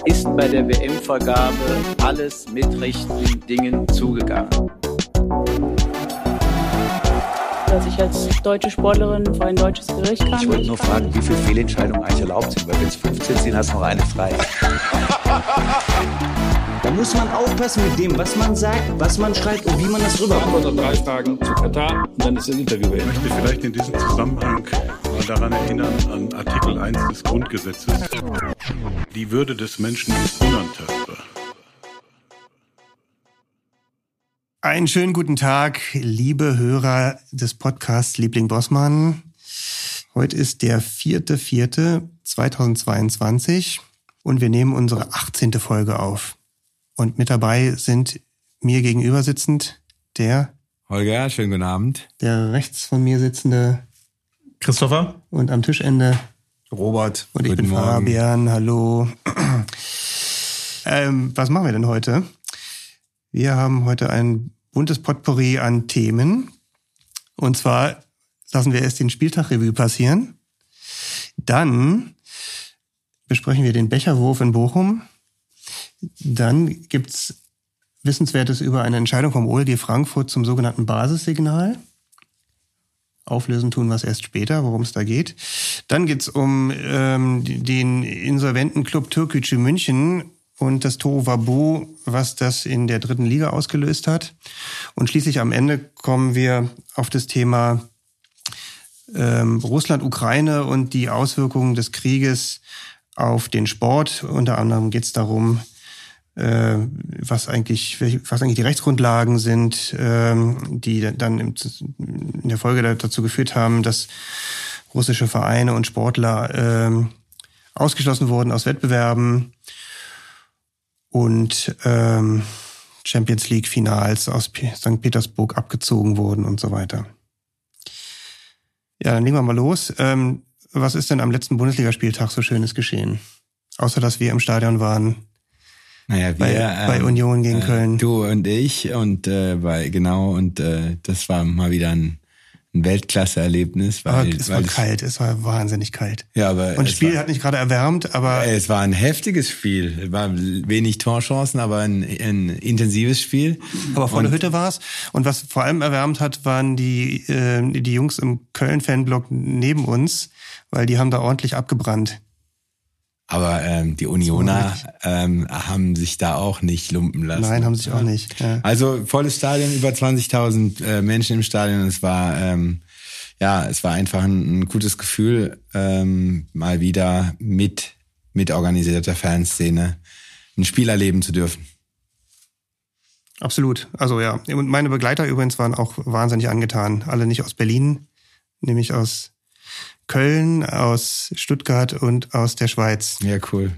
ist bei der WM-Vergabe alles mit rechten Dingen zugegangen. Dass ich als deutsche Sportlerin vor ein deutsches Gericht kann. Ich wollte nur fragen, wie viele Fehlentscheidungen eigentlich erlaubt sind, weil wenn es 15 sind, hast du noch eine frei. Da muss man aufpassen mit dem, was man sagt, was man schreibt und wie man das rüberkommt. Vor 3 Tagen zu Katar und dann ist ein Interview beendet. Ich möchte vielleicht in diesem Zusammenhang mal daran erinnern, an Artikel 1 des Grundgesetzes. Die Würde des Menschen ist unantastbar. Einen schönen guten Tag, liebe Hörer des Podcasts Liebling Bossmann. Heute ist der 4.4.2022 und wir nehmen unsere 18. Folge auf. Und mit dabei sind mir gegenüber sitzend der Holger, schönen guten Abend. Der rechts von mir sitzende Christopher und am Tischende Robert. Und ich bin Fabian, hallo. Was machen wir denn heute? Wir haben heute ein buntes Potpourri an Themen. Und zwar lassen wir erst den Spieltag Revue passieren. Dann besprechen wir den Becherwurf in Bochum. Dann gibt's Wissenswertes über eine Entscheidung vom OLG Frankfurt zum sogenannten Basissignal. Auflösen tun wir es erst später, worum es da geht. Dann geht's um den insolventen Club Türkgücü München und das Tohuwabohu, was das in der 3. Liga ausgelöst hat. Und schließlich am Ende kommen wir auf das Thema Russland, Ukraine und die Auswirkungen des Krieges auf den Sport. Unter anderem geht's darum, was eigentlich die Rechtsgrundlagen sind, die dann in der Folge dazu geführt haben, dass russische Vereine und Sportler ausgeschlossen wurden aus Wettbewerben und Champions League Finals aus St. Petersburg abgezogen wurden und so weiter. Ja, dann legen wir mal los. Was ist denn am letzten Bundesligaspieltag so Schönes geschehen? Außer, dass wir im Stadion waren. Naja, bei Union gegen Köln. Du und ich und das war mal wieder ein Weltklasse-Erlebnis. Es war wahnsinnig kalt. Ja, aber und das Spiel hat nicht gerade erwärmt, aber... Es war ein heftiges Spiel. Es war wenig Torchancen, aber ein intensives Spiel. Aber vor der Hütte war es. Und was vor allem erwärmt hat, waren die Jungs im Köln-Fanblock neben uns, weil die haben da ordentlich abgebrannt. Aber die Unioner haben sich da auch nicht lumpen lassen. Nein, haben sich auch nicht. Ja. Also volles Stadion, über 20.000 Menschen im Stadion. Es war einfach ein gutes Gefühl, mal wieder mit organisierter Fanszene ein Spiel erleben zu dürfen. Absolut. Also ja. Und meine Begleiter übrigens waren auch wahnsinnig angetan. Alle nicht aus Berlin, nämlich aus Köln, aus Stuttgart und aus der Schweiz. Ja, cool.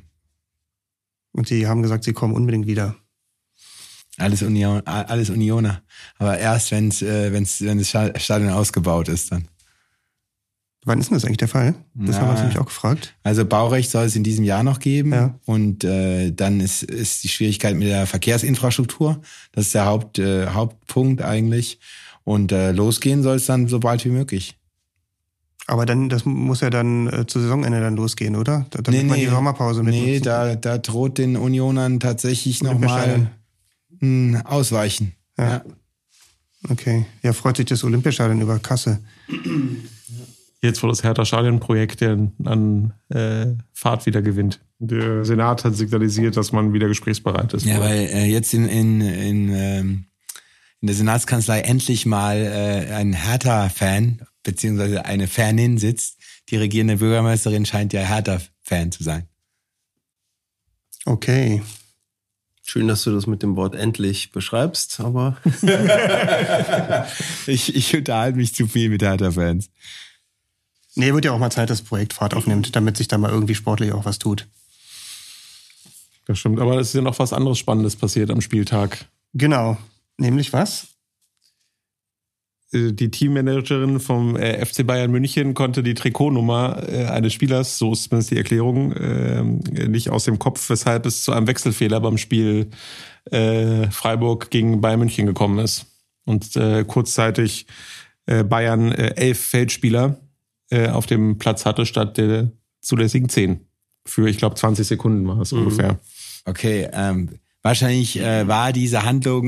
Und die haben gesagt, sie kommen unbedingt wieder. Alles Unioner. Aber erst, wenn das Stadion ausgebaut ist dann. Wann ist denn das eigentlich der Fall? Das haben wir uns nämlich auch gefragt. Also Baurecht soll es in diesem Jahr noch geben. Ja. Und dann ist die Schwierigkeit mit der Verkehrsinfrastruktur. Das ist der Hauptpunkt eigentlich. Und losgehen soll es dann so bald wie möglich. Aber dann, das muss ja dann zu Saisonende dann losgehen, oder? Damit man die Sommerpause mitnutzen. Nee, da droht den Unionern tatsächlich nochmal ein Ausweichen. Ja. Okay. Ja, freut sich das Olympiastadion über Kasse. Jetzt, wo das Hertha-Stadion-Projekt an Fahrt wieder gewinnt. Der Senat hat signalisiert, dass man wieder gesprächsbereit ist. Ja, weil jetzt in der Senatskanzlei endlich mal ein Hertha-Fan beziehungsweise eine Fanin sitzt. Die regierende Bürgermeisterin scheint ja Hertha-Fan zu sein. Okay. Schön, dass du das mit dem Wort endlich beschreibst, aber... ich unterhalte mich zu viel mit Hertha-Fans. Nee, wird ja auch mal Zeit, dass das Projekt Fahrt aufnimmt, damit sich da mal irgendwie sportlich auch was tut. Das stimmt, aber es ist ja noch was anderes Spannendes passiert am Spieltag. Genau. Nämlich was? Die Teammanagerin vom FC Bayern München konnte die Trikotnummer eines Spielers, so ist zumindest die Erklärung, nicht aus dem Kopf, weshalb es zu einem Wechselfehler beim Spiel Freiburg gegen Bayern München gekommen ist. Und kurzzeitig Bayern 11 Feldspieler auf dem Platz hatte, statt der zulässigen 10 Für, ich glaube, 20 Sekunden war es ungefähr. Okay, wahrscheinlich war diese Handlung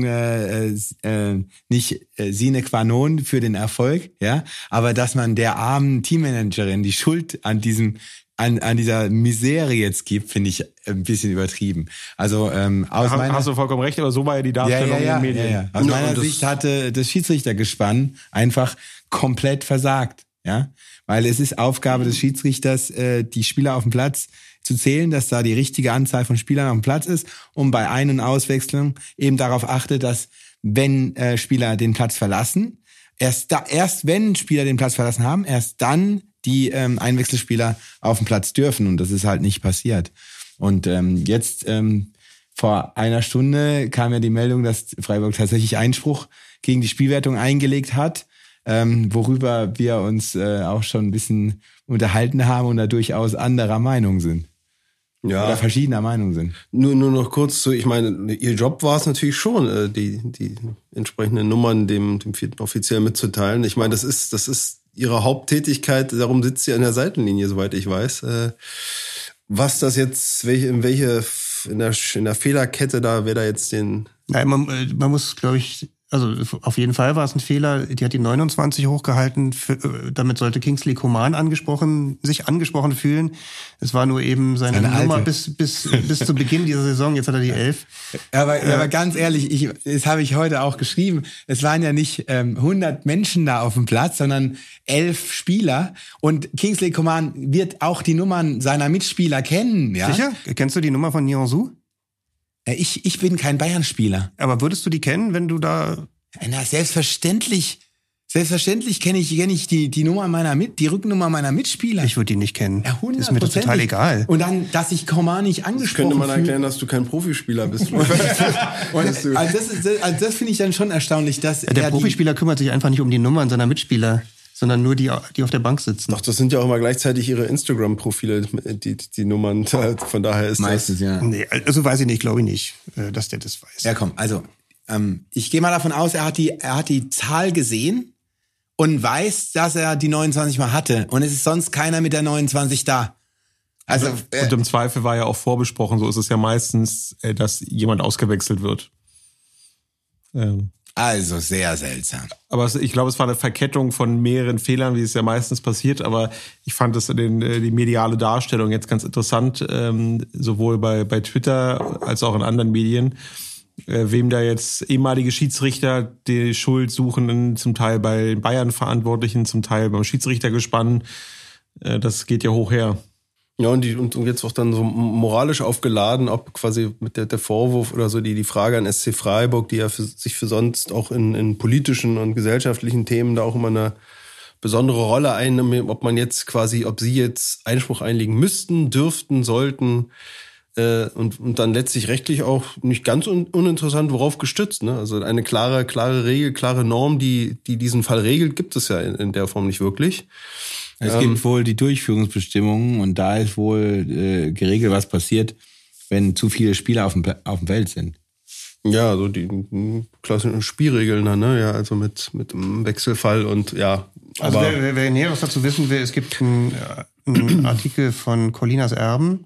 nicht sine qua non für den Erfolg, ja. Aber dass man der armen Teammanagerin die Schuld an dieser Misere jetzt gibt, finde ich ein bisschen übertrieben. Also hast du vollkommen recht, aber so war ja die Darstellung in den Medien. Ja. Aus meiner Sicht hatte das Schiedsrichtergespann einfach komplett versagt, ja. Weil es ist Aufgabe des Schiedsrichters, die Spieler auf dem Platz zu zählen, dass da die richtige Anzahl von Spielern auf dem Platz ist und bei Ein- und Auswechslung eben darauf achtet, dass wenn Spieler den Platz verlassen, erst wenn Spieler den Platz verlassen haben, erst dann die Einwechselspieler auf dem Platz dürfen und das ist halt nicht passiert. Und jetzt vor einer Stunde kam ja die Meldung, dass Freiburg tatsächlich Einspruch gegen die Spielwertung eingelegt hat, worüber wir uns auch schon ein bisschen unterhalten haben und da durchaus anderer Meinung sind. Ja. Oder verschiedener Meinung sind. Nur noch kurz ich meine, ihr Job war es natürlich schon, die entsprechenden Nummern dem vierten Offiziell mitzuteilen. Ich meine, das ist ihre Haupttätigkeit, darum sitzt sie an der Seitenlinie, soweit ich weiß. Was das jetzt, in der Fehlerkette da, wer da jetzt den... Nein, man muss, glaube ich, also auf jeden Fall war es ein Fehler. Die hat die 29 hochgehalten. Damit sollte Kingsley Coman sich angesprochen fühlen. Es war nur eben seine Nummer bis zu Beginn dieser Saison. Jetzt hat er die 11. Aber ganz ehrlich, das habe ich heute auch geschrieben. Es waren ja nicht 100 Menschen da auf dem Platz, sondern 11 Spieler. Und Kingsley Coman wird auch die Nummern seiner Mitspieler kennen. Ja? Sicher? Kennst du die Nummer von Nianzou? Ich bin kein Bayern-Spieler. Aber würdest du die kennen, wenn du da... Na, selbstverständlich. Selbstverständlich kenne ich die Nummer die Rückennummer meiner Mitspieler. Ich würde die nicht kennen. Ja, 100%. Ist mir das total egal. Und dann, dass ich Coman nicht angesprochen könnte man erklären, dass du kein Profispieler bist. Das finde ich dann schon erstaunlich, dass der Profispieler kümmert sich einfach nicht um die Nummern seiner Mitspieler, sondern nur die auf der Bank sitzen. Doch, das sind ja auch immer gleichzeitig ihre Instagram-Profile, die Nummern. Von daher ist meistens, ja. Nee, also weiß ich nicht, glaube ich nicht, dass der das weiß. Ja, komm, also ich gehe mal davon aus, er hat die Zahl gesehen und weiß, dass er die 29 mal hatte. Und es ist sonst keiner mit der 29 da. Also und im Zweifel war ja auch vorbesprochen, so ist es ja meistens, dass jemand ausgewechselt wird. Also sehr seltsam. Aber ich glaube, es war eine Verkettung von mehreren Fehlern, wie es ja meistens passiert. Aber ich fand das die mediale Darstellung jetzt ganz interessant, sowohl bei Twitter als auch in anderen Medien. Wem da jetzt ehemalige Schiedsrichter die Schuld suchen, zum Teil bei Bayern-Verantwortlichen, zum Teil beim Schiedsrichtergespann. Das geht ja hoch her. Ja, und jetzt auch dann so moralisch aufgeladen, ob quasi mit der Vorwurf oder so die Frage an SC Freiburg, die ja sich für sonst auch in politischen und gesellschaftlichen Themen da auch immer eine besondere Rolle einnimmt, ob sie jetzt Einspruch einlegen müssten, dürften, sollten, und dann letztlich rechtlich auch nicht ganz uninteressant, worauf gestützt, ne? Also eine klare Regel, klare Norm, die diesen Fall regelt, gibt es ja in der Form nicht wirklich. Es gibt wohl die Durchführungsbestimmungen und da ist wohl geregelt, was passiert, wenn zu viele Spieler auf dem Feld sind. Ja, so die klassischen Spielregeln dann, ne? Ja, also mit einem Wechselfall und ja. Also wer Näheres dazu wissen will, es gibt einen Artikel von Colinas Erben.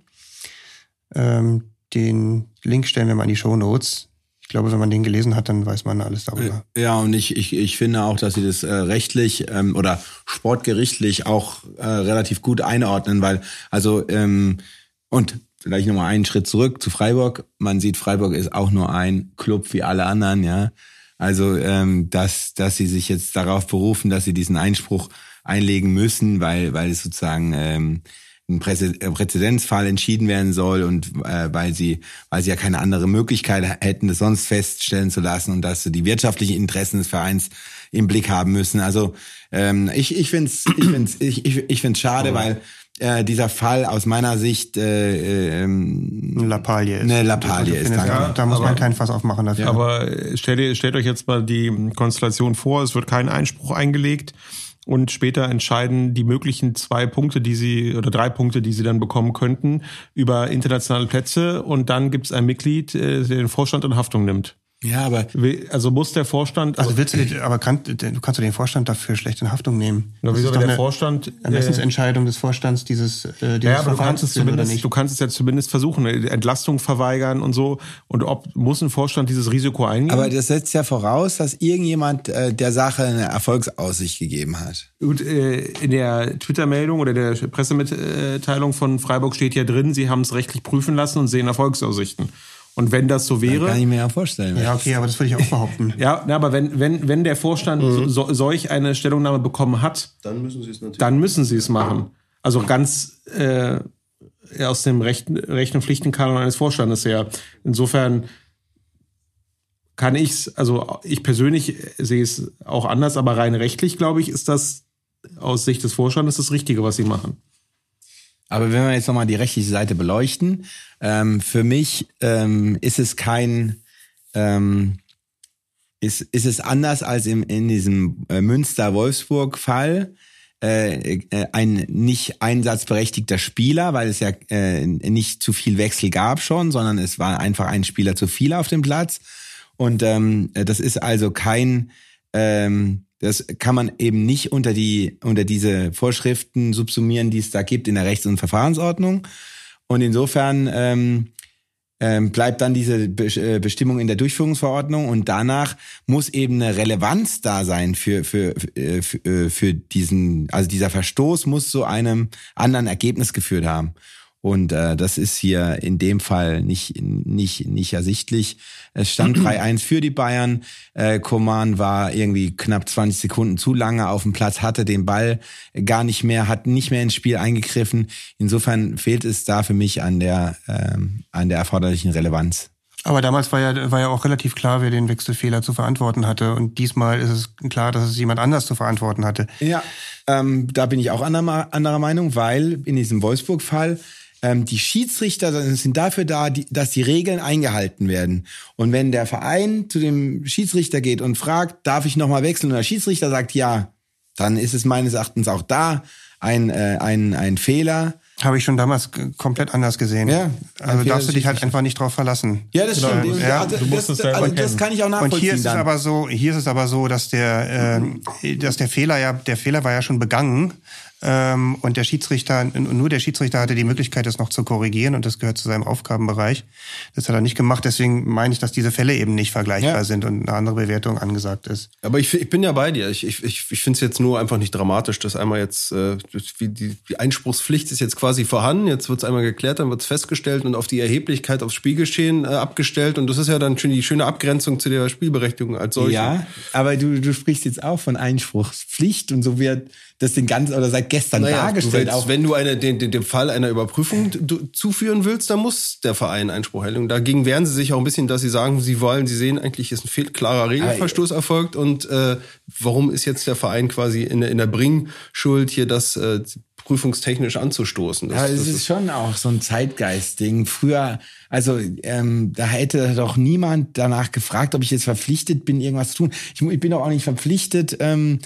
Den Link stellen wir mal in die Shownotes. Ich glaube, wenn man den gelesen hat, dann weiß man alles darüber. Ja, und ich finde auch, dass sie das rechtlich oder sportgerichtlich auch relativ gut einordnen, weil und vielleicht nochmal einen Schritt zurück zu Freiburg. Man sieht, Freiburg ist auch nur ein Club wie alle anderen, ja. Also dass sie sich jetzt darauf berufen, dass sie diesen Einspruch einlegen müssen, weil es sozusagen ein Präzedenzfall entschieden werden soll und weil sie ja keine andere Möglichkeit hätten, das sonst feststellen zu lassen und dass sie die wirtschaftlichen Interessen des Vereins im Blick haben müssen. Also ich find's schade, weil dieser Fall aus meiner Sicht eine Lappalie ist. Eine Lappalie ist. Da muss man kein Fass aufmachen dafür. Ja, aber stellt euch jetzt mal die Konstellation vor, es wird kein Einspruch eingelegt. Und später entscheiden die möglichen 3 Punkte, die sie dann bekommen könnten, über internationale Plätze. Und dann gibt es ein Mitglied, der den Vorstand in Haftung nimmt. Ja, aber Also muss der Vorstand... Also du kannst du den Vorstand dafür schlecht in Haftung nehmen? Ja, wieso, wenn der Vorstand... Ermessensentscheidung des Vorstands dieses ja, aber du kannst es ja zumindest versuchen, Entlastung verweigern und so. Und muss ein Vorstand dieses Risiko eingehen? Aber das setzt ja voraus, dass irgendjemand der Sache eine Erfolgsaussicht gegeben hat. Gut, in der Twitter-Meldung oder der Pressemitteilung von Freiburg steht ja drin, sie haben es rechtlich prüfen lassen und sehen Erfolgsaussichten. Und wenn das so wäre... Das kann ich mir ja vorstellen. Ja, okay, aber das würde ich auch behaupten. Ja, aber wenn der Vorstand solch eine Stellungnahme bekommen hat, dann müssen sie es machen. Also ganz aus dem Recht- und Pflichtenkanon eines Vorstandes her. Insofern kann ich persönlich sehe es auch anders, aber rein rechtlich, glaube ich, ist das aus Sicht des Vorstandes das Richtige, was sie machen. Aber wenn wir jetzt nochmal die rechtliche Seite beleuchten, für mich ist es ist es anders als in diesem Münster-Wolfsburg-Fall ein nicht einsatzberechtigter Spieler, weil es ja nicht zu viel Wechsel gab schon, sondern es war einfach ein Spieler zu viel auf dem Platz. Und das ist also das kann man eben nicht unter diese Vorschriften subsumieren, die es da gibt in der Rechts- und Verfahrensordnung. Und insofern bleibt dann diese Bestimmung in der Durchführungsverordnung und danach muss eben eine Relevanz da sein für diesen, also dieser Verstoß muss zu einem anderen Ergebnis geführt haben. Und das ist hier in dem Fall nicht ersichtlich. Es stand 3-1 für die Bayern. Coman war irgendwie knapp 20 Sekunden zu lange auf dem Platz, hatte den Ball gar nicht mehr, hat nicht mehr ins Spiel eingegriffen. Insofern fehlt es da für mich an der erforderlichen Relevanz. Aber damals war ja auch relativ klar, wer den Wechselfehler zu verantworten hatte. Und diesmal ist es klar, dass es jemand anders zu verantworten hatte. Ja, da bin ich auch anderer Meinung, weil in diesem Wolfsburg-Fall die Schiedsrichter sind dafür da, dass die Regeln eingehalten werden. Und wenn der Verein zu dem Schiedsrichter geht und fragt, darf ich nochmal wechseln? Und der Schiedsrichter sagt ja, dann ist es meines Erachtens auch da ein Fehler. Habe ich schon damals komplett anders gesehen. Ja, also darfst du dich halt einfach nicht drauf verlassen. Ja, das stimmt. Ja, das kann ich auch nachvollziehen. Und hier ist es aber so, dass der Fehler war ja schon begangen. Und der Schiedsrichter, nur der Schiedsrichter hatte die Möglichkeit, das noch zu korrigieren und das gehört zu seinem Aufgabenbereich. Das hat er nicht gemacht, deswegen meine ich, dass diese Fälle eben nicht vergleichbar sind und eine andere Bewertung angesagt ist. Aber ich bin ja bei dir. Ich finde es jetzt nur einfach nicht dramatisch, dass einmal jetzt die Einspruchspflicht ist jetzt quasi vorhanden, jetzt wird es einmal geklärt, dann wird es festgestellt und auf die Erheblichkeit, aufs Spielgeschehen abgestellt und das ist ja dann schon die schöne Abgrenzung zu der Spielberechtigung als solche. Ja, aber du sprichst jetzt auch von Einspruchspflicht und so wird das seit gestern dargestellt. Wenn du dem Fall einer Überprüfung zuführen willst, dann muss der Verein Einspruch erheben. Dagegen wehren sie sich auch ein bisschen, dass sie sagen, sie sehen eigentlich, ist ein klarer Regelverstoß erfolgt und warum ist jetzt der Verein quasi in der Bringschuld, hier das prüfungstechnisch anzustoßen? Das ist schon auch so ein Zeitgeist-Ding. Früher, also da hätte doch niemand danach gefragt, ob ich jetzt verpflichtet bin, irgendwas zu tun. Ich bin doch auch nicht verpflichtet,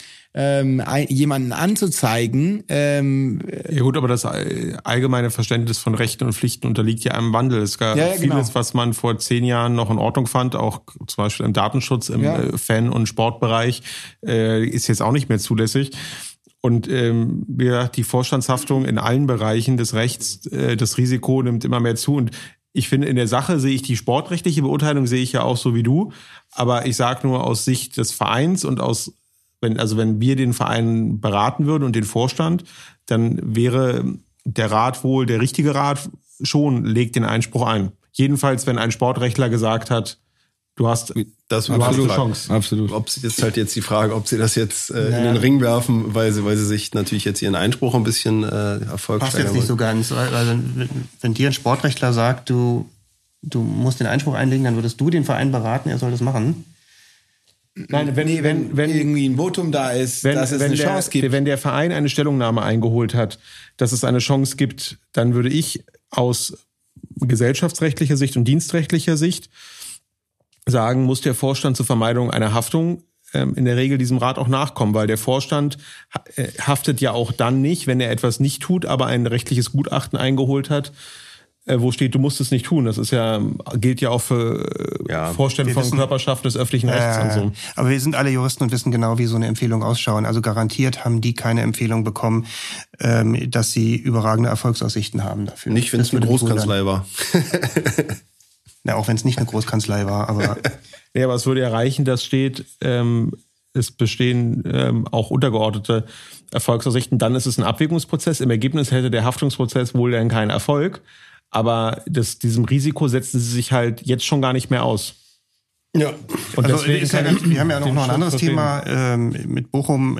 jemanden anzuzeigen. Ja gut, aber das allgemeine Verständnis von Rechten und Pflichten unterliegt ja einem Wandel. Es gab vieles, was man vor 10 Jahren noch in Ordnung fand, auch zum Beispiel im Datenschutz, im Fan- und Sportbereich, ist jetzt auch nicht mehr zulässig. Und wie gesagt, die Vorstandshaftung in allen Bereichen des Rechts, das Risiko nimmt immer mehr zu. Und ich finde, in der Sache sehe ich die sportrechtliche Beurteilung, sehe ich ja auch so wie du. Aber ich sage nur aus Sicht des Vereins und wenn wir den Verein beraten würden und den Vorstand, dann wäre der Rat wohl, der richtige Rat schon, legt den Einspruch ein. Jedenfalls, wenn ein Sportrechtler gesagt hat, du hast eine Chance. Absolut. Ob sie jetzt die Frage, ob sie das jetzt in den Ring werfen, weil sie sich natürlich jetzt ihren Einspruch ein bisschen Erfolg passt jetzt nicht so ganz. Also, wenn dir ein Sportrechtler sagt, du musst den Einspruch einlegen, dann würdest du den Verein beraten, er soll das machen. Nein, wenn irgendwie ein Votum da ist, dass es eine Chance gibt. Wenn der Verein eine Stellungnahme eingeholt hat, dass es eine Chance gibt, dann würde ich aus gesellschaftsrechtlicher Sicht und dienstrechtlicher Sicht sagen, muss der Vorstand zur Vermeidung einer Haftung in der Regel diesem Rat auch nachkommen, weil der Vorstand haftet ja auch dann nicht, wenn er etwas nicht tut, aber ein rechtliches Gutachten eingeholt hat, wo steht, du musst es nicht tun. Das ist gilt ja auch für Vorstände von Körperschaften des öffentlichen Rechts und so. Aber wir sind alle Juristen und wissen genau, wie so eine Empfehlung ausschauen. Also garantiert haben die keine Empfehlung bekommen, dass sie überragende Erfolgsaussichten haben dafür. Nicht, wenn es eine Großkanzlei war. Na, auch wenn es nicht eine Großkanzlei war, aber... Ja, aber es würde erreichen, dass steht, es bestehen auch untergeordnete Erfolgsaussichten. Dann ist es ein Abwägungsprozess. Im Ergebnis hätte der Haftungsprozess wohl dann keinen Erfolg. Aber diesem Risiko setzen sie sich halt jetzt schon gar nicht mehr aus. Ja. Und also wir haben ja noch ein anderes Thema mit Bochum.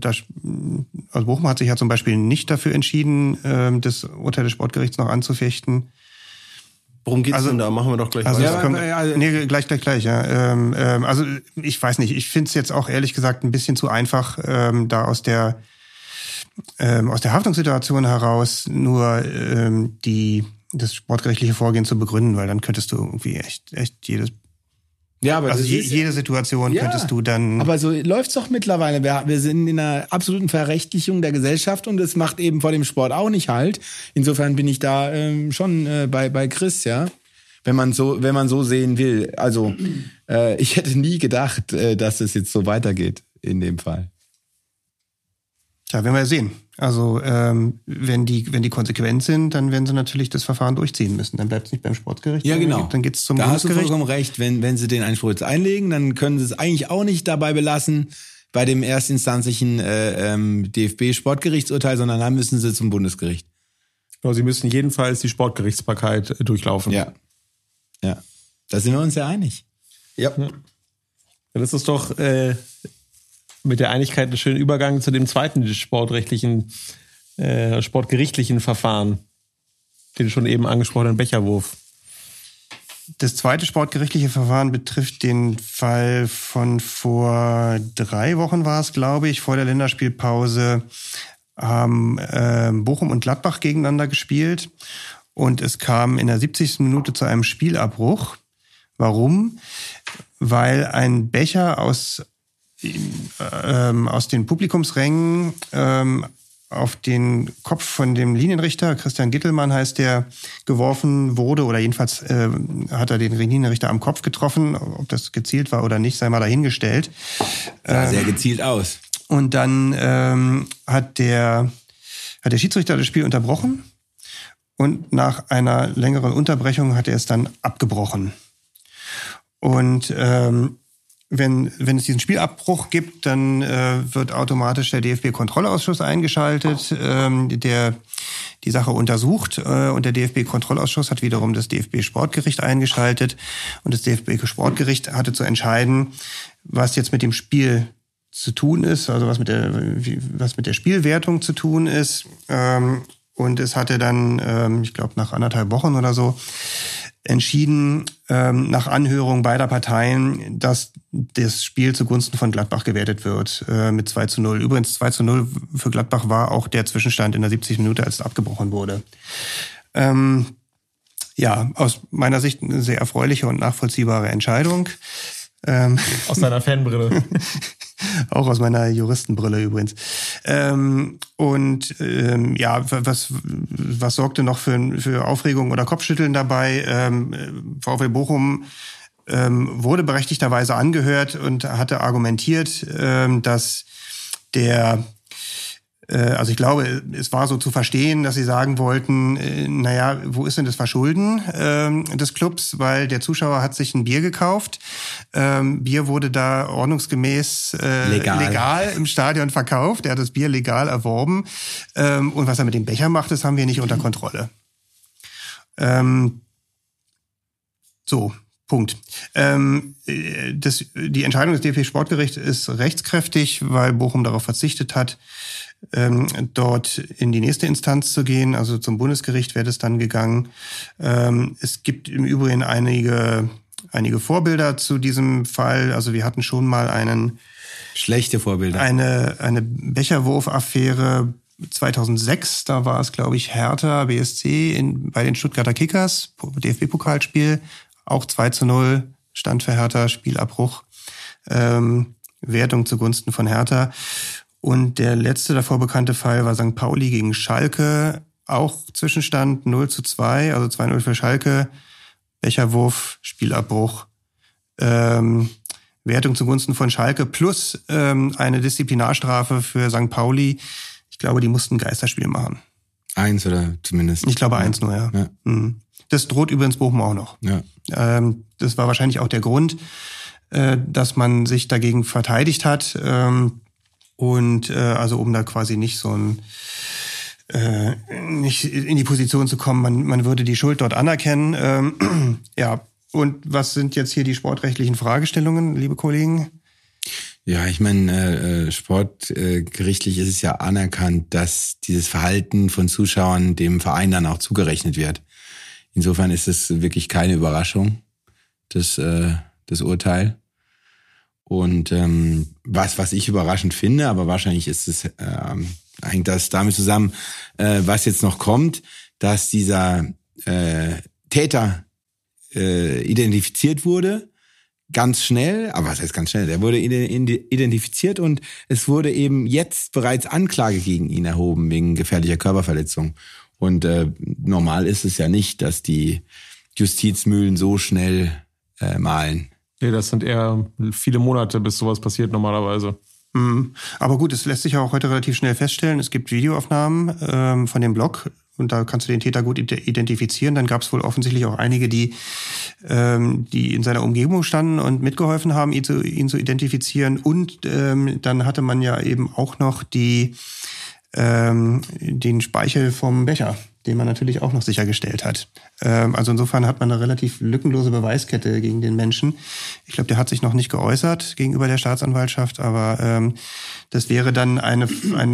Also Bochum hat sich ja zum Beispiel nicht dafür entschieden, das Urteil des Sportgerichts noch anzufechten. Worum geht's denn da? Machen wir doch gleich weiter. Gleich. Ja. Also ich weiß nicht. Ich finde es jetzt auch ehrlich gesagt ein bisschen zu einfach, da aus der Haftungssituation heraus nur das sportgerichtliche Vorgehen zu begründen, weil dann könntest du irgendwie echt jedes... Ja, aber also jede Situation könntest du dann... Aber so läuft's doch mittlerweile. Wir sind in einer absoluten Verrechtlichung der Gesellschaft und das macht eben vor dem Sport auch nicht halt. Insofern bin ich da schon bei Chris, ja. Wenn man so sehen will. Also ich hätte nie gedacht, dass es jetzt so weitergeht in dem Fall. Ja, werden wir sehen. Also wenn die konsequent sind, dann werden sie natürlich das Verfahren durchziehen müssen. Dann bleibt es nicht beim Sportgericht. Ja, genau. Dann geht's zum Bundesgericht. Da hast du Bundesgericht. vollkommen recht. Wenn sie den Einspruch jetzt einlegen, dann können sie es eigentlich auch nicht dabei belassen bei dem erstinstanzlichen DFB-Sportgerichtsurteil, sondern dann müssen sie zum Bundesgericht. Also sie müssen jedenfalls die Sportgerichtsbarkeit durchlaufen. Ja. Da sind wir uns ja einig. Ja. Das ist doch mit der Einigkeit ein schöner Übergang zu dem zweiten sportgerichtlichen Verfahren, den schon eben angesprochenen Becherwurf. Das zweite sportgerichtliche Verfahren betrifft den Fall von vor 3 Wochen war es, glaube ich, vor der Länderspielpause haben Bochum und Gladbach gegeneinander gespielt und es kam in der 70. Minute zu einem Spielabbruch. Warum? Weil ein Becher aus den Publikumsrängen auf den Kopf von dem Linienrichter, Christian Gittelmann heißt der, geworfen wurde, oder jedenfalls hat er den Linienrichter am Kopf getroffen. Ob das gezielt war oder nicht, sei mal dahingestellt. Sah sehr gezielt aus. Und dann hat der Schiedsrichter das Spiel unterbrochen und nach einer längeren Unterbrechung hat er es dann abgebrochen. Und wenn es diesen Spielabbruch gibt, dann wird automatisch der DFB-Kontrollausschuss eingeschaltet, der die Sache untersucht. Und der DFB-Kontrollausschuss hat wiederum das DFB-Sportgericht eingeschaltet. Und das DFB-Sportgericht hatte zu entscheiden, was jetzt mit dem Spiel zu tun ist, also was mit der Spielwertung zu tun ist. Und es hatte dann, ich glaube, nach 1,5 Wochen oder so, entschieden, nach Anhörung beider Parteien, dass das Spiel zugunsten von Gladbach gewertet wird, mit 2:0. Übrigens 2:0 für Gladbach war auch der Zwischenstand in der 70. Minute, als es abgebrochen wurde. Aus meiner Sicht eine sehr erfreuliche und nachvollziehbare Entscheidung. Aus deiner Fanbrille. Auch aus meiner Juristenbrille übrigens. Was sorgte noch für Aufregung oder Kopfschütteln dabei? VfL Bochum wurde berechtigterweise angehört und hatte argumentiert, dass ich glaube, es war so zu verstehen, dass sie sagen wollten, wo ist denn das Verschulden des Clubs? Weil der Zuschauer hat sich ein Bier gekauft. Bier wurde da ordnungsgemäß legal im Stadion verkauft. Er hat das Bier legal erworben. Und was er mit dem Becher macht, das haben wir nicht unter Kontrolle. Punkt. Die Entscheidung des DFB-Sportgerichts ist rechtskräftig, weil Bochum darauf verzichtet hat, dort in die nächste Instanz zu gehen, also zum Bundesgericht wäre das dann gegangen. Es gibt im Übrigen einige Vorbilder zu diesem Fall. Also wir hatten schon mal schlechte Vorbilder. Eine Becherwurf-Affäre 2006, da war es, glaube ich, Hertha BSC bei den Stuttgarter Kickers, DFB-Pokalspiel, auch 2:0, Stand für Hertha, Spielabbruch, Wertung zugunsten von Hertha. Und der letzte davor bekannte Fall war St. Pauli gegen Schalke, auch Zwischenstand 0:2, also 2-0 für Schalke, Becherwurf, Spielabbruch, Wertung zugunsten von Schalke plus eine Disziplinarstrafe für St. Pauli. Ich glaube, die mussten ein Geisterspiel machen. 1 oder zumindest. Ich glaube 1 nur, ja. Das droht übrigens Bochum auch noch. Ja. Das war wahrscheinlich auch der Grund, dass man sich dagegen verteidigt hat. Also um da quasi nicht so nicht in die Position zu kommen, man würde die Schuld dort anerkennen. Ja, und was sind jetzt hier die sportrechtlichen Fragestellungen, liebe Kollegen? Ja, ich meine, sportgerichtlich ist es ja anerkannt, dass dieses Verhalten von Zuschauern dem Verein dann auch zugerechnet wird. Insofern ist es wirklich keine Überraschung, das Urteil. Und was ich überraschend finde, aber wahrscheinlich ist es hängt das damit zusammen, was jetzt noch kommt, dass dieser Täter identifiziert wurde, ganz schnell, aber was heißt ganz schnell, der wurde identifiziert und es wurde eben jetzt bereits Anklage gegen ihn erhoben wegen gefährlicher Körperverletzung. Und normal ist es ja nicht, dass die Justizmühlen so schnell mahlen. Nee, das sind eher viele Monate, bis sowas passiert normalerweise. Aber gut, es lässt sich ja auch heute relativ schnell feststellen, es gibt Videoaufnahmen von dem Blog und da kannst du den Täter gut identifizieren. Dann gab es wohl offensichtlich auch einige, die in seiner Umgebung standen und mitgeholfen haben, ihn zu identifizieren. Und dann hatte man ja eben auch noch den Speichel vom Becher, den man natürlich auch noch sichergestellt hat. Also insofern hat man eine relativ lückenlose Beweiskette gegen den Menschen. Ich glaube, der hat sich noch nicht geäußert gegenüber der Staatsanwaltschaft, aber das wäre dann ein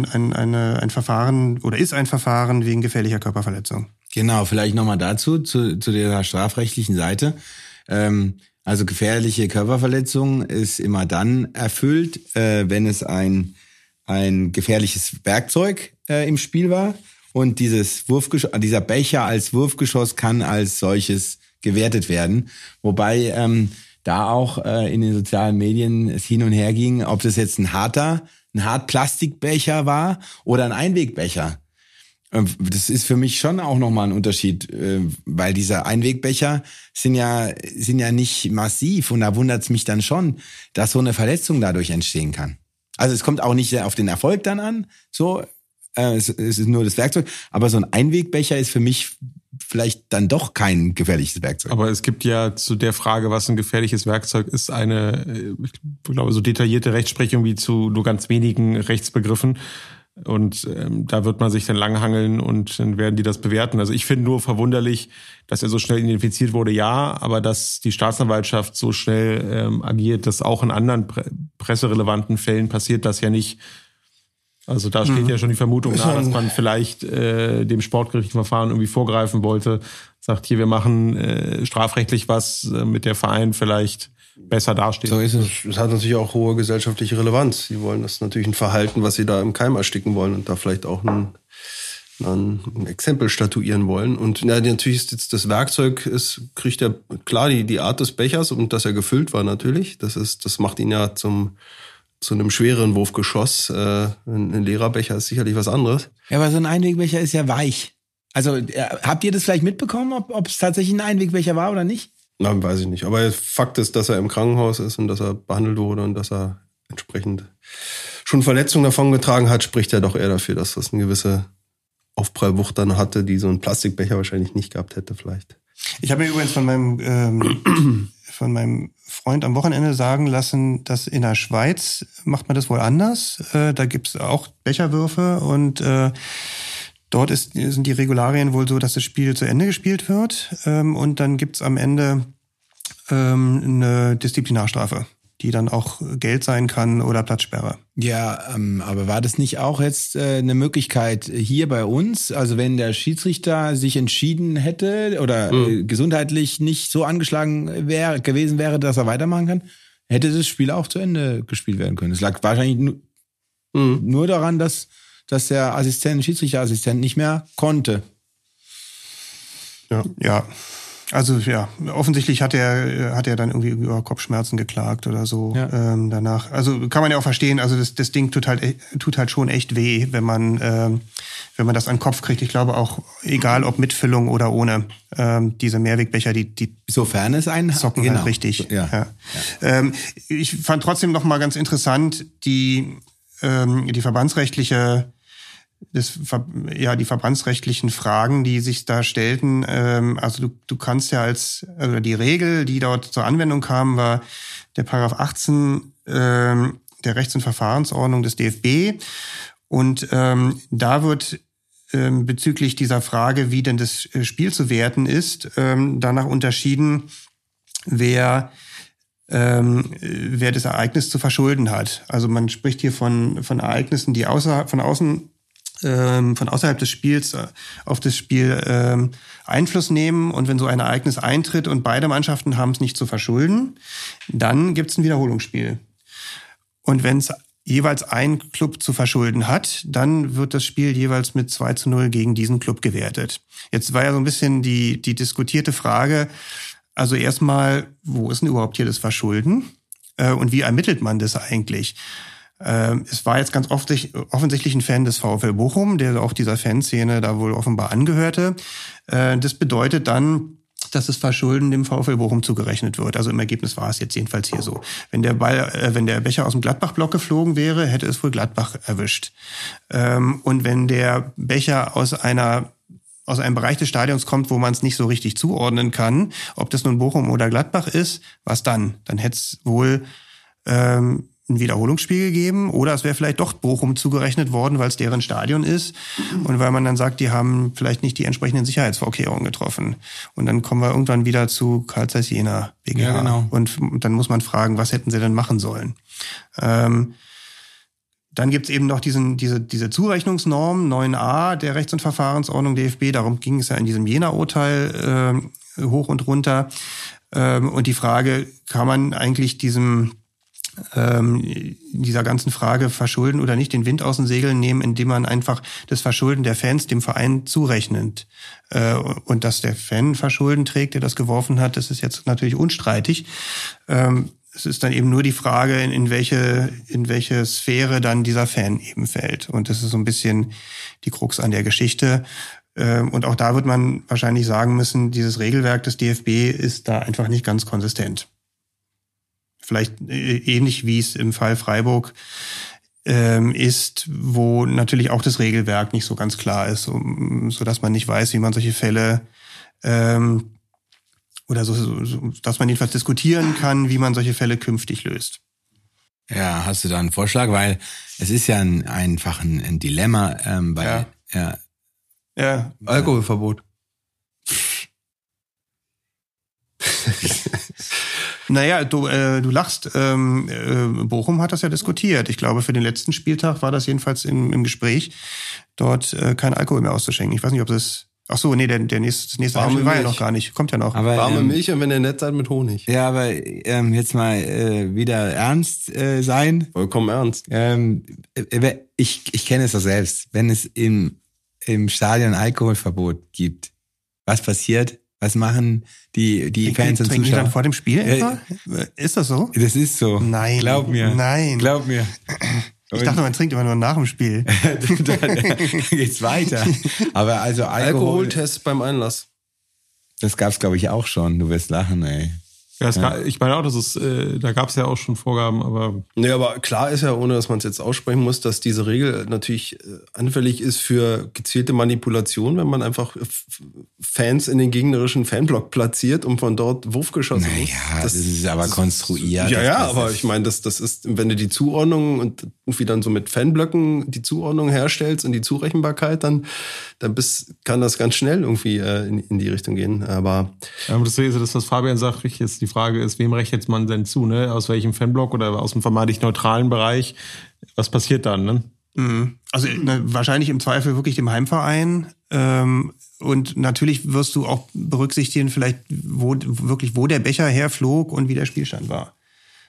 Verfahren oder ist ein Verfahren wegen gefährlicher Körperverletzung. Genau, vielleicht nochmal dazu, zu der strafrechtlichen Seite. Also gefährliche Körperverletzung ist immer dann erfüllt, wenn es ein gefährliches Werkzeug im Spiel war. Und dieser Becher als Wurfgeschoss kann als solches gewertet werden. Wobei da auch in den sozialen Medien es hin und her ging, ob das jetzt ein Hartplastikbecher war oder ein Einwegbecher. Das ist für mich schon auch nochmal ein Unterschied, weil diese Einwegbecher sind ja nicht massiv. Und da wundert es mich dann schon, dass so eine Verletzung dadurch entstehen kann. Also es kommt auch nicht auf den Erfolg dann an, so. Es ist nur das Werkzeug, aber so ein Einwegbecher ist für mich vielleicht dann doch kein gefährliches Werkzeug. Aber es gibt ja zu der Frage, was ein gefährliches Werkzeug ist, eine, ich glaube, so detaillierte Rechtsprechung wie zu nur ganz wenigen Rechtsbegriffen. Und da wird man sich dann langhangeln und dann werden die das bewerten. Also ich finde nur verwunderlich, dass er so schnell identifiziert wurde, ja, aber dass die Staatsanwaltschaft so schnell agiert, dass auch in anderen presserelevanten Fällen passiert das ja nicht. Also da steht ja schon die Vermutung nahe, dass man vielleicht dem sportgerichtlichen Verfahren irgendwie vorgreifen wollte. Sagt hier, wir machen strafrechtlich was, mit der Verein vielleicht besser dasteht. So ist es. Das hat natürlich auch hohe gesellschaftliche Relevanz. Sie wollen das natürlich ein Verhalten, was sie da im Keim ersticken wollen und da vielleicht auch ein Exempel statuieren wollen. Und natürlich ist jetzt das Werkzeug, kriegt er klar die Art des Bechers und dass er gefüllt war natürlich. Das macht ihn ja zu einem schweren Wurfgeschoss. Ein leerer Becher ist sicherlich was anderes. Ja, aber so ein Einwegbecher ist ja weich. Also habt ihr das vielleicht mitbekommen, ob es tatsächlich ein Einwegbecher war oder nicht? Nein, weiß ich nicht. Aber Fakt ist, dass er im Krankenhaus ist und dass er behandelt wurde und dass er entsprechend schon Verletzungen davongetragen hat, spricht ja doch eher dafür, dass das eine gewisse Aufprallwucht dann hatte, die so ein Plastikbecher wahrscheinlich nicht gehabt hätte vielleicht. Ich habe mir übrigens von meinem Freund am Wochenende sagen lassen, dass in der Schweiz macht man das wohl anders. Da gibt's auch Becherwürfe und dort sind die Regularien wohl so, dass das Spiel zu Ende gespielt wird und dann gibt's am Ende eine Disziplinarstrafe, die dann auch Geld sein kann oder Platzsperre. Ja, aber war das nicht auch jetzt eine Möglichkeit hier bei uns? Also wenn der Schiedsrichter sich entschieden hätte oder gesundheitlich nicht so angeschlagen gewesen wäre, dass er weitermachen kann, hätte das Spiel auch zu Ende gespielt werden können. Es lag wahrscheinlich nur daran, dass der Schiedsrichterassistent nicht mehr konnte. Ja. Also ja, offensichtlich hat er dann irgendwie über Kopfschmerzen geklagt oder so danach. Also kann man ja auch verstehen, also das Ding tut halt schon echt weh, wenn man das an den Kopf kriegt. Ich glaube auch, egal ob mit Füllung oder ohne, diese Mehrwegbecher, die sofern es einen zocken halt richtig. Ja. Ich fand trotzdem noch mal ganz interessant, die verbandsrechtlichen Fragen, die sich da stellten. Also du kannst ja die Regel, die dort zur Anwendung kam, war der Paragraph 18 der Rechts- und Verfahrensordnung des DFB. Und da wird bezüglich dieser Frage, wie denn das Spiel zu werten ist, danach unterschieden, wer das Ereignis zu verschulden hat. Also man spricht hier von Ereignissen, die von außerhalb des Spiels auf das Spiel Einfluss nehmen. Und wenn so ein Ereignis eintritt und beide Mannschaften haben es nicht zu verschulden, dann gibt es ein Wiederholungsspiel. Und wenn es jeweils ein Club zu verschulden hat, dann wird das Spiel jeweils mit 2:0 gegen diesen Club gewertet. Jetzt war ja so ein bisschen die diskutierte Frage, also erstmal, wo ist denn überhaupt hier das Verschulden? Und wie ermittelt man das eigentlich? Es war jetzt ganz offensichtlich ein Fan des VfL Bochum, der auch dieser Fanszene da wohl offenbar angehörte. Das bedeutet dann, dass das Verschulden dem VfL Bochum zugerechnet wird. Also im Ergebnis war es jetzt jedenfalls hier so. Wenn der Becher aus dem Gladbach-Block geflogen wäre, hätte es wohl Gladbach erwischt. Und wenn der Becher aus einem Bereich des Stadions kommt, wo man es nicht so richtig zuordnen kann, ob das nun Bochum oder Gladbach ist, was dann? Dann hätte es wohl ein Wiederholungsspiel gegeben oder es wäre vielleicht doch Bochum zugerechnet worden, weil es deren Stadion ist und weil man dann sagt, die haben vielleicht nicht die entsprechenden Sicherheitsvorkehrungen getroffen. Und dann kommen wir irgendwann wieder zu Carl Zeiss Jena, BGH. Ja, genau. Und dann muss man fragen, was hätten sie denn machen sollen? Dann gibt's eben noch diese Zurechnungsnorm 9a der Rechts- und Verfahrensordnung DFB. Darum ging es ja in diesem Jena-Urteil hoch und runter. Und die Frage, kann man eigentlich dieser ganzen Frage verschulden oder nicht den Wind aus den Segeln nehmen, indem man einfach das Verschulden der Fans dem Verein zurechnet. Und dass der Fan Verschulden trägt, der das geworfen hat, das ist jetzt natürlich unstreitig. Es ist dann eben nur die Frage, in welche Sphäre dann dieser Fan eben fällt. Und das ist so ein bisschen die Krux an der Geschichte. Und auch da wird man wahrscheinlich sagen müssen, dieses Regelwerk des DFB ist da einfach nicht ganz konsistent. Vielleicht ähnlich wie es im Fall Freiburg ist, wo natürlich auch das Regelwerk nicht so ganz klar ist, so dass man nicht weiß, wie man solche Fälle oder so, dass man jedenfalls diskutieren kann, wie man solche Fälle künftig löst. Ja, hast du da einen Vorschlag? Weil es ist ja einfach ein Dilemma bei Alkoholverbot. Naja, du lachst. Bochum hat das ja diskutiert. Ich glaube, für den letzten Spieltag war das jedenfalls im Gespräch, dort kein Alkohol mehr auszuschenken. Ich weiß nicht, ob das... Ach so, nee, das nächste Heimspiel war ja noch gar nicht. Kommt ja noch. Aber, warme Milch und wenn ihr nett seid, mit Honig. Ja, aber jetzt mal wieder ernst sein. Vollkommen ernst. Ich kenne es doch selbst. Wenn es im Stadion Alkoholverbot gibt, was passiert? Was machen die Fans und Zuschauer? Die dann vor dem Spiel etwa? Ist das so? Das ist so. Nein. Glaub mir. Nein. Glaub mir. Ich dachte, man trinkt immer nur nach dem Spiel. Dann geht's weiter. Aber also Alkoholtest beim Einlass. Das gab's, glaube ich, auch schon. Du wirst lachen, ey. Ja, ich meine auch, da gab es ja auch schon Vorgaben, aber... Nee, aber klar ist ja, ohne dass man es jetzt aussprechen muss, dass diese Regel natürlich anfällig ist für gezielte Manipulation, wenn man einfach Fans in den gegnerischen Fanblock platziert und von dort Wurfgeschosse muss. Ja, das ist aber konstruiert. Ja, aber ich meine, das ist, wenn du die Zuordnung und irgendwie dann so mit Fanblöcken die Zuordnung herstellst und die Zurechenbarkeit, dann kann das ganz schnell irgendwie in die Richtung gehen. Aber das ist das, was Fabian sagt, richtig ist. Die Frage ist, wem rechnet man denn zu, ne? Aus welchem Fanblock oder aus dem vermeintlich neutralen Bereich? Was passiert dann, ne? Also wahrscheinlich im Zweifel wirklich dem Heimverein. Und natürlich wirst du auch berücksichtigen, vielleicht wo der Becher herflog und wie der Spielstand war.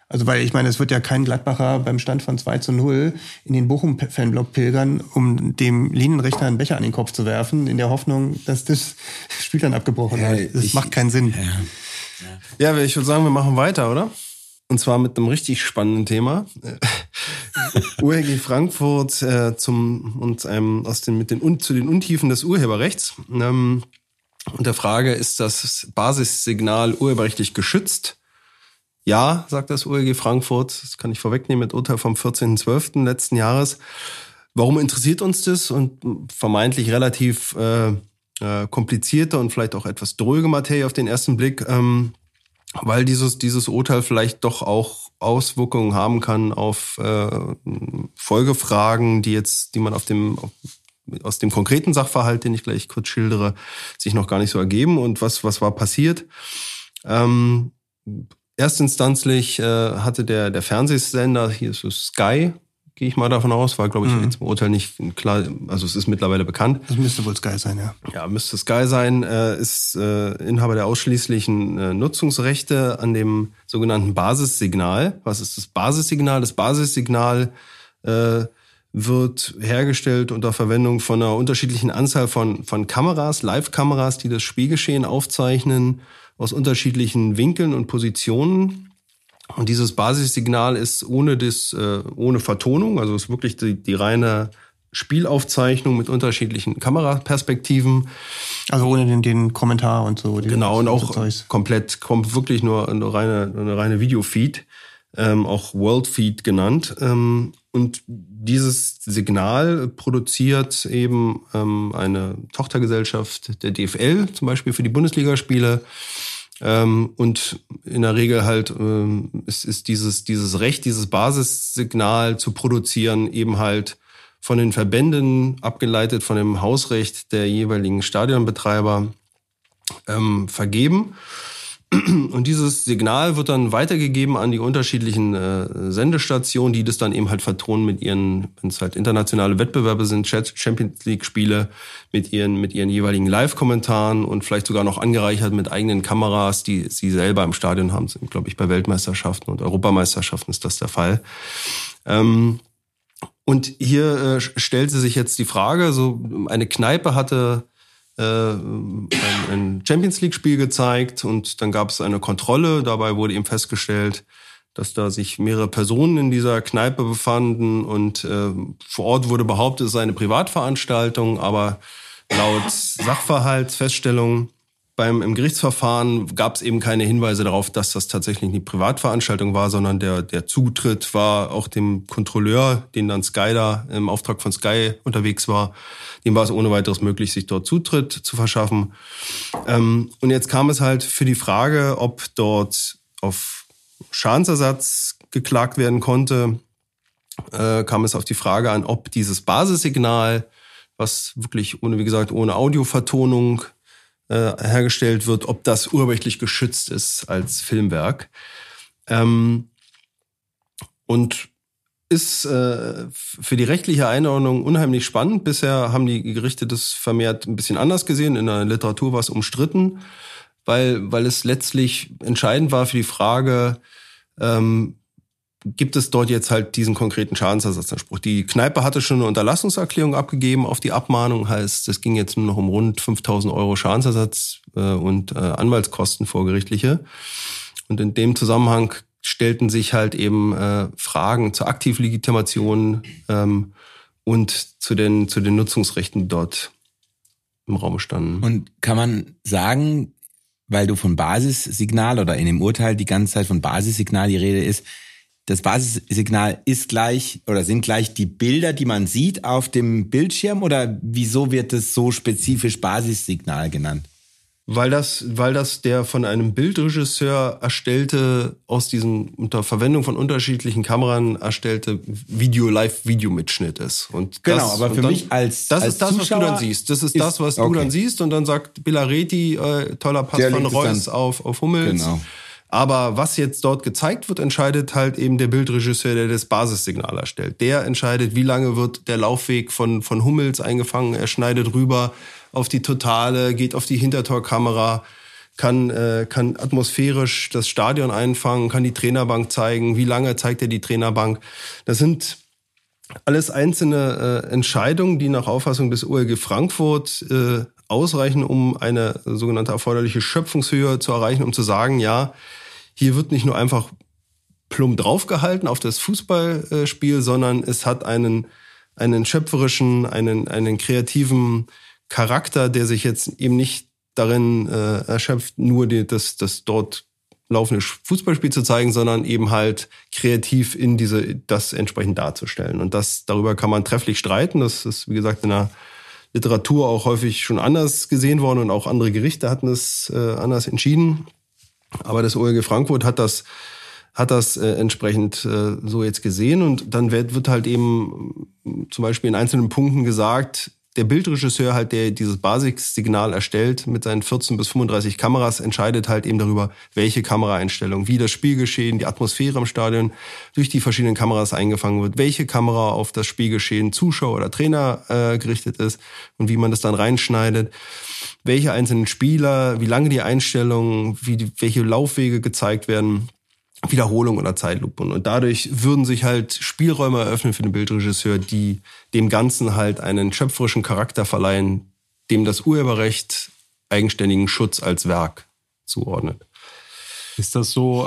Also weil ich meine, es wird ja kein Gladbacher beim Stand von 2:0 in den Bochum-Fanblock pilgern, um dem Linienrichter einen Becher an den Kopf zu werfen, in der Hoffnung, dass das Spiel dann abgebrochen wird. Das macht keinen Sinn. Ja, ich würde sagen, wir machen weiter, oder? Und zwar mit einem richtig spannenden Thema. URG Frankfurt zu den Untiefen des Urheberrechts. Und der Frage, ist das Basissignal urheberrechtlich geschützt? Ja, sagt das URG Frankfurt. Das kann ich vorwegnehmen mit Urteil vom 14.12. letzten Jahres. Warum interessiert uns das? Und vermeintlich relativ komplizierte und vielleicht auch etwas dröge Materie auf den ersten Blick, weil dieses Urteil vielleicht doch auch Auswirkungen haben kann auf Folgefragen, die man aus dem konkreten Sachverhalt, den ich gleich kurz schildere, sich noch gar nicht so ergeben. Und was war passiert? Erstinstanzlich hatte der Fernsehsender, hier ist es Sky, gehe ich mal davon aus, war, glaube ich, jetzt im Urteil nicht klar, also es ist mittlerweile bekannt. Das müsste wohl Sky sein, ja. Ja, müsste Sky sein, ist Inhaber der ausschließlichen Nutzungsrechte an dem sogenannten Basissignal. Was ist das Basissignal? Das Basissignal wird hergestellt unter Verwendung von einer unterschiedlichen Anzahl von Kameras, Live-Kameras, die das Spielgeschehen aufzeichnen, aus unterschiedlichen Winkeln und Positionen. Und dieses Basissignal ist ohne Vertonung, also ist wirklich die reine Spielaufzeichnung mit unterschiedlichen Kameraperspektiven. Also ohne den Kommentar und so. Genau, und auch kommt wirklich nur eine reine Videofeed, auch Worldfeed genannt. Und dieses Signal produziert eben eine Tochtergesellschaft der DFL, zum Beispiel für die Bundesligaspiele. Und in der Regel halt ist dieses Recht, dieses Basissignal zu produzieren, eben halt von den Verbänden, abgeleitet von dem Hausrecht der jeweiligen Stadionbetreiber, vergeben. Und dieses Signal wird dann weitergegeben an die unterschiedlichen Sendestationen, die das dann eben halt vertonen mit ihren, wenn es halt internationale Wettbewerbe sind, Champions League Spiele, mit ihren jeweiligen Live-Kommentaren und vielleicht sogar noch angereichert mit eigenen Kameras, die sie selber im Stadion haben. Glaube ich, bei Weltmeisterschaften und Europameisterschaften ist das der Fall. Und hier stellte sich jetzt die Frage, so eine Kneipe hatte ein Champions-League-Spiel gezeigt und dann gab es eine Kontrolle. Dabei wurde eben festgestellt, dass da sich mehrere Personen in dieser Kneipe befanden und vor Ort wurde behauptet, es sei eine Privatveranstaltung, aber laut Sachverhaltsfeststellung im Gerichtsverfahren gab es eben keine Hinweise darauf, dass das tatsächlich eine Privatveranstaltung war, sondern der Zutritt war auch dem Kontrolleur, den dann Sky da im Auftrag von Sky unterwegs war, dem war es ohne weiteres möglich, sich dort Zutritt zu verschaffen. Und jetzt kam es halt für die Frage, ob dort auf Schadensersatz geklagt werden konnte, kam es auf die Frage an, ob dieses Basissignal, was wirklich ohne Audiovertonung hergestellt wird, ob das urheberrechtlich geschützt ist als Filmwerk. Und ist für die rechtliche Einordnung unheimlich spannend. Bisher haben die Gerichte das vermehrt ein bisschen anders gesehen. In der Literatur war es umstritten, weil es letztlich entscheidend war für die Frage, gibt es dort jetzt halt diesen konkreten Schadensersatzanspruch. Die Kneipe hatte schon eine Unterlassungserklärung abgegeben auf die Abmahnung, heißt, es ging jetzt nur noch um rund 5.000 Euro Schadensersatz und Anwaltskosten vorgerichtliche. Und in dem Zusammenhang stellten sich halt eben Fragen zur Aktivlegitimation und zu den Nutzungsrechten, die dort im Raum standen. Und kann man sagen, weil du von Basissignal oder in dem Urteil die ganze Zeit von Basissignal die Rede ist, das Basissignal ist gleich oder sind gleich die Bilder, die man sieht auf dem Bildschirm, oder wieso wird es so spezifisch Basissignal genannt? Weil das der von einem Bildregisseur erstellte, unter Verwendung von unterschiedlichen Kameran erstellte Live-Video-Mitschnitt ist. Und das, genau, aber für mich als das ist das, was du dann siehst. Das ist das, was du dann siehst, und dann sagt Bilaretti, toller Pass von Reus auf Hummels. Genau. Aber was jetzt dort gezeigt wird, entscheidet halt eben der Bildregisseur, der das Basissignal erstellt. Der entscheidet, wie lange wird der Laufweg von Hummels eingefangen. Er schneidet rüber auf die Totale, geht auf die Hintertorkamera, kann atmosphärisch das Stadion einfangen, kann die Trainerbank zeigen, wie lange zeigt er die Trainerbank. Das sind alles einzelne Entscheidungen, die nach Auffassung des OLG Frankfurt ausreichen, um eine sogenannte erforderliche Schöpfungshöhe zu erreichen, um zu sagen, ja, hier wird nicht nur einfach plump draufgehalten auf das Fußballspiel, sondern es hat einen schöpferischen, einen kreativen Charakter, der sich jetzt eben nicht darin erschöpft, nur das dort laufende Fußballspiel zu zeigen, sondern eben halt kreativ in das entsprechend darzustellen. Und darüber kann man trefflich streiten. Das ist, wie gesagt, in der Literatur auch häufig schon anders gesehen worden und auch andere Gerichte hatten es anders entschieden. Aber das OLG Frankfurt hat das entsprechend so jetzt gesehen und dann wird halt eben zum Beispiel in einzelnen Punkten gesagt, der Bildregisseur halt, der dieses Basissignal erstellt mit seinen 14 bis 35 Kameras, entscheidet halt eben darüber, welche Kameraeinstellung, wie das Spielgeschehen, die Atmosphäre im Stadion durch die verschiedenen Kameras eingefangen wird, welche Kamera auf das Spielgeschehen Zuschauer oder Trainer gerichtet ist und wie man das dann reinschneidet, welche einzelnen Spieler, wie lange die Einstellungen, welche Laufwege gezeigt werden, Wiederholung oder Zeitlupe. Und dadurch würden sich halt Spielräume eröffnen für den Bildregisseur, die dem Ganzen halt einen schöpferischen Charakter verleihen, dem das Urheberrecht eigenständigen Schutz als Werk zuordnet. Ist das so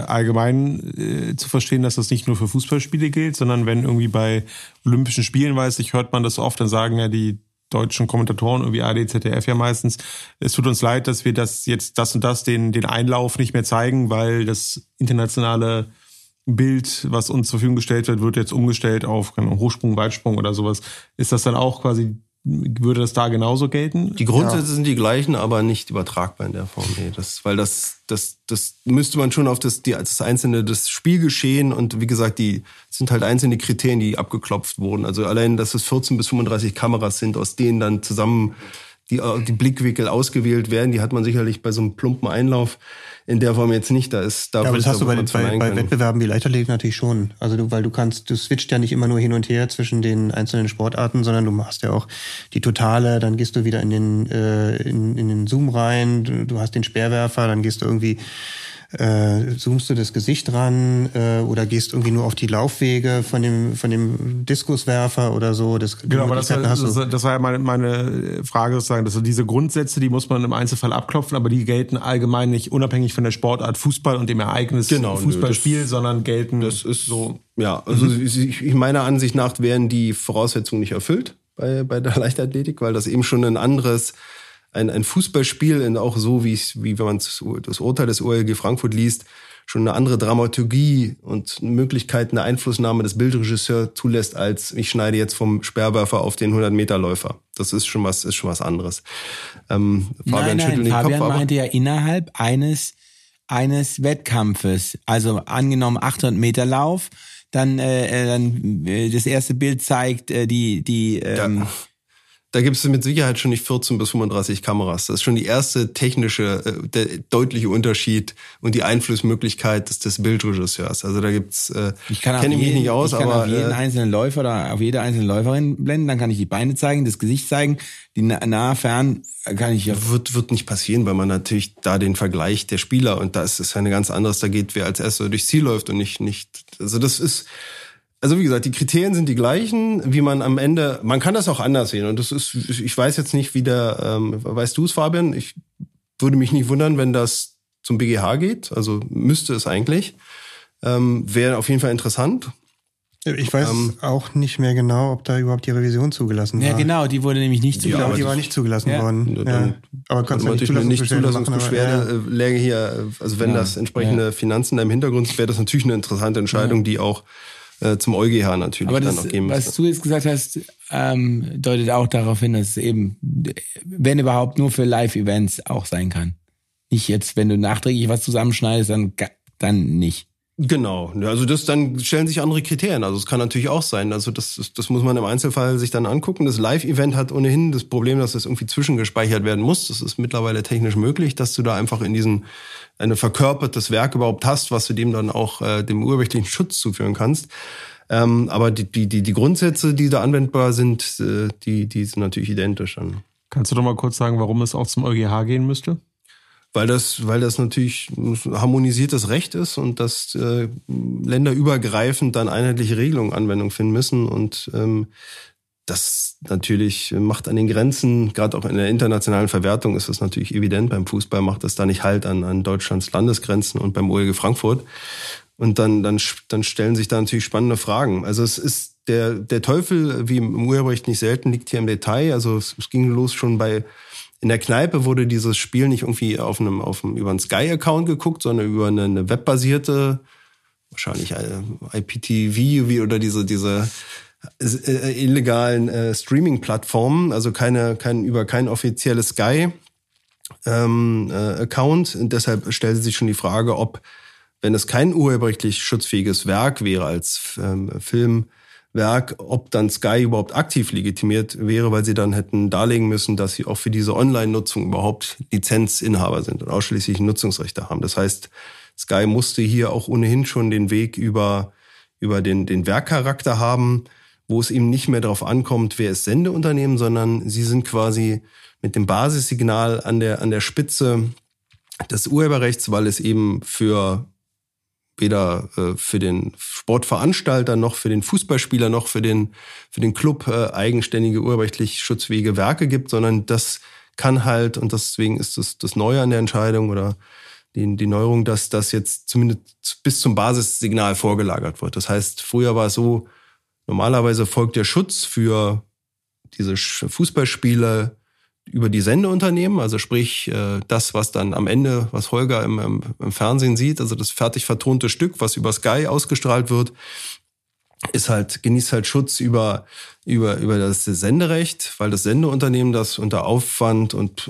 allgemein zu verstehen, dass das nicht nur für Fußballspiele gilt, sondern wenn irgendwie bei Olympischen Spielen, hört man das oft, dann sagen ja die deutschen Kommentatoren, irgendwie ARD, ZDF ja meistens, es tut uns leid, dass wir das jetzt das und das, den Einlauf nicht mehr zeigen, weil das internationale Bild, was uns zur Verfügung gestellt wird jetzt umgestellt auf Hochsprung, Weitsprung oder sowas. Ist das dann auch quasi, würde das da genauso gelten? Die Grundsätze sind die gleichen, aber nicht übertragbar in der Form. Nee, weil das müsste man schon auf das einzelne, das Spielgeschehen und wie gesagt, die sind halt einzelne Kriterien, die abgeklopft wurden. Also allein, dass es 14 bis 35 Kameras sind, aus denen dann zusammen die Blickwinkel ausgewählt werden, die hat man sicherlich bei so einem plumpen Einlauf in der Form jetzt nicht. Aber das hast du bei Wettbewerben wie Leichtathletik natürlich schon. Also weil du switcht ja nicht immer nur hin und her zwischen den einzelnen Sportarten, sondern du machst ja auch die Totale, dann gehst du wieder in den Zoom rein, du hast den Speerwerfer, dann gehst du irgendwie zoomst du das Gesicht ran oder gehst irgendwie nur auf die Laufwege von dem Diskuswerfer oder so. Genau, aber das war ja meine Frage sozusagen, dass diese Grundsätze, die muss man im Einzelfall abklopfen, aber die gelten allgemein nicht unabhängig von der Sportart Fußball und dem Ereignis Fußballspiel, sondern gelten das ist so. Ja, also meiner Ansicht nach werden die Voraussetzungen nicht erfüllt bei der Leichtathletik, weil das eben schon ein Fußballspiel, auch so wie wenn man das Urteil des OLG Frankfurt liest, schon eine andere Dramaturgie und Möglichkeiten der Einflussnahme des Bildregisseurs zulässt, als ich schneide jetzt vom Speerwerfer auf den 100-Meter-Läufer. Das ist schon was anderes. Fabian meinte ja innerhalb eines Wettkampfes. Also angenommen 800 Meter Lauf, dann das erste Bild zeigt Da gibt es mit Sicherheit schon nicht 14 bis 35 Kameras. Das ist schon die erste der deutliche Unterschied und die Einflussmöglichkeit des Bildregisseurs. Also da gibt's, kenne ich mich nicht aus, aber auf jeden einzelnen Läufer oder auf jede einzelne Läuferin blenden, dann kann ich die Beine zeigen, das Gesicht zeigen, die nah, fern kann ich ja. Wird nicht passieren, weil man natürlich da den Vergleich der Spieler und da ist es eine ganz anderes, da geht wer als Erster durchs Ziel läuft und nicht, also das ist, also wie gesagt, die Kriterien sind die gleichen, wie man am Ende, man kann das auch anders sehen und das ist, ich weiß jetzt nicht, wie weißt du es, Fabian? Ich würde mich nicht wundern, wenn das zum BGH geht, also müsste es eigentlich, wäre auf jeden Fall interessant. Ich weiß auch nicht mehr genau, ob da überhaupt die Revision zugelassen war. Ja, genau, die wurde nämlich nicht zugelassen. Ich glaube, die war nicht zugelassen worden. Ja. Aber kannst du nicht Zulassungsbeschwerde läge hier, also wenn das entsprechende Finanzen da im Hintergrund sind, wäre das natürlich eine interessante Entscheidung, die auch zum EuGH natürlich dann noch geben müsste. Was du jetzt gesagt hast, deutet auch darauf hin, dass es eben, wenn überhaupt, nur für Live-Events auch sein kann. Nicht jetzt, wenn du nachträglich was zusammenschneidest, dann nicht. Genau, also dann stellen sich andere Kriterien. Also es kann natürlich auch sein. Also das muss man im Einzelfall sich dann angucken. Das Live-Event hat ohnehin das Problem, dass das irgendwie zwischengespeichert werden muss. Das ist mittlerweile technisch möglich, dass du da einfach in ein verkörpertes Werk überhaupt hast, was du dem dann auch dem urheberrechtlichen Schutz zuführen kannst. Aber die Grundsätze, die da anwendbar sind, die sind natürlich identisch. Kannst du doch mal kurz sagen, warum es auch zum EuGH gehen müsste? weil das natürlich harmonisiertes Recht ist und dass länderübergreifend dann einheitliche Regelungen Anwendung finden müssen. Und das natürlich macht an den Grenzen, gerade auch in der internationalen Verwertung ist das natürlich evident. Beim Fußball macht das da nicht Halt an Deutschlands Landesgrenzen und beim OLG Frankfurt. Und dann stellen sich da natürlich spannende Fragen. Also es ist der Teufel, wie im Urheberrecht nicht selten, liegt hier im Detail. Also es ging los schon in der Kneipe wurde dieses Spiel nicht irgendwie über einen Sky-Account geguckt, sondern über eine webbasierte, wahrscheinlich IPTV oder diese illegalen Streaming-Plattformen, also über kein offizielles Sky-Account. Und deshalb stellt sich schon die Frage, ob, wenn es kein urheberrechtlich schutzfähiges Werk wäre als Filmwerk, ob dann Sky überhaupt aktiv legitimiert wäre, weil sie dann hätten darlegen müssen, dass sie auch für diese Online-Nutzung überhaupt Lizenzinhaber sind und ausschließlich Nutzungsrechte haben. Das heißt, Sky musste hier auch ohnehin schon den Weg über den Werkcharakter haben, wo es eben nicht mehr darauf ankommt, wer ist Sendeunternehmen, sondern sie sind quasi mit dem Basissignal an der Spitze des Urheberrechts, weil es eben weder für den Sportveranstalter noch für den Fußballspieler noch für den Club eigenständige urheberrechtlich schutzfähige Werke gibt, sondern das kann halt, und deswegen ist das Neue an der Entscheidung oder die Neuerung, dass das jetzt zumindest bis zum Basissignal vorgelagert wird. Das heißt, früher war es so, normalerweise folgt der Schutz für diese Fußballspiele über die Sendeunternehmen, also sprich das, was dann am Ende, was Holger im Fernsehen sieht, also das fertig vertonte Stück, was über Sky ausgestrahlt wird, genießt halt Schutz über das Senderecht, weil das Sendeunternehmen das unter Aufwand und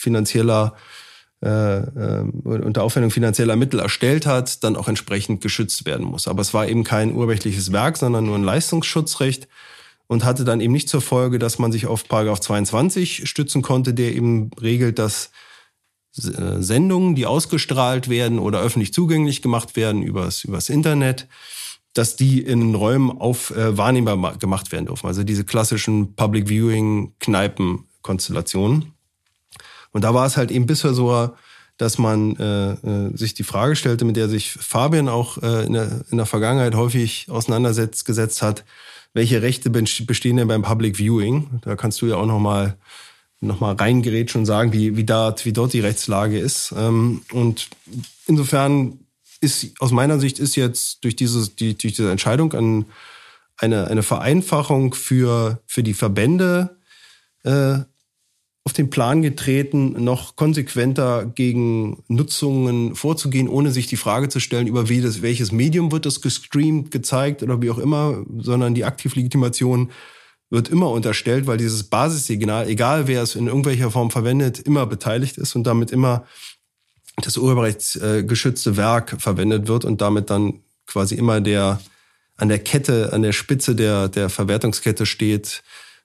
unter Aufwendung finanzieller Mittel erstellt hat, dann auch entsprechend geschützt werden muss. Aber es war eben kein urheberrechtliches Werk, sondern nur ein Leistungsschutzrecht und hatte dann eben nicht zur Folge, dass man sich auf § 22 stützen konnte, der eben regelt, dass Sendungen, die ausgestrahlt werden oder öffentlich zugänglich gemacht werden übers Internet, dass die in Räumen wahrnehmbar gemacht werden dürfen. Also diese klassischen Public Viewing Kneipen-Konstellationen. Und da war es halt eben bisher so, dass man sich die Frage stellte, mit der sich Fabian auch in der Vergangenheit häufig auseinandergesetzt hat, welche Rechte bestehen denn beim Public Viewing? Da kannst du ja auch noch mal reingerätschen und sagen, wie dort die Rechtslage ist. Und insofern aus meiner Sicht ist jetzt durch diese Entscheidung eine Vereinfachung für die Verbände auf den Plan getreten, noch konsequenter gegen Nutzungen vorzugehen, ohne sich die Frage zu stellen, über welches Medium wird das gestreamt, gezeigt oder wie auch immer, sondern die Aktivlegitimation wird immer unterstellt, weil dieses Basissignal, egal wer es in irgendwelcher Form verwendet, immer beteiligt ist und damit immer das urheberrechtsgeschützte Werk verwendet wird und damit dann quasi immer an der Spitze der Verwertungskette steht,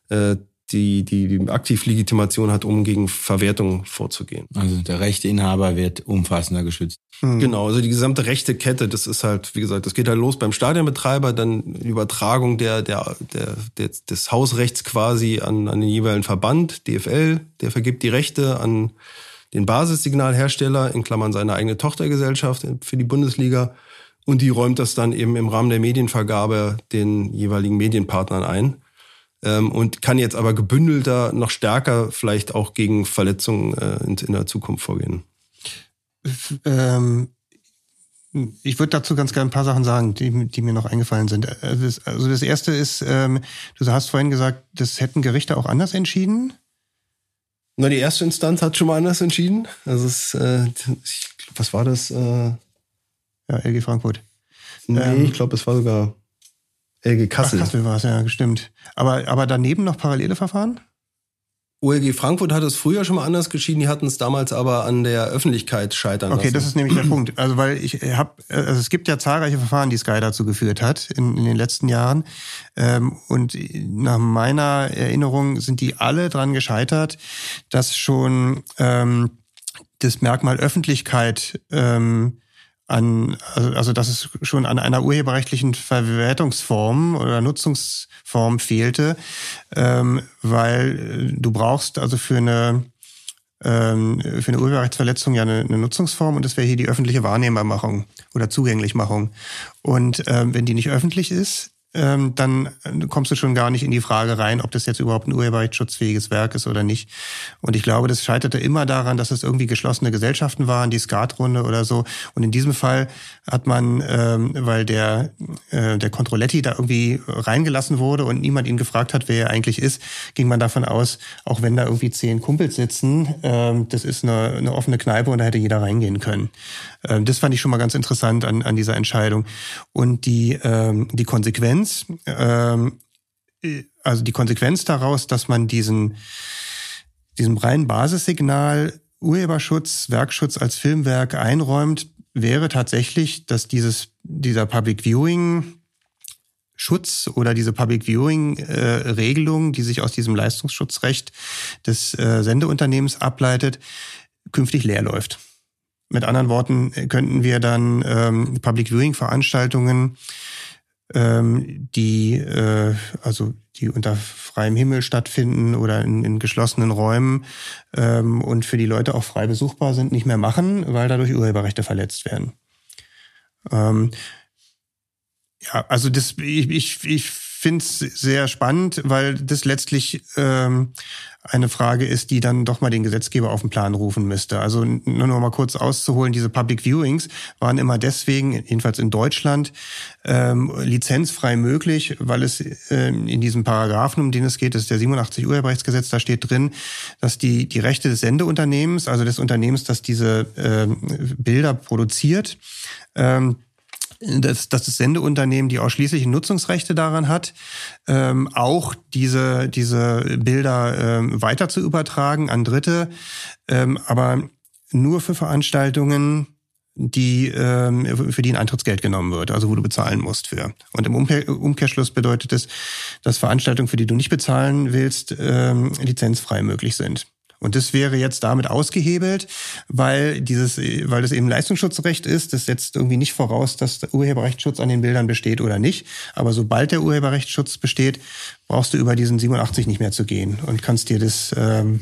die Aktivlegitimation hat, um gegen Verwertung vorzugehen. Also der Rechteinhaber wird umfassender geschützt. Genau, also die gesamte rechte Kette, das ist halt, wie gesagt, das geht halt los beim Stadionbetreiber, dann Übertragung des Hausrechts quasi an den jeweiligen Verband, DFL, der vergibt die Rechte an den Basissignalhersteller, in Klammern seine eigene Tochtergesellschaft für die Bundesliga, und die räumt das dann eben im Rahmen der Medienvergabe den jeweiligen Medienpartnern ein. Und kann jetzt aber gebündelter, noch stärker vielleicht auch gegen Verletzungen in der Zukunft vorgehen. Ich würde dazu ganz gerne ein paar Sachen sagen, die mir noch eingefallen sind. Also das erste ist, du hast vorhin gesagt, das hätten Gerichte auch anders entschieden? Na, die erste Instanz hat schon mal anders entschieden. Also was war das? Ja, LG Frankfurt. Nee, ich glaube, es war sogar LG Kassel. Kassel war es, ja, stimmt. Aber daneben noch parallele Verfahren? OLG Frankfurt hat es früher schon mal anders geschieden, die hatten es damals aber an der Öffentlichkeit scheitern lassen. Okay, das ist nämlich der Punkt. Also weil es gibt ja zahlreiche Verfahren, die Sky dazu geführt hat in den letzten Jahren. Und nach meiner Erinnerung sind die alle dran gescheitert, dass schon das Merkmal Öffentlichkeit also dass es schon an einer urheberrechtlichen Verwertungsform oder Nutzungsform fehlte, weil du brauchst also für eine für eine Urheberrechtsverletzung ja eine Nutzungsform und das wäre hier die öffentliche Wahrnehmbarmachung oder Zugänglichmachung. Und wenn die nicht öffentlich ist, dann kommst du schon gar nicht in die Frage rein, ob das jetzt überhaupt ein urheberrechtsschutzfähiges Werk ist oder nicht. Und ich glaube, das scheiterte immer daran, dass es irgendwie geschlossene Gesellschaften waren, die Skatrunde oder so. Und in diesem Fall hat man, weil der Controletti da irgendwie reingelassen wurde und niemand ihn gefragt hat, wer er eigentlich ist, ging man davon aus, auch wenn da irgendwie 10 Kumpels sitzen, das ist eine offene Kneipe und da hätte jeder reingehen können. Das fand ich schon mal ganz interessant an dieser Entscheidung. Und die Konsequenz, also die Konsequenz daraus, dass man diesem reinen Basissignal Urheberschutz, Werkschutz als Filmwerk einräumt, wäre tatsächlich, dass dieser Public Viewing Schutz oder diese Public Viewing Regelung, die sich aus diesem Leistungsschutzrecht des Sendeunternehmens ableitet, künftig leer läuft. Mit anderen Worten könnten wir dann Public Viewing Veranstaltungen, die unter freiem Himmel stattfinden oder in geschlossenen Räumen und für die Leute auch frei besuchbar sind, nicht mehr machen, weil dadurch Urheberrechte verletzt werden. Also ich finde es sehr spannend, weil das letztlich eine Frage ist, die dann doch mal den Gesetzgeber auf den Plan rufen müsste. Also nur noch mal kurz auszuholen, diese Public Viewings waren immer deswegen, jedenfalls in Deutschland, lizenzfrei möglich, weil es in diesem Paragraphen, um den es geht, das ist der 87 Urheberrechtsgesetz, da steht drin, dass die Rechte des Sendeunternehmens, also des Unternehmens, das diese Bilder produziert, dass das Sendeunternehmen die ausschließlichen Nutzungsrechte daran hat, auch diese Bilder weiter zu übertragen an Dritte, aber nur für Veranstaltungen, für die ein Eintrittsgeld genommen wird, also wo du bezahlen musst für. Und im Umkehrschluss bedeutet es, dass Veranstaltungen, für die du nicht bezahlen willst, lizenzfrei möglich sind. Und das wäre jetzt damit ausgehebelt, weil das eben Leistungsschutzrecht ist. Das setzt irgendwie nicht voraus, dass der Urheberrechtsschutz an den Bildern besteht oder nicht. Aber sobald der Urheberrechtsschutz besteht, brauchst du über diesen 87 nicht mehr zu gehen und kannst dir das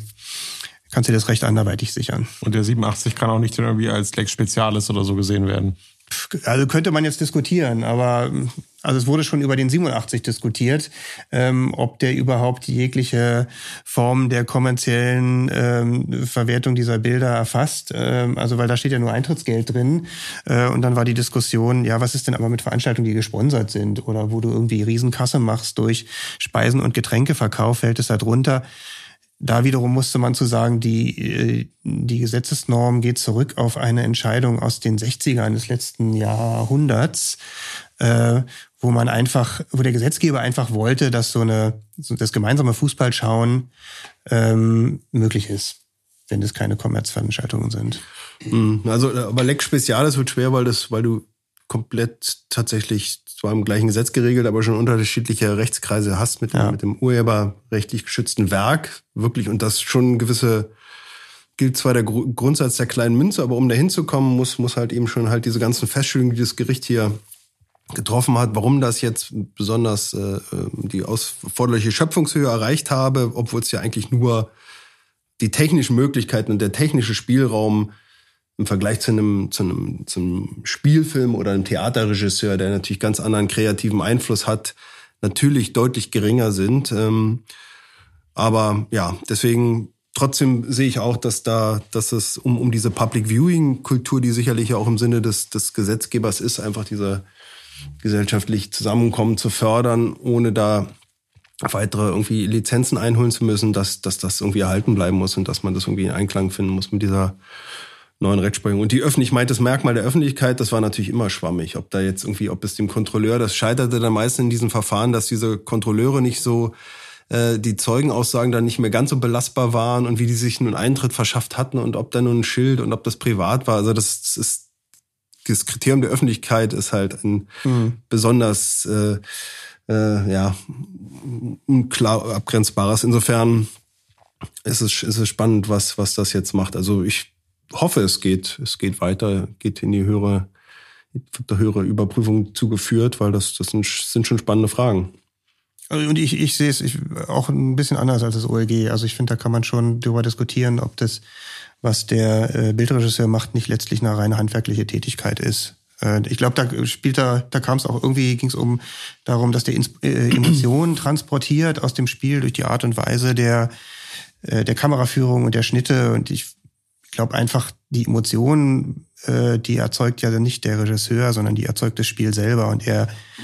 Recht anderweitig sichern. Und der 87 kann auch nicht irgendwie als Lex Specialis oder so gesehen werden. Also könnte man jetzt diskutieren, aber also es wurde schon über den 87 diskutiert, ob der überhaupt jegliche Form der kommerziellen Verwertung dieser Bilder erfasst. Also weil da steht ja nur Eintrittsgeld drin. Und dann war die Diskussion, ja, was ist denn aber mit Veranstaltungen, die gesponsert sind oder wo du irgendwie Riesenkasse machst durch Speisen- und Getränkeverkauf, fällt es da drunter? Da wiederum musste man zu sagen, die Gesetzesnorm geht zurück auf eine Entscheidung aus den 60ern des letzten Jahrhunderts, wo der Gesetzgeber einfach wollte, dass das gemeinsame Fußballschauen möglich ist, wenn das keine Kommerzveranstaltungen sind. Also, aber Lex Specialis wird schwer, weil du komplett tatsächlich zwar im gleichen Gesetz geregelt, aber schon unterschiedliche Rechtskreise hast mit dem urheberrechtlich geschützten Werk. Wirklich, und das schon gilt zwar der Grundsatz der kleinen Münze, aber um da hinzukommen, muss halt eben schon halt diese ganzen Feststellungen, die das Gericht hier getroffen hat, warum das jetzt besonders die erforderliche Schöpfungshöhe erreicht habe, obwohl es ja eigentlich nur die technischen Möglichkeiten und der technische Spielraum im Vergleich zu einem Spielfilm oder einem Theaterregisseur, der natürlich ganz anderen kreativen Einfluss hat, natürlich deutlich geringer sind. Aber ja, deswegen trotzdem sehe ich auch, dass es um diese Public Viewing Kultur, die sicherlich auch im Sinne des Gesetzgebers ist, einfach diese gesellschaftlich Zusammenkommen zu fördern, ohne da weitere irgendwie Lizenzen einholen zu müssen, dass das irgendwie erhalten bleiben muss und dass man das irgendwie in Einklang finden muss mit dieser neuen Rechtsprechung. Und ich meinte, das Merkmal der Öffentlichkeit, das war natürlich immer schwammig. Ob es dem Kontrolleur, das scheiterte dann meistens in diesem Verfahren, dass diese Kontrolleure nicht so, die Zeugenaussagen dann nicht mehr ganz so belastbar waren und wie die sich nun Eintritt verschafft hatten und ob da nun ein Schild und ob das privat war. Also das Kriterium der Öffentlichkeit ist halt ein besonders, unklar abgrenzbares. Insofern ist es spannend, was das jetzt macht. Also ich hoffe, es geht weiter, geht in die höhere Überprüfung zugeführt, weil das sind schon spannende Fragen. Und ich sehe es auch ein bisschen anders als das OLG. Also ich finde, da kann man schon darüber diskutieren, ob das, was der Bildregisseur macht, nicht letztlich eine reine handwerkliche Tätigkeit ist. Ich glaube, da kam es auch irgendwie, ging es darum, dass der Emotionen transportiert aus dem Spiel durch die Art und Weise der Kameraführung und der Schnitte. Und ich glaube einfach, die Emotionen, die erzeugt ja nicht der Regisseur, sondern die erzeugt das Spiel selber. Und er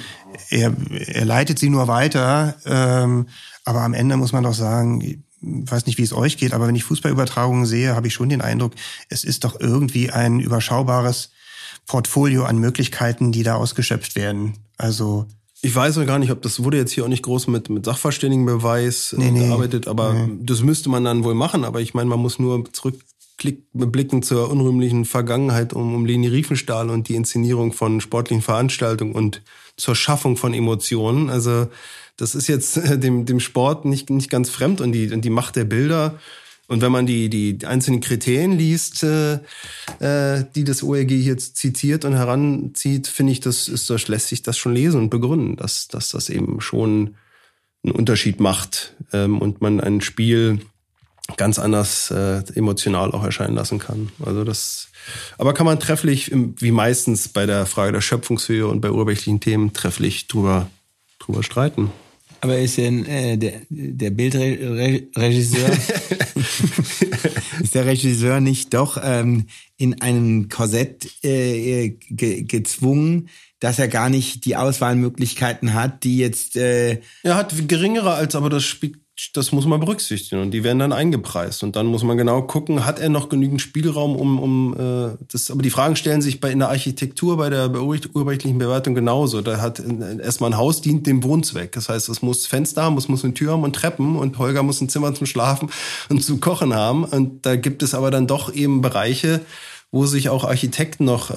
leitet sie nur weiter. Aber am Ende muss man doch sagen, ich weiß nicht, wie es euch geht, aber wenn ich Fußballübertragungen sehe, habe ich schon den Eindruck, es ist doch irgendwie ein überschaubares Portfolio an Möglichkeiten, die da ausgeschöpft werden. Also ich weiß auch gar nicht, ob das wurde jetzt hier auch nicht groß mit Sachverständigenbeweis gearbeitet, aber das müsste man dann wohl machen. Aber ich meine, man muss nur zurückblicken zur unrühmlichen Vergangenheit um Leni Riefenstahl und die Inszenierung von sportlichen Veranstaltungen und zur Schaffung von Emotionen. Also das ist jetzt dem Sport nicht ganz fremd und die Macht der Bilder. Und wenn man die einzelnen Kriterien liest, die das OLG jetzt zitiert und heranzieht, finde ich, das lässt sich das schon lesen und begründen, dass das eben schon einen Unterschied macht und man ein Spiel ganz anders emotional auch erscheinen lassen kann. Also aber kann man trefflich, wie meistens bei der Frage der Schöpfungshöhe und bei urheberrechtlichen Themen, trefflich drüber streiten. Aber ist denn der Bildregisseur ist der Regisseur nicht doch in einem Korsett gezwungen, dass er gar nicht die Auswahlmöglichkeiten hat, die jetzt er hat geringere aber das muss man berücksichtigen und die werden dann eingepreist und dann muss man genau gucken, hat er noch genügend Spielraum um das, aber die Fragen stellen sich in der Architektur, bei der urheberrechtlichen Bewertung genauso. Da hat erstmal ein Haus dient dem Wohnzweck. Das heißt, es muss Fenster haben, es muss eine Tür haben und Treppen und Holger muss ein Zimmer zum Schlafen und zu kochen haben und da gibt es aber dann doch eben Bereiche, wo sich auch Architekten noch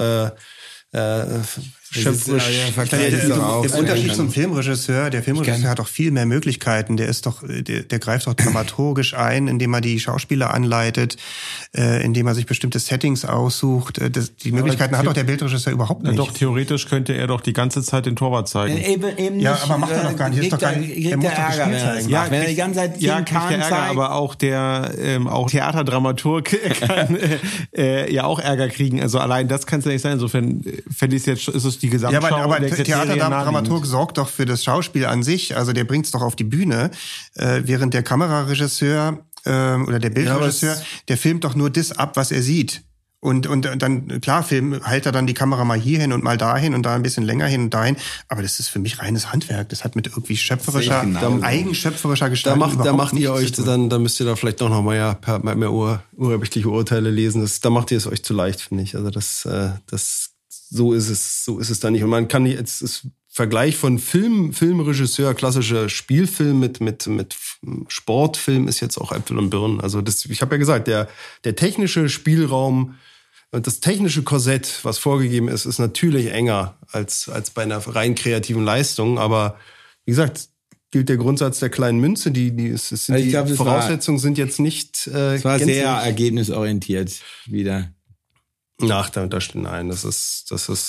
schöpferisch. Im Unterschied zum Filmregisseur, der Filmregisseur hat doch viel mehr Möglichkeiten. Der greift doch dramaturgisch ein, indem er die Schauspieler anleitet, indem er sich bestimmte Settings aussucht. Die Möglichkeiten hat doch der Bildregisseur überhaupt nicht. Doch, theoretisch könnte er doch die ganze Zeit den Torwart zeigen. Eben ja, aber macht er doch gar nicht. Er muss doch das Spiel zeigen. Ja, wenn er die ganze Zeit kriegt der Ärger, aber auch der Theaterdramaturg kann ja auch Ärger kriegen. Also allein das kann es ja nicht sein. Insofern fände ich es jetzt, ist es die Gesamtschau. Ja, aber der Theaterdramaturg sorgt doch für das Schauspiel an sich. Also der bringt's doch auf die Bühne, während der Kameraregisseur oder der Bildregisseur, der filmt doch nur das ab, was er sieht. Und dann, klar, hält er dann die Kamera mal hierhin und mal dahin und da ein bisschen länger hin und dahin. Aber das ist für mich reines Handwerk. Das hat mit irgendwie eigenschöpferischer Gestaltung da macht ihr euch, dann müsst ihr da vielleicht doch noch mal mehr urheberrechtliche Urteile lesen. Da macht ihr es euch zu leicht, finde ich. Also so ist es da nicht. Und man kann jetzt das Vergleich von Filmregisseur, klassischer Spielfilm mit Sportfilm ist jetzt auch Äpfel und Birnen. Also ich habe ja gesagt, der technische Spielraum und das technische Korsett, was vorgegeben ist, ist natürlich enger als bei einer rein kreativen Leistung. Aber wie gesagt, gilt der Grundsatz der kleinen Münze. Die Voraussetzungen sind jetzt nicht. Es war sehr ergebnisorientiert wieder. Nein, das ist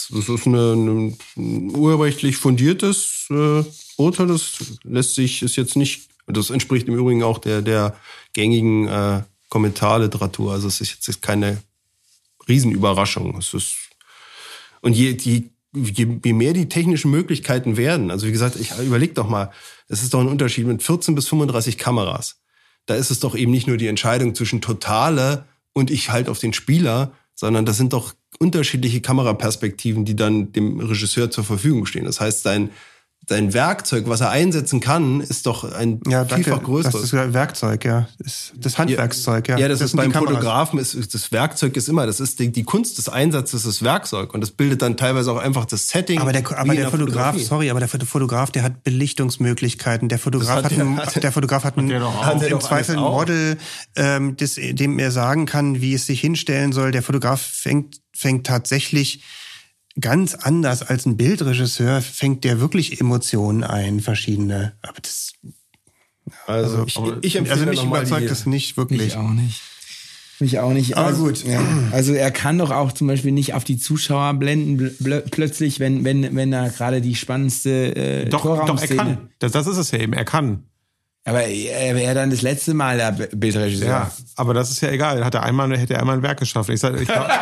ein urheberrechtlich fundiertes Urteil. Das entspricht im Übrigen auch der gängigen Kommentarliteratur. Also es ist jetzt keine Riesenüberraschung. Und je mehr die technischen Möglichkeiten werden, also wie gesagt, ich überleg doch mal, es ist doch ein Unterschied mit 14 bis 35 Kameras. Da ist es doch eben nicht nur die Entscheidung zwischen Totale und ich halt auf den Spieler, sondern das sind doch unterschiedliche Kameraperspektiven, die dann dem Regisseur zur Verfügung stehen. Das heißt, sein Werkzeug, was er einsetzen kann, ist doch ein vielfach größeres. Das ist Werkzeug, ja. Das Handwerkszeug, ja. Ja, das ist beim Fotografen, das Werkzeug ist immer, das ist die Kunst des Einsatzes des Werkzeug und das bildet dann teilweise auch einfach das Setting. Aber der Fotograf, der hat Belichtungsmöglichkeiten. Der Fotograf hat im Zweifel ein Model, dem er sagen kann, wie es sich hinstellen soll. Der Fotograf fängt tatsächlich ganz anders als ein Bildregisseur, fängt der wirklich Emotionen ein, verschiedene. Aber das, ich empfehle mich überzeugt das nicht wirklich. Ich auch nicht. Mich auch nicht. Aber also, gut. Ja. Also er kann doch auch zum Beispiel nicht auf die Zuschauer blenden, plötzlich, wenn er gerade die spannendste Doch, er Torraumszene... kann. Das ist es ja eben, er kann. Aber er wäre dann das letzte Mal der Bildregisseur. Ja, aber das ist ja egal. Hätte er einmal ein Werk geschaffen. Ich glaub,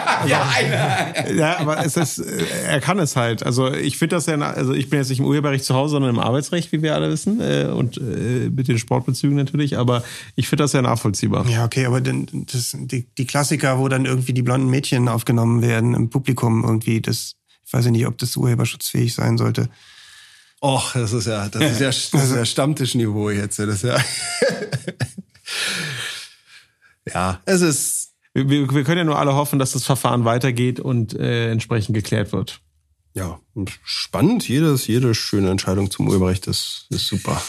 ja, aber er kann es halt. Also ich finde das ja, also ich bin jetzt nicht im Urheberrecht zu Hause, sondern im Arbeitsrecht, wie wir alle wissen, und mit den Sportbezügen natürlich. Aber ich finde das ja nachvollziehbar. Ja, okay, aber die Klassiker, wo dann irgendwie die blonden Mädchen aufgenommen werden im Publikum irgendwie, ich weiß ja nicht, ob das urheberschutzfähig sein sollte. Och, das ist ja Stammtischniveau jetzt. Das ist ja, ja, es ist. Wir können ja nur alle hoffen, dass das Verfahren weitergeht und entsprechend geklärt wird. Ja, spannend. Jede schöne Entscheidung zum Urheberrecht ist super.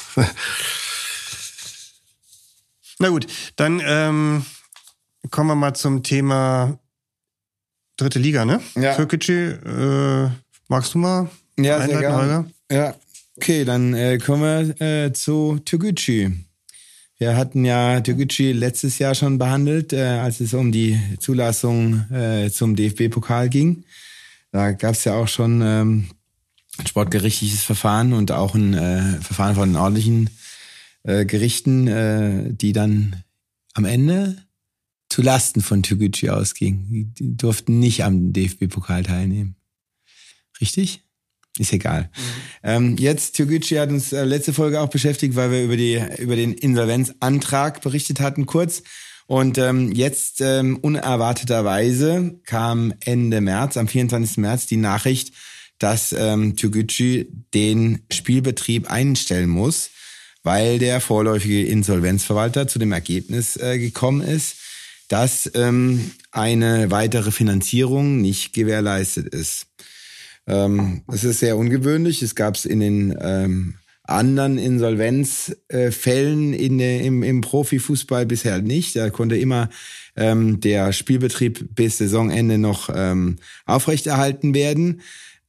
Na gut, dann kommen wir mal zum Thema dritte Liga, ne? Ja. Türkgücü, magst du mal? Ja, sehr einleiten, Holger? Ja, okay, dann kommen wir zu Türkgücü. Wir hatten ja Türkgücü letztes Jahr schon behandelt, als es um die Zulassung zum DFB-Pokal ging. Da gab es ja auch schon ein sportgerichtliches Verfahren und auch ein Verfahren von ordentlichen Gerichten, die dann am Ende zu Lasten von Türkgücü ausgingen. Die durften nicht am DFB-Pokal teilnehmen. Richtig? Ist egal. Jetzt, Türkgücü hat uns letzte Folge auch beschäftigt, weil wir über den Insolvenzantrag berichtet hatten, kurz. Und jetzt unerwarteterweise kam Ende März, am 24. März, die Nachricht, dass Türkgücü den Spielbetrieb einstellen muss, weil der vorläufige Insolvenzverwalter zu dem Ergebnis gekommen ist, dass eine weitere Finanzierung nicht gewährleistet ist. Es ist sehr ungewöhnlich. Es gab es in den anderen Insolvenzfällen im Profifußball bisher nicht. Da konnte immer der Spielbetrieb bis Saisonende noch aufrechterhalten werden.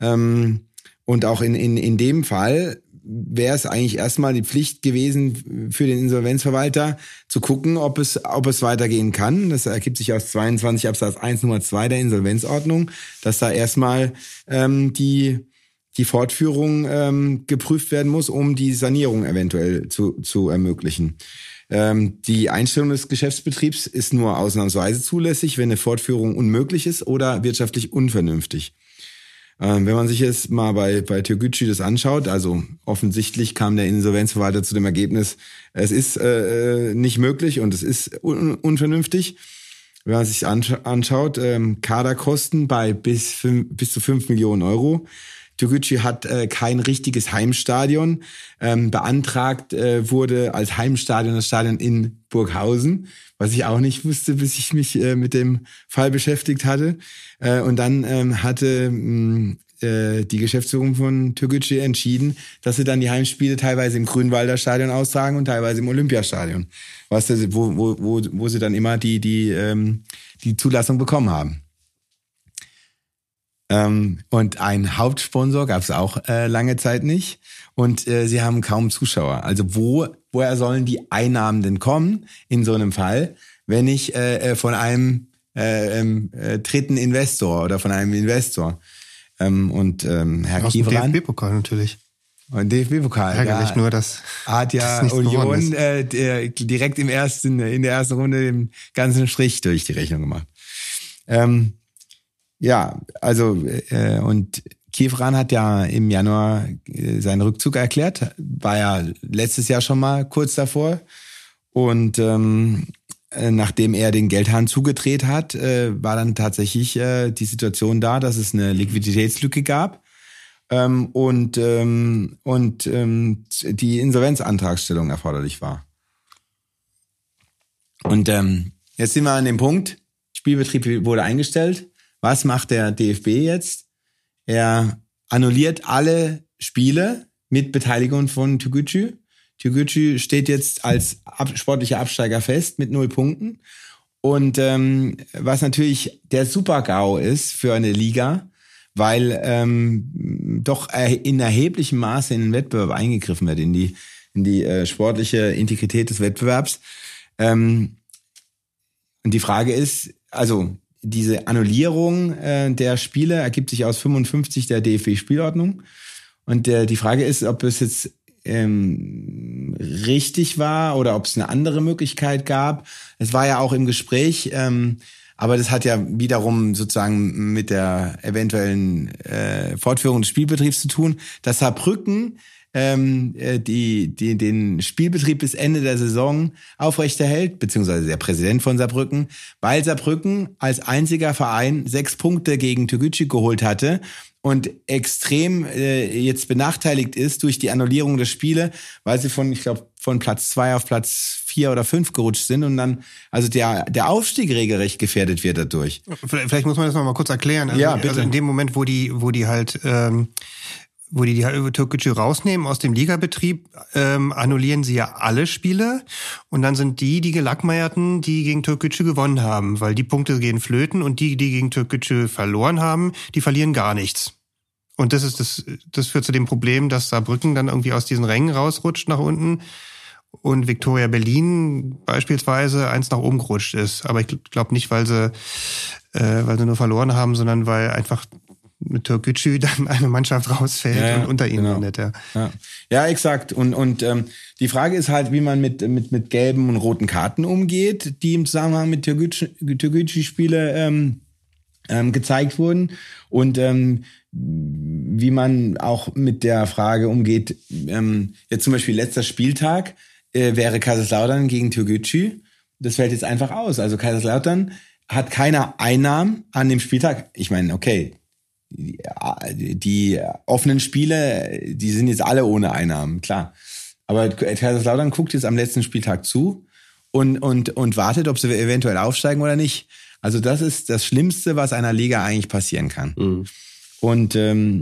Und auch in dem Fall wäre es eigentlich erstmal die Pflicht gewesen für den Insolvenzverwalter zu gucken, ob es weitergehen kann. Das ergibt sich aus 22 Absatz 1 Nummer 2 der Insolvenzordnung, dass da erstmal die Fortführung geprüft werden muss, um die Sanierung eventuell zu ermöglichen. Die Einstellung des Geschäftsbetriebs ist nur ausnahmsweise zulässig, wenn eine Fortführung unmöglich ist oder wirtschaftlich unvernünftig. Wenn man sich jetzt mal bei Türkgücü das anschaut, also offensichtlich kam der Insolvenzverwalter zu dem Ergebnis, es ist nicht möglich und es ist unvernünftig. Wenn man sich anschaut, Kaderkosten bei bis zu 5 Millionen Euro. Türkgücü hat kein richtiges Heimstadion. Beantragt wurde als Heimstadion das Stadion in Burghausen, was ich auch nicht wusste, bis ich mich mit dem Fall beschäftigt hatte. Und dann hatte die Geschäftsführung von Türkgücü entschieden, dass sie dann die Heimspiele teilweise im Grünwalder Stadion austragen und teilweise im Olympiastadion, wo sie dann immer die Zulassung bekommen haben. Und ein Hauptsponsor gab es auch lange Zeit nicht. Und sie haben kaum Zuschauer. Also woher sollen die Einnahmen denn kommen in so einem Fall, wenn nicht von einem dritten Investor oder von einem Investor? Herr Kivran... DFB-Pokal natürlich. Und DFB-Pokal. Ärgerlich nur, dass hat ja das Union direkt in der ersten Runde den ganzen Strich durch die Rechnung gemacht. Ja, also und Kivran hat ja im Januar seinen Rückzug erklärt, war ja letztes Jahr schon mal kurz davor und nachdem er den Geldhahn zugedreht hat, war dann tatsächlich die Situation da, dass es eine Liquiditätslücke gab und die Insolvenzantragstellung erforderlich war. Und jetzt sind wir an dem Punkt, Spielbetrieb wurde eingestellt. Was macht der DFB jetzt? Er annulliert alle Spiele mit Beteiligung von Türkgücü. Türkgücü steht jetzt als sportlicher Absteiger fest mit 0 Punkten. Und was natürlich der Super-GAU ist für eine Liga, weil doch in erheblichem Maße in den Wettbewerb eingegriffen wird, in die sportliche Integrität des Wettbewerbs. Und die Frage ist, also diese Annullierung der Spiele ergibt sich aus 55 der DFB-Spielordnung. Und die Frage ist, ob es jetzt richtig war oder ob es eine andere Möglichkeit gab. Es war ja auch im Gespräch, aber das hat ja wiederum sozusagen mit der eventuellen Fortführung des Spielbetriebs zu tun, dass Saarbrücken den Spielbetrieb bis Ende der Saison aufrechterhält, beziehungsweise der Präsident von Saarbrücken, weil Saarbrücken als einziger Verein 6 Punkte gegen Türkgücü geholt hatte und extrem jetzt benachteiligt ist durch die Annullierung der Spiele, weil sie von Platz 2 auf Platz 4 oder 5 gerutscht sind und dann also der Aufstieg regelrecht gefährdet wird dadurch. Vielleicht muss man das noch mal kurz erklären. Also, ja, bitte. Also in dem Moment, wo die halt die Türkgücü rausnehmen aus dem Ligabetrieb, annullieren sie ja alle Spiele und dann sind die Gelackmeierten, die gegen Türkgücü gewonnen haben, weil die Punkte gehen flöten und die gegen Türkgücü verloren haben, die verlieren gar nichts. Und das führt zu dem Problem, dass Saarbrücken dann irgendwie aus diesen Rängen rausrutscht nach unten und Viktoria Berlin beispielsweise 1 nach oben gerutscht ist. Aber ich glaube nicht, weil sie nur verloren haben, sondern weil einfach mit Türkgücü dann eine Mannschaft rausfällt und unter ihnen landet. Ja, exakt. Und die Frage ist halt, wie man mit gelben und roten Karten umgeht, die im Zusammenhang mit Türkgücü-Spiele gezeigt wurden. Und wie man auch mit der Frage umgeht, jetzt zum Beispiel letzter Spieltag wäre Kaiserslautern gegen Türkgücü. Das fällt jetzt einfach aus. Also Kaiserslautern hat keine Einnahmen an dem Spieltag. Ich meine, okay, die offenen Spiele, die sind jetzt alle ohne Einnahmen, klar. Aber Kaiserslautern guckt jetzt am letzten Spieltag zu und wartet, ob sie eventuell aufsteigen oder nicht. Also das ist das Schlimmste, was einer Liga eigentlich passieren kann. Mhm. Und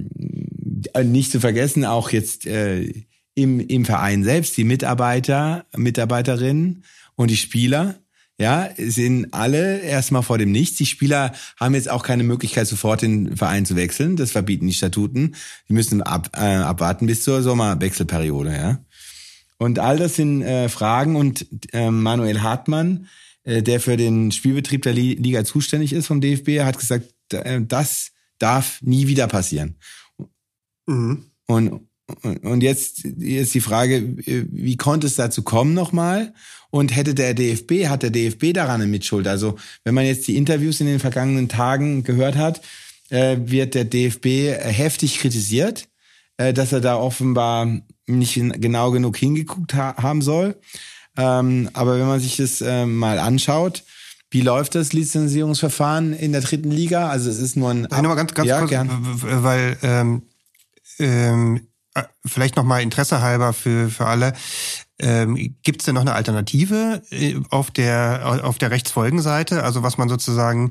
nicht zu vergessen, auch jetzt im Verein selbst, die Mitarbeiterinnen und die Spieler, ja, sind alle erstmal vor dem Nichts. Die Spieler haben jetzt auch keine Möglichkeit, sofort den Verein zu wechseln. Das verbieten die Statuten. Die müssen abwarten bis zur Sommerwechselperiode, ja. Und all das sind Fragen. Und Manuel Hartmann, der für den Spielbetrieb der Liga zuständig ist vom DFB, hat gesagt, das darf nie wieder passieren. Mhm. Und jetzt die Frage, wie konnte es dazu kommen nochmal? Und hat der DFB daran eine Mitschuld? Also wenn man jetzt die Interviews in den vergangenen Tagen gehört hat, wird der DFB heftig kritisiert, dass er da offenbar nicht genau genug hingeguckt haben soll. Aber wenn man sich das mal anschaut, wie läuft das Lizenzierungsverfahren in der 3. Liga? Also es ist nur ein... Nochmal ganz kurz, gern. Weil vielleicht nochmal Interesse halber für alle. Gibt es denn noch eine Alternative auf der Rechtsfolgenseite? Also was man sozusagen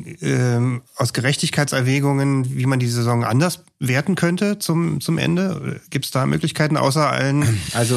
aus Gerechtigkeitserwägungen, wie man die Saison anders werten könnte zum Ende? Gibt es da Möglichkeiten, außer alle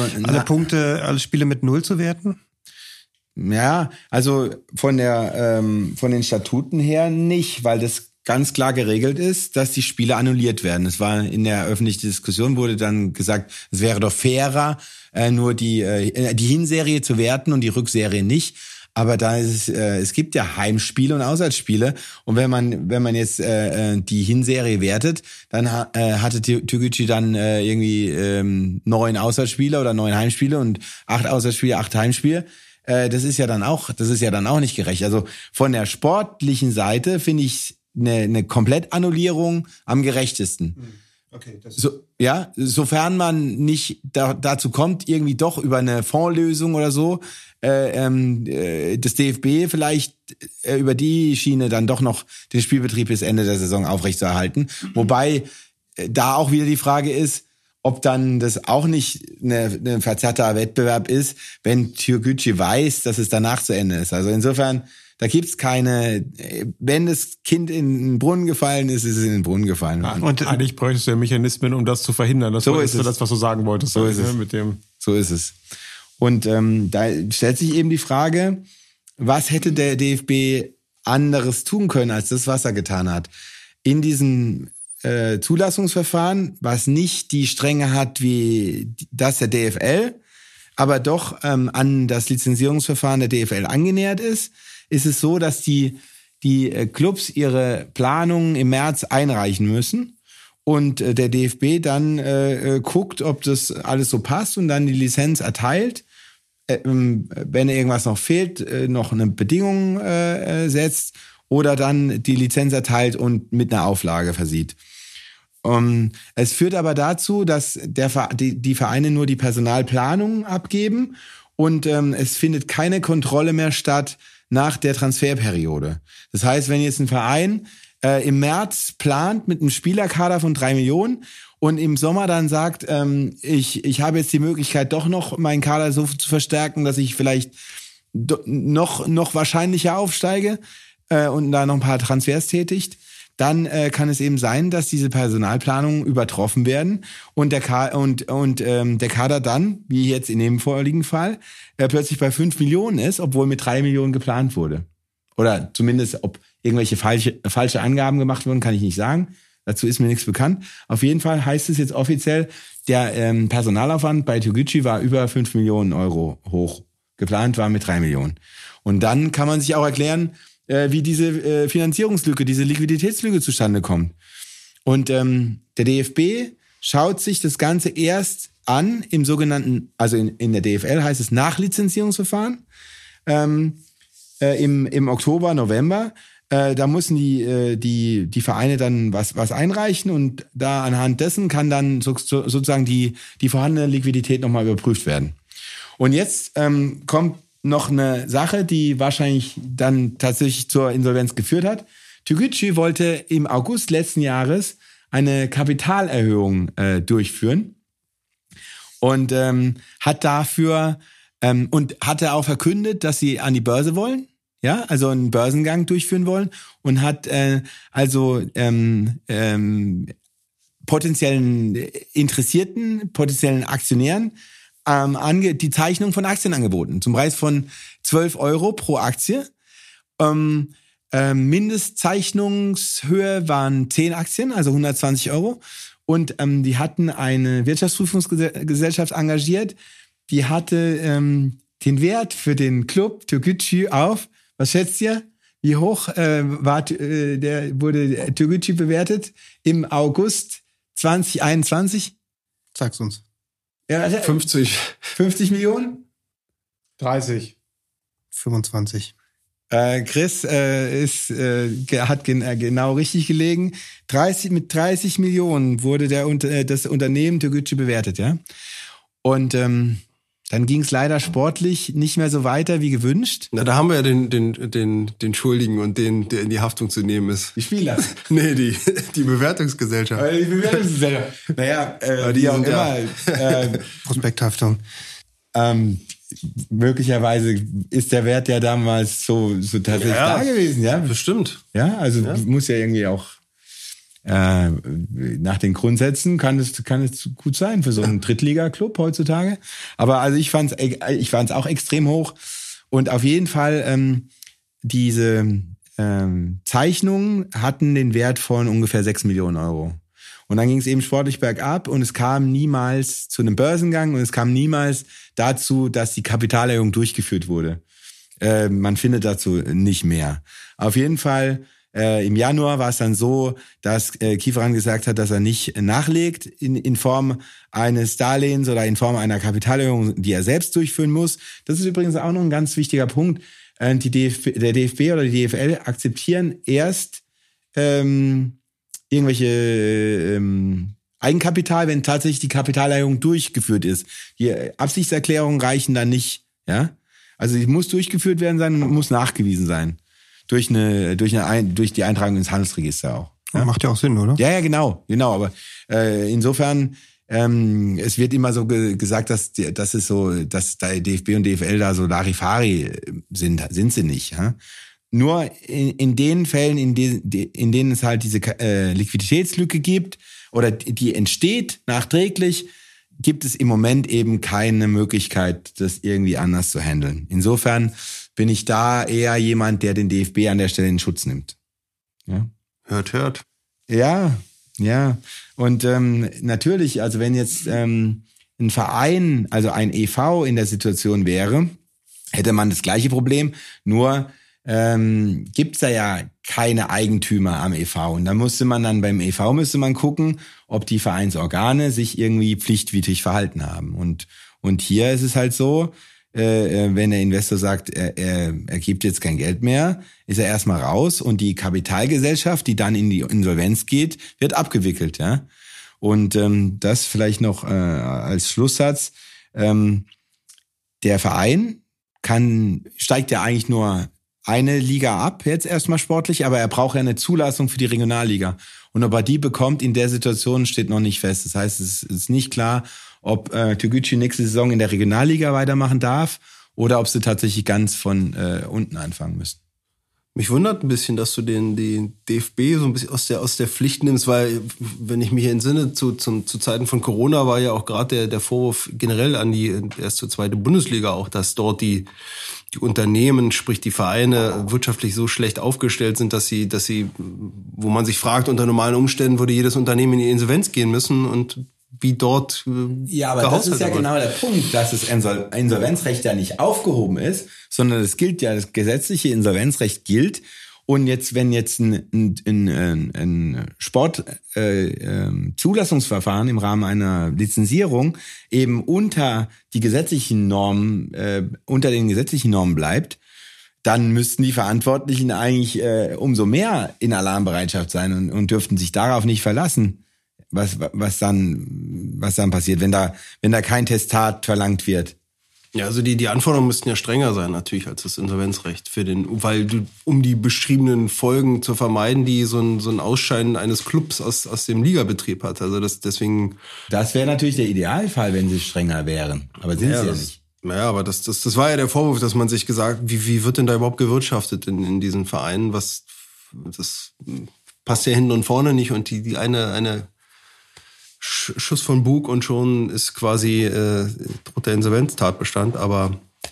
Spiele mit 0 zu werten? Ja, also von den Statuten her nicht, weil das ganz klar geregelt ist, dass die Spiele annulliert werden. Es war in der öffentlichen Diskussion, wurde dann gesagt, es wäre doch fairer, nur die Hinserie zu werten und die Rückserie nicht. Aber da ist es gibt ja Heimspiele und Auswärtsspiele. Und wenn man jetzt die Hinserie wertet, dann hatte Türkgücü dann irgendwie 9 Auswärtsspiele oder 9 Heimspiele und 8 Auswärtsspiele, 8 Heimspiele. Das ist ja dann auch nicht gerecht. Also von der sportlichen Seite finde ich eine Komplettannullierung am gerechtesten. Okay, sofern man nicht dazu kommt, irgendwie doch über eine Fondslösung oder so, das DFB vielleicht über die Schiene dann doch noch den Spielbetrieb bis Ende der Saison aufrechtzuerhalten. Wobei da auch wieder die Frage ist, ob dann das auch nicht ein verzerrter Wettbewerb ist, wenn Türkgücü weiß, dass es danach zu Ende ist. Also insofern, da gibt's keine, wenn das Kind in den Brunnen gefallen ist, ist es in den Brunnen gefallen. Ja, und eigentlich bräuchtest du ja Mechanismen, um das zu verhindern. Das ist das, was du sagen wolltest. So ist es. So ist es. Und da stellt sich eben die Frage, was hätte der DFB anderes tun können, als das, was er getan hat? In diesem Zulassungsverfahren, was nicht die Strenge hat wie das der DFL, aber doch an das Lizenzierungsverfahren der DFL angenähert ist ist es so, dass die Clubs ihre Planungen im März einreichen müssen und der DFB dann guckt, ob das alles so passt und dann die Lizenz erteilt. Wenn irgendwas noch fehlt, noch eine Bedingung setzt oder dann die Lizenz erteilt und mit einer Auflage versieht. Es führt aber dazu, dass die Vereine nur die Personalplanung abgeben und es findet keine Kontrolle mehr statt nach der Transferperiode. Das heißt, wenn jetzt ein Verein im März plant mit einem Spielerkader von 3 Millionen und im Sommer dann sagt, ich habe jetzt die Möglichkeit, doch noch meinen Kader so zu verstärken, dass ich vielleicht noch wahrscheinlicher aufsteige und da noch ein paar Transfers tätigt, dann kann es eben sein, dass diese Personalplanungen übertroffen werden und der Kader dann, wie jetzt in dem vorliegenden Fall, plötzlich bei 5 Millionen ist, obwohl mit 3 Millionen geplant wurde. Oder zumindest, ob irgendwelche falsche Angaben gemacht wurden, kann ich nicht sagen. Dazu ist mir nichts bekannt. Auf jeden Fall heißt es jetzt offiziell, der Personalaufwand bei Türkgücü war über 5 Millionen Euro hoch. Geplant war mit 3 Millionen. Und dann kann man sich auch erklären, wie diese Finanzierungslücke, diese Liquiditätslücke zustande kommt. Und der DFB schaut sich das Ganze erst an im sogenannten, also in der DFL heißt es Nachlizenzierungsverfahren, im Oktober, November. Da müssen die Vereine dann was einreichen und da anhand dessen kann dann sozusagen die vorhandene Liquidität nochmal überprüft werden. Und jetzt kommt noch eine Sache, die wahrscheinlich dann tatsächlich zur Insolvenz geführt hat. Türkgücü wollte im August letzten Jahres eine Kapitalerhöhung durchführen und hat dafür und hatte auch verkündet, dass sie an die Börse wollen. Ja, also einen Börsengang durchführen wollen und hat potenziellen Interessierten, potenziellen Aktionären die Zeichnung von Aktien angeboten. Zum Preis von 12 Euro pro Aktie. Mindestzeichnungshöhe waren 10 Aktien, also 120 Euro. Und die hatten eine Wirtschaftsprüfungsgesellschaft engagiert, die hatte den Wert für den Club Türkgücü auf, was schätzt ihr? Wie hoch wurde Türkgücü bewertet im August 2021? Sag's uns. Ja, 50 Millionen? 30. 25. Chris hat genau richtig gelegen. Mit 30 Millionen wurde das Unternehmen Türkgücü bewertet, ja. Und dann ging es leider sportlich nicht mehr so weiter wie gewünscht. Na, da haben wir ja den Schuldigen und den, der in die Haftung zu nehmen ist. Die Spieler? Nee, die Bewertungsgesellschaft. Die Bewertungsgesellschaft. Naja, die auch immer. Prospekthaftung. Möglicherweise ist der Wert ja damals so tatsächlich da gewesen, ja? Bestimmt. Ja, also muss ja irgendwie auch nach den Grundsätzen kann es gut sein für so einen Drittliga-Club heutzutage. Aber also ich fand's auch extrem hoch. Und auf jeden Fall diese Zeichnungen hatten den Wert von ungefähr 6 Millionen Euro. Und dann ging es eben sportlich bergab und es kam niemals zu einem Börsengang und es kam niemals dazu, dass die Kapitalerhöhung durchgeführt wurde. Man findet dazu nicht mehr. Auf jeden Fall im Januar war es dann so, dass Kieferan gesagt hat, dass er nicht nachlegt in Form eines Darlehens oder in Form einer Kapitalerhöhung, die er selbst durchführen muss. Das ist übrigens auch noch ein ganz wichtiger Punkt. Der DFB oder die DFL akzeptieren erst irgendwelche Eigenkapital, wenn tatsächlich die Kapitalerhöhung durchgeführt ist. Die Absichtserklärungen reichen dann nicht. Ja, also die muss durchgeführt werden sein und muss nachgewiesen sein. Durch die Eintragung ins Handelsregister auch. Ja? Macht ja auch Sinn, oder? Ja, genau. Aber insofern, es wird immer so gesagt, dass es so, dass da DFB und DFL da so Larifari sind sie nicht. Ja? Nur in den Fällen, in denen es halt diese Liquiditätslücke gibt oder die entsteht nachträglich, gibt es im Moment eben keine Möglichkeit, das irgendwie anders zu handeln. Insofern bin ich da eher jemand, der den DFB an der Stelle in Schutz nimmt. Ja? Hört. Ja. Und natürlich, also wenn jetzt ein Verein, also ein e.V. in der Situation wäre, hätte man das gleiche Problem, nur gibt's da ja keine Eigentümer am e.V. Und da müsste man beim e.V. gucken, ob die Vereinsorgane sich irgendwie pflichtwidrig verhalten haben. Und hier ist es halt so, wenn der Investor sagt, er gibt jetzt kein Geld mehr, ist er erstmal raus und die Kapitalgesellschaft, die dann in die Insolvenz geht, wird abgewickelt. Ja? Und das vielleicht noch als Schlusssatz. Der Verein steigt ja eigentlich nur eine Liga ab, jetzt erstmal sportlich, aber er braucht ja eine Zulassung für die Regionalliga. Und ob er die bekommt in der Situation, steht noch nicht fest. Das heißt, es ist nicht klar, ob Tegucci nächste Saison in der Regionalliga weitermachen darf oder ob sie tatsächlich ganz von unten anfangen müssen. Mich wundert ein bisschen, dass du den DFB so ein bisschen aus der Pflicht nimmst, weil, wenn ich mich entsinne, zu Zeiten von Corona war ja auch gerade der Vorwurf generell an die erste, zweite Bundesliga auch, dass dort die Unternehmen, sprich die Vereine, wirtschaftlich so schlecht aufgestellt sind, dass sie, wo man sich fragt, unter normalen Umständen würde jedes Unternehmen in die Insolvenz gehen müssen und wie dort ja, aber das ist ja genau der Punkt, dass das Insolvenzrecht ja nicht aufgehoben ist, sondern es gilt ja, das gesetzliche Insolvenzrecht gilt. Und jetzt, wenn jetzt ein Sportzulassungsverfahren im Rahmen einer Lizenzierung eben unter den gesetzlichen Normen bleibt, dann müssten die Verantwortlichen eigentlich umso mehr in Alarmbereitschaft sein und dürften sich darauf nicht verlassen. Was dann passiert, wenn da kein Testat verlangt wird. Ja, also die Anforderungen müssten ja strenger sein natürlich als das Insolvenzrecht weil du, um die beschriebenen Folgen zu vermeiden, die so ein Ausscheiden eines Clubs aus dem Ligabetrieb hat. Also deswegen. Das wäre natürlich der Idealfall, wenn sie strenger wären. Aber sind sie ja nicht. Naja, aber das war ja der Vorwurf, dass man sich gesagt, wie wird denn da überhaupt gewirtschaftet in diesen Vereinen? Das passt ja hinten und vorne nicht und die eine Schuss von Bug und schon ist quasi droht der Insolvenztatbestand, aber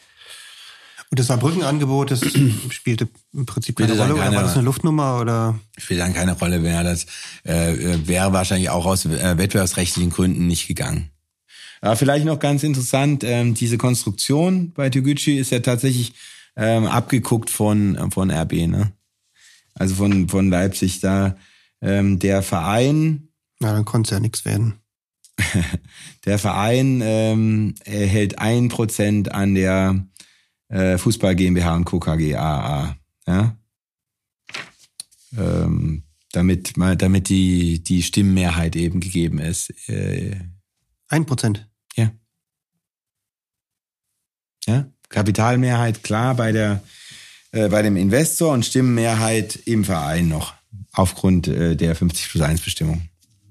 und das Saarbrücken-Angebot, das spielte im Prinzip keine Rolle, oder war das eine Luftnummer, oder? Spielt dann keine Rolle mehr, das wäre wahrscheinlich auch aus wettbewerbsrechtlichen Gründen nicht gegangen. Aber vielleicht noch ganz interessant, diese Konstruktion bei Tegucci ist ja tatsächlich abgeguckt von RB, ne? Also von Leipzig, da der Verein. Na, dann konnte es ja nichts werden. Der Verein erhält 1% an der Fußball GmbH und Co. KG AA, ja? Damit die Stimmenmehrheit eben gegeben ist. 1%? Ja. Ja, Kapitalmehrheit klar bei dem Investor und Stimmenmehrheit im Verein noch aufgrund der 50+1-Bestimmung.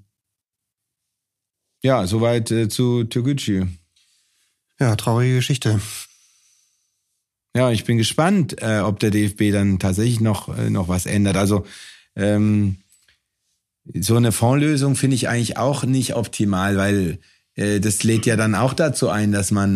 Ja, soweit zu Tegucci. Ja, traurige Geschichte. Ja, ich bin gespannt, ob der DFB dann tatsächlich noch was ändert. Also so eine Fondslösung finde ich eigentlich auch nicht optimal, weil das lädt ja dann auch dazu ein, dass man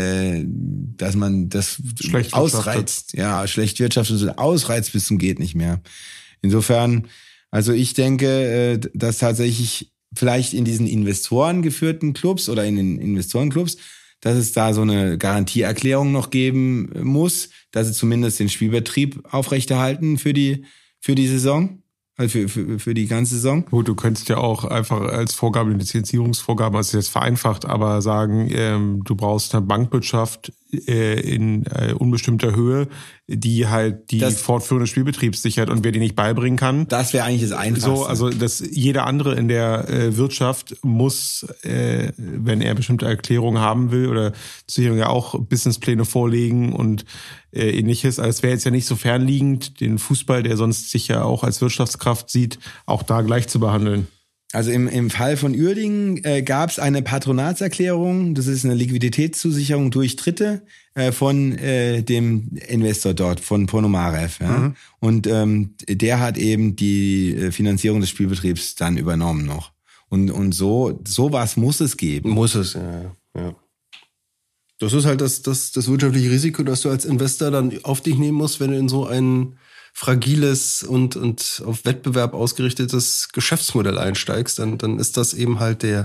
das schlecht ausreizt. Ja, schlecht wirtschaftet und ausreizt bis zum geht nicht mehr. Insofern, also ich denke, dass tatsächlich vielleicht in diesen investorengeführten Clubs oder in den Investorenclubs, dass es da so eine Garantieerklärung noch geben muss, dass sie zumindest den Spielbetrieb aufrechterhalten für die Saison. Also für die ganze Saison. Gut, du könntest ja auch einfach als Vorgabe, eine Lizenzierungsvorgabe, also jetzt vereinfacht, aber sagen, du brauchst eine Bankwirtschaft in unbestimmter Höhe, die halt die Fortführung des Spielbetriebs sichert, und wer die nicht beibringen kann. Das wäre eigentlich das Einfachste. So, also dass jeder andere in der Wirtschaft muss, wenn er bestimmte Erklärungen haben will oder Sicherung, ja auch Businesspläne vorlegen und ähnliches. Also es wäre jetzt ja nicht so fernliegend, den Fußball, der sonst sich ja auch als Wirtschaftskraft sieht, auch da gleich zu behandeln. Also im Fall von Uerdingen gab es eine Patronatserklärung, das ist eine Liquiditätszusicherung durch Dritte von dem Investor dort, von Ponomarev. Ja? Mhm. Und der hat eben die Finanzierung des Spielbetriebs dann übernommen noch. Und sowas muss es geben. Muss es, ja. Das ist halt das wirtschaftliche Risiko, das du als Investor dann auf dich nehmen musst, wenn du in so ein fragiles und auf Wettbewerb ausgerichtetes Geschäftsmodell einsteigst, dann ist das eben halt der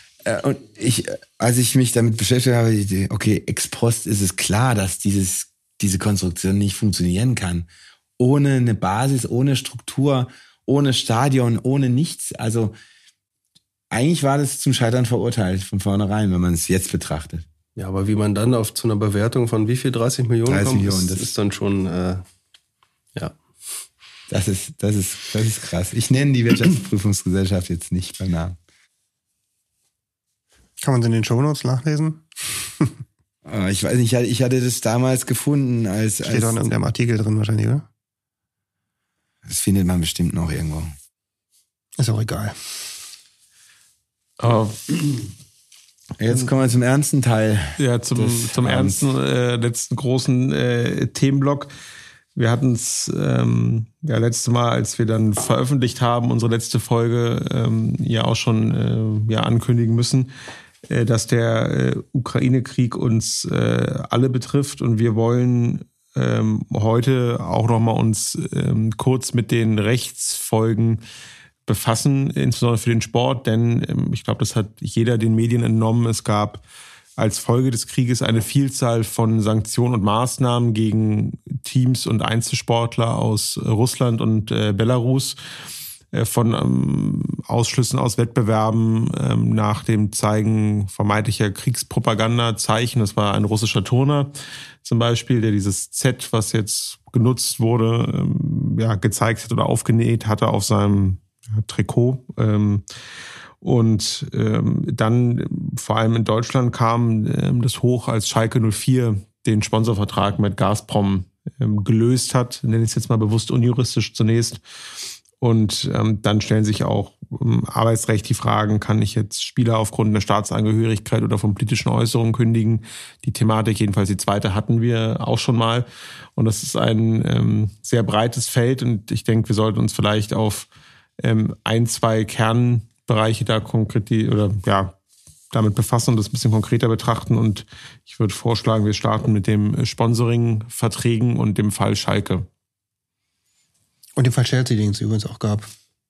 und als ich mich damit beschäftigt habe, okay, ex post ist es klar, dass dieses diese Konstruktion nicht funktionieren kann. Ohne eine Basis, ohne Struktur, ohne Stadion, ohne nichts. Also eigentlich war das zum Scheitern verurteilt von vornherein, wenn man es jetzt betrachtet. Ja, aber wie man dann zu einer Bewertung von wie viel? 30 Millionen 30 kommt, Millionen, das ist dann schon, ja. Das ist krass. Ich nenne die Wirtschaftsprüfungsgesellschaft jetzt nicht beim Namen. Kann man es in den Shownotes nachlesen? Ich weiß nicht, ich hatte das damals gefunden Steht auch in irgendeinem Artikel drin wahrscheinlich, oder? Das findet man bestimmt noch irgendwo. Ist auch egal. Jetzt kommen wir zum ernsten Teil. Ja, zum ernsten, letzten großen Themenblock. Wir hatten es letzte Mal, als wir dann veröffentlicht haben, unsere letzte Folge, ja auch schon ankündigen müssen, dass der Ukraine-Krieg uns alle betrifft, und wir wollen heute auch nochmal uns kurz mit den Rechtsfolgen befassen, insbesondere für den Sport, denn ich glaube, das hat jeder den Medien entnommen. Es gab als Folge des Krieges eine Vielzahl von Sanktionen und Maßnahmen gegen Teams und Einzelsportler aus Russland und Belarus, von Ausschlüssen aus Wettbewerben nach dem Zeigen vermeintlicher Kriegspropaganda-Zeichen. Das war ein russischer Turner zum Beispiel, der dieses Z, was jetzt genutzt wurde, gezeigt hat oder aufgenäht hatte auf seinem Trikot. Und dann vor allem in Deutschland kam das hoch, als Schalke 04 den Sponsorvertrag mit Gazprom gelöst hat, nenne ich es jetzt mal bewusst unjuristisch zunächst. Und dann stellen sich auch Arbeitsrecht die Fragen, kann ich jetzt Spieler aufgrund der Staatsangehörigkeit oder von politischen Äußerungen kündigen? Die Thematik, jedenfalls die zweite, hatten wir auch schon mal. Und das ist ein sehr breites Feld, und ich denke, wir sollten uns vielleicht auf ein, zwei Kernbereiche da damit befassen und das ein bisschen konkreter betrachten. Und ich würde vorschlagen, wir starten mit dem Sponsoring-Verträgen und dem Fall Schalke. Und dem Fall Chelsea, den es übrigens auch gab.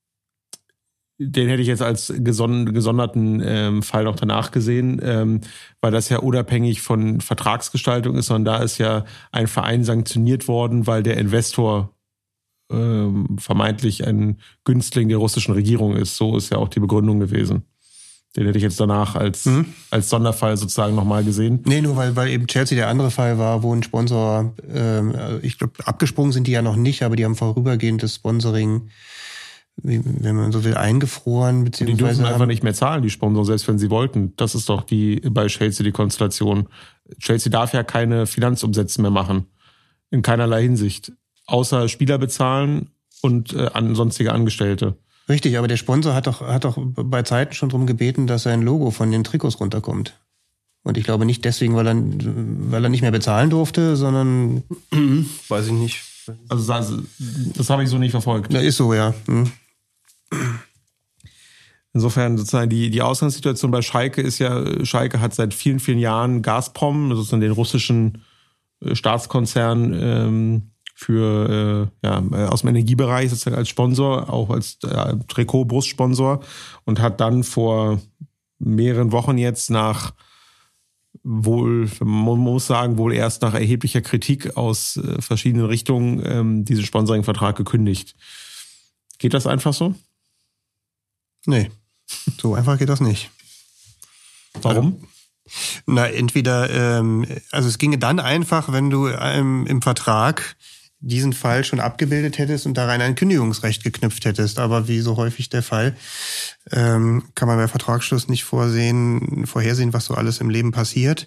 Den hätte ich jetzt als gesonderten Fall noch danach gesehen, weil das ja unabhängig von Vertragsgestaltung ist, sondern da ist ja ein Verein sanktioniert worden, weil der Investor vermeintlich ein Günstling der russischen Regierung ist. So ist ja auch die Begründung gewesen. Den hätte ich jetzt danach als Sonderfall sozusagen nochmal gesehen. Nee, nur weil eben Chelsea der andere Fall war, wo ein Sponsor, ich glaube, abgesprungen sind die ja noch nicht, aber die haben vorübergehend das Sponsoring, wenn man so will, eingefroren. Die dürfen einfach nicht mehr zahlen, die Sponsoren, selbst wenn sie wollten. Das ist doch bei Chelsea die Konstellation. Chelsea darf ja keine Finanzumsätze mehr machen. In keinerlei Hinsicht. Außer Spieler bezahlen und sonstige Angestellte. Richtig, aber der Sponsor hat doch bei Zeiten schon drum gebeten, dass sein Logo von den Trikots runterkommt. Und ich glaube nicht deswegen, weil er nicht mehr bezahlen durfte, sondern weiß ich nicht. Also das habe ich so nicht verfolgt. Ja, ist so, ja. Insofern sozusagen die Ausgangssituation bei Schalke ist ja, Schalke hat seit vielen, vielen Jahren Gazprom, sozusagen den russischen Staatskonzern, aus dem Energiebereich sozusagen als Sponsor, auch als Trikot-Brustsponsor, und hat dann vor mehreren Wochen jetzt man muss sagen, wohl erst nach erheblicher Kritik aus verschiedenen Richtungen diesen Sponsoring-Vertrag gekündigt. Geht das einfach so? Nee, so einfach geht das nicht. Warum? Na, entweder, also es ginge dann einfach, wenn du im Vertrag diesen Fall schon abgebildet hättest und darein ein Kündigungsrecht geknüpft hättest. Aber wie so häufig der Fall, kann man bei Vertragsschluss nicht vorhersehen, was so alles im Leben passiert.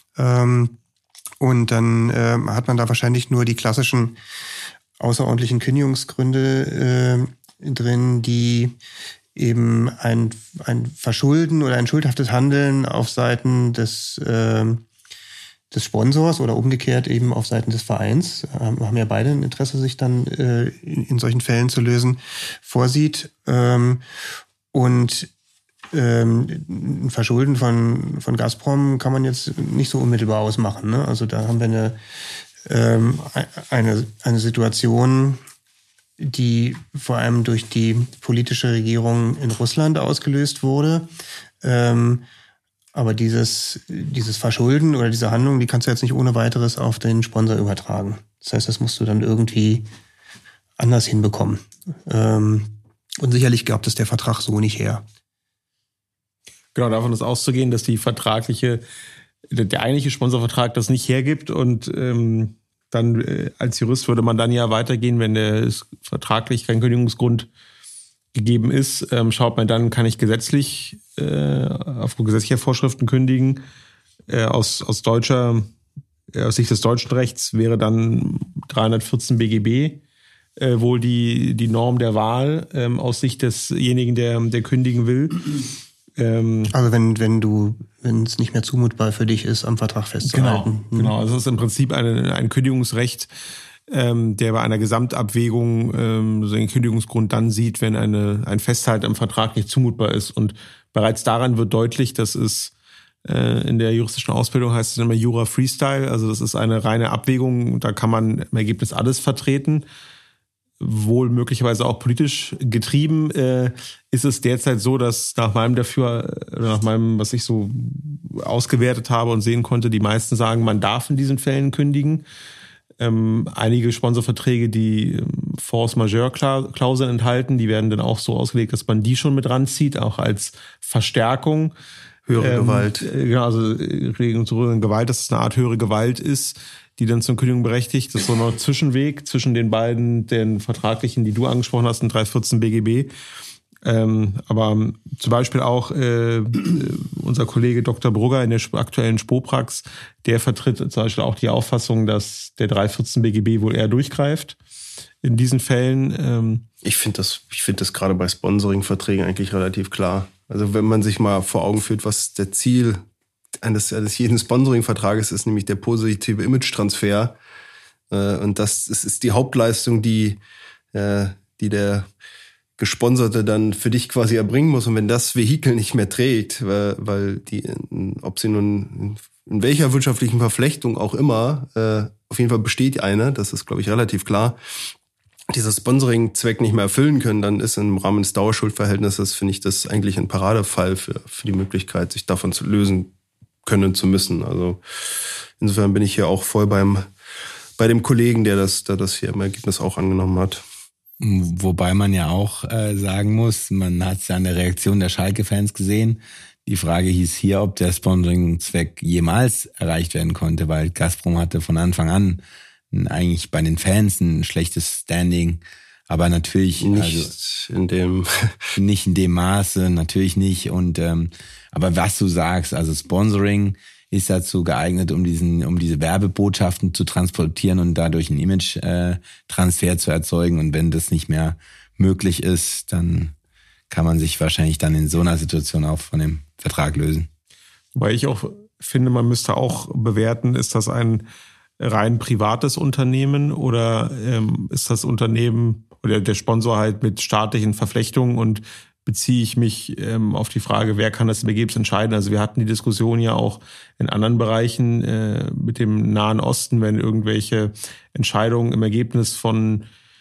Und dann hat man da wahrscheinlich nur die klassischen außerordentlichen Kündigungsgründe drin, die eben ein Verschulden oder ein schuldhaftes Handeln auf Seiten des Sponsors oder umgekehrt eben auf Seiten des Vereins, haben ja beide ein Interesse, sich dann in solchen Fällen zu lösen, vorsieht. Und ein Verschulden von Gazprom kann man jetzt nicht so unmittelbar ausmachen, ne? Also da haben wir eine Situation, die vor allem durch die politische Regierung in Russland ausgelöst wurde. Aber dieses Verschulden oder diese Handlung, die kannst du jetzt nicht ohne weiteres auf den Sponsor übertragen. Das heißt, das musst du dann irgendwie anders hinbekommen. Und sicherlich gab das der Vertrag so nicht her. Genau, davon ist auszugehen, dass der eigentliche Sponsorvertrag das nicht hergibt und dann als Jurist würde man dann ja weitergehen, wenn der vertraglich kein Kündigungsgrund gegeben ist, schaut man dann, kann ich gesetzlich aufgrund gesetzlicher Vorschriften kündigen. Aus Sicht des deutschen Rechts wäre dann 314 BGB wohl die Norm der Wahl aus Sicht desjenigen, der kündigen will. Also wenn es nicht mehr zumutbar für dich ist, am Vertrag festzuhalten. Genau. Also es ist im Prinzip ein Kündigungsrecht, der bei einer Gesamtabwägung den Kündigungsgrund dann sieht, wenn ein Festhalten am Vertrag nicht zumutbar ist. Und bereits daran wird deutlich, dass es in der juristischen Ausbildung heißt es immer Jura Freestyle. Also das ist eine reine Abwägung. Da kann man im Ergebnis alles vertreten. Wohl möglicherweise auch politisch getrieben, ist es derzeit so, dass nach meinem, was ich so ausgewertet habe und sehen konnte, die meisten sagen, man darf in diesen Fällen kündigen. Einige Sponsorverträge, die Force Majeure-Klauseln enthalten, die werden dann auch so ausgelegt, dass man die schon mit ranzieht, auch als Verstärkung. Höhere Gewalt. Genau, also Regelung zur höheren Gewalt, dass es eine Art höhere Gewalt ist, die dann zur Kündigung berechtigt. Das ist so ein Zwischenweg zwischen den beiden, den vertraglichen, die du angesprochen hast, in 314 BGB. Aber zum Beispiel auch unser Kollege Dr. Brugger in der aktuellen Spoprax, der vertritt zum Beispiel auch die Auffassung, dass der 314 BGB wohl eher durchgreift in diesen Fällen. Ich finde das gerade bei Sponsoring-Verträgen eigentlich relativ klar. Also wenn man sich mal vor Augen führt, was der Ziel eines jeden Sponsoring-Vertrages ist, nämlich der positive Image-Transfer. Und das ist die Hauptleistung, die der Gesponserte dann für dich quasi erbringen muss. Und wenn das Vehikel nicht mehr trägt, weil ob sie nun in welcher wirtschaftlichen Verflechtung auch immer, auf jeden Fall besteht eine, das ist, glaube ich, relativ klar, dieser Sponsoring-Zweck nicht mehr erfüllen können, dann ist im Rahmen des Dauerschuldverhältnisses, finde ich, das eigentlich ein Paradefall für die Möglichkeit, sich davon zu lösen können zu müssen. Also insofern bin ich hier auch voll bei dem Kollegen, der das hier im Ergebnis auch angenommen hat. Wobei man ja auch sagen muss, man hat es ja an der Reaktion der Schalke-Fans gesehen. Die Frage hieß hier, ob der Sponsoring-Zweck jemals erreicht werden konnte, weil Gazprom hatte von Anfang an eigentlich bei den Fans ein schlechtes Standing. Aber natürlich nicht in dem Maße, natürlich nicht. Und aber was du sagst, also Sponsoring ist dazu geeignet, um diese Werbebotschaften zu transportieren und dadurch einen Image-Transfer zu erzeugen. Und wenn das nicht mehr möglich ist, dann kann man sich wahrscheinlich dann in so einer Situation auch von dem Vertrag lösen. Wobei ich auch finde, man müsste auch bewerten, ist das ein rein privates Unternehmen oder ist das Unternehmen oder der Sponsor halt mit staatlichen Verflechtungen und beziehe ich mich auf die Frage, wer kann das im Ergebnis entscheiden? Also wir hatten die Diskussion ja auch in anderen Bereichen mit dem Nahen Osten, wenn irgendwelche Entscheidungen im Ergebnis von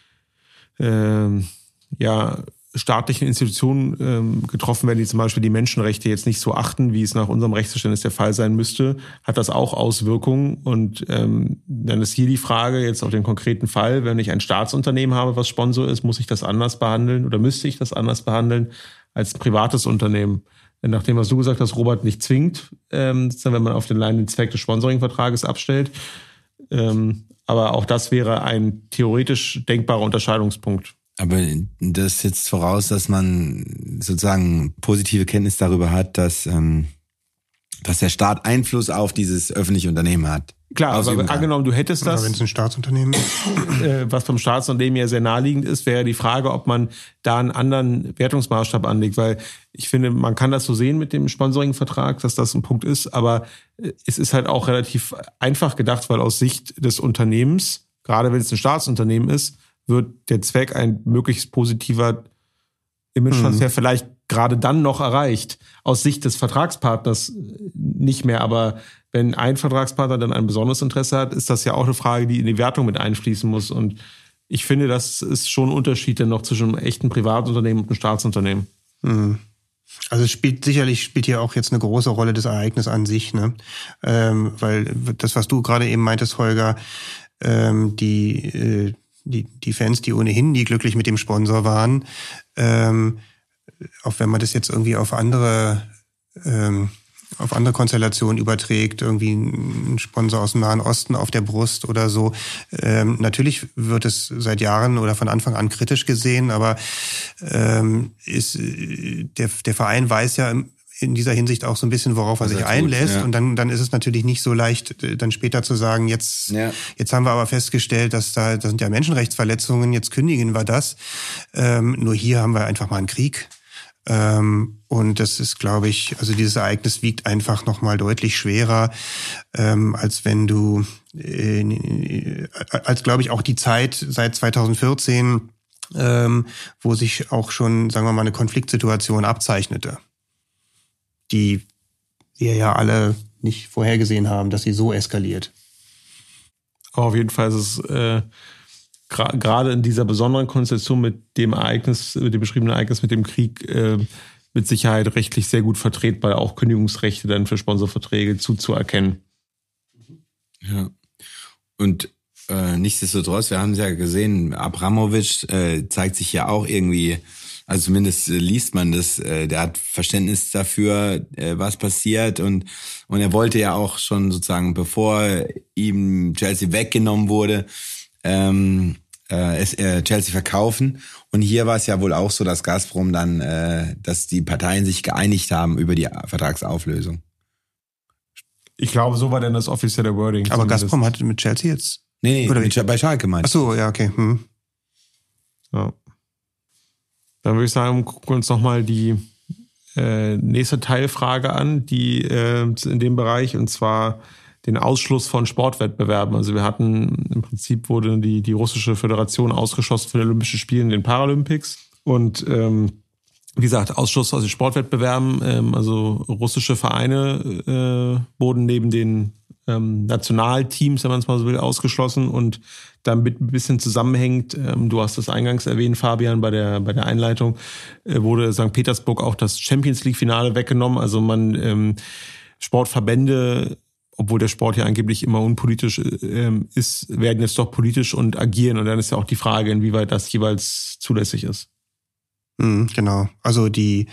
staatlichen Institutionen getroffen werden, die zum Beispiel die Menschenrechte jetzt nicht so achten, wie es nach unserem Rechtsverständnis der Fall sein müsste, hat das auch Auswirkungen. Und dann ist hier die Frage jetzt auf den konkreten Fall, wenn ich ein Staatsunternehmen habe, was Sponsor ist, muss ich das anders behandeln oder müsste ich das anders behandeln als ein privates Unternehmen? Nachdem, was du gesagt hast, Robert, nicht zwingt, wenn man auf den allein den Zweck des Sponsoring-Vertrages abstellt. Aber auch das wäre ein theoretisch denkbarer Unterscheidungspunkt. Aber das setzt voraus, dass man sozusagen positive Kenntnis darüber hat, dass der Staat Einfluss auf dieses öffentliche Unternehmen hat. Klar, aber angenommen, du hättest das. Wenn es ein Staatsunternehmen ist. Was beim Staatsunternehmen ja sehr naheliegend ist, wäre die Frage, ob man da einen anderen Wertungsmaßstab anlegt. Weil ich finde, man kann das so sehen mit dem Sponsoring-Vertrag, dass das ein Punkt ist. Aber es ist halt auch relativ einfach gedacht, weil aus Sicht des Unternehmens, gerade wenn es ein Staatsunternehmen ist, wird der Zweck ein möglichst positiver Image-Transfer vielleicht gerade dann noch erreicht. Aus Sicht des Vertragspartners nicht mehr, aber wenn ein Vertragspartner dann ein besonderes Interesse hat, ist das ja auch eine Frage, die in die Wertung mit einfließen muss. Und ich finde, das ist schon ein Unterschied dann noch zwischen einem echten Privatunternehmen und einem Staatsunternehmen. Mhm. Also es spielt hier auch jetzt eine große Rolle das Ereignis an sich, ne? Weil das, was du gerade eben meintest, Holger, die Fans, die ohnehin nie glücklich mit dem Sponsor waren, auch wenn man das jetzt irgendwie auf andere Konstellationen überträgt, irgendwie ein Sponsor aus dem Nahen Osten auf der Brust oder so. Natürlich wird es seit Jahren oder von Anfang an kritisch gesehen, aber der Verein weiß ja in dieser Hinsicht auch so ein bisschen, worauf er sich einlässt. Ja. Und dann ist es natürlich nicht so leicht, dann später zu sagen, jetzt haben wir aber festgestellt, das sind ja Menschenrechtsverletzungen, jetzt kündigen wir das. Nur hier haben wir einfach mal einen Krieg. Und das ist, glaube ich, also dieses Ereignis wiegt einfach nochmal deutlich schwerer, als wenn du, als glaube ich auch die Zeit seit 2014, wo sich auch schon, sagen wir mal, eine Konfliktsituation abzeichnete, die wir ja alle nicht vorhergesehen haben, dass sie so eskaliert. Aber auf jeden Fall ist es gerade in dieser besonderen Konstellation mit dem beschriebenen Ereignis mit dem Krieg mit Sicherheit rechtlich sehr gut vertretbar, auch Kündigungsrechte dann für Sponsorverträge zuzuerkennen. Ja. Und nichtsdestotrotz, wir haben es ja gesehen, Abramovic zeigt sich ja auch irgendwie, also zumindest liest man das, der hat Verständnis dafür, was passiert und er wollte ja auch schon sozusagen, bevor ihm Chelsea weggenommen wurde, Chelsea verkaufen. Und hier war es ja wohl auch so, dass Gazprom dann, dass die Parteien sich geeinigt haben über die Vertragsauflösung. Ich glaube, so war denn das offizielle Wording. Aber Gazprom hat mit Chelsea jetzt? Nee, bei Schalke meinte ich. Ach so, ja, okay. Ja. Dann würde ich sagen, gucken wir uns nochmal die nächste Teilfrage an, die in dem Bereich, und zwar den Ausschluss von Sportwettbewerben. Also wir hatten, im Prinzip wurde die russische Föderation ausgeschlossen von den Olympischen Spielen, den Paralympics. Und wie gesagt, Ausschluss aus den Sportwettbewerben, also russische Vereine wurden neben den Nationalteams, wenn man es mal so will, ausgeschlossen. Und damit ein bisschen zusammenhängt, du hast das eingangs erwähnt, Fabian, bei der Einleitung, wurde St. Petersburg auch das Champions-League-Finale weggenommen. Also Sportverbände, obwohl der Sport ja angeblich immer unpolitisch ist, werden jetzt doch politisch und agieren. Und dann ist ja auch die Frage, inwieweit das jeweils zulässig ist. Genau. Also die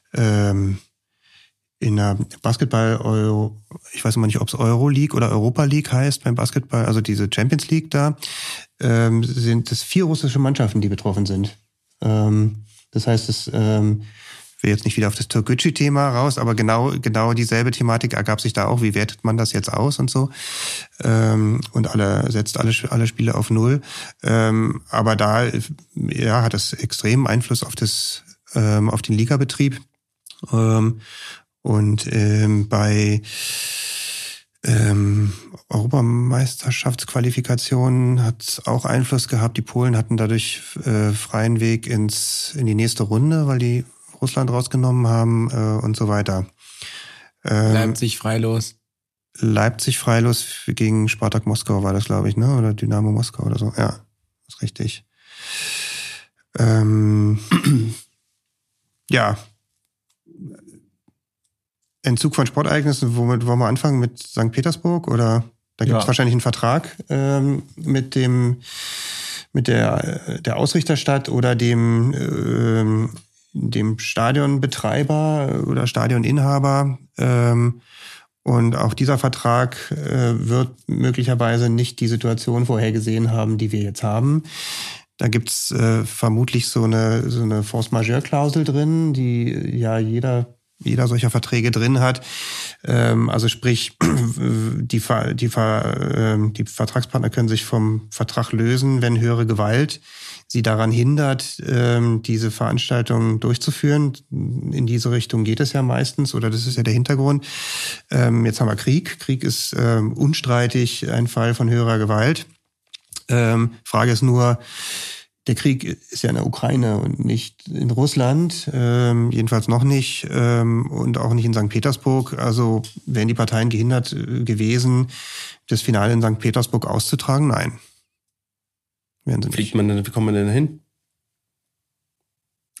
in der Basketball, ich weiß immer nicht, ob es Euroleague oder Europa League heißt beim Basketball, also diese Champions League da, sind es 4 russische Mannschaften, die betroffen sind. Das heißt, ich will jetzt nicht wieder auf das Türkgücü-Thema raus, aber genau dieselbe Thematik ergab sich da auch. Wie wertet man das jetzt aus und so? Und setzt alle Spiele auf 0. Aber da hat es extremen Einfluss auf den Ligabetrieb. Und bei Europameisterschaftsqualifikationen hat es auch Einfluss gehabt. Die Polen hatten dadurch freien Weg in die nächste Runde, weil die Russland rausgenommen haben und so weiter. Leipzig freilos gegen Spartak Moskau war das, glaube ich, ne? Oder Dynamo Moskau oder so. Ja, ist richtig. Ja. Entzug von Sportereignissen, womit wollen wir anfangen? Mit St. Petersburg? Oder da gibt es wahrscheinlich einen Vertrag mit der Ausrichterstadt oder dem Stadionbetreiber oder Stadioninhaber. Und auch dieser Vertrag wird möglicherweise nicht die Situation vorhergesehen haben, die wir jetzt haben. Da gibt's vermutlich so eine Force-Majeure-Klausel drin, die ja jeder solcher Verträge drin hat. Also sprich, die Vertragspartner können sich vom Vertrag lösen, wenn höhere Gewalt sie daran hindert, diese Veranstaltung durchzuführen. In diese Richtung geht es ja meistens, oder das ist ja der Hintergrund. Jetzt haben wir Krieg. Krieg ist unstreitig ein Fall von höherer Gewalt. Frage ist nur, der Krieg ist ja in der Ukraine und nicht in Russland, jedenfalls noch nicht, und auch nicht in St. Petersburg. Also wären die Parteien gehindert gewesen, das Finale in St. Petersburg auszutragen? Nein. Wären sie nicht. Wie kommt man denn hin?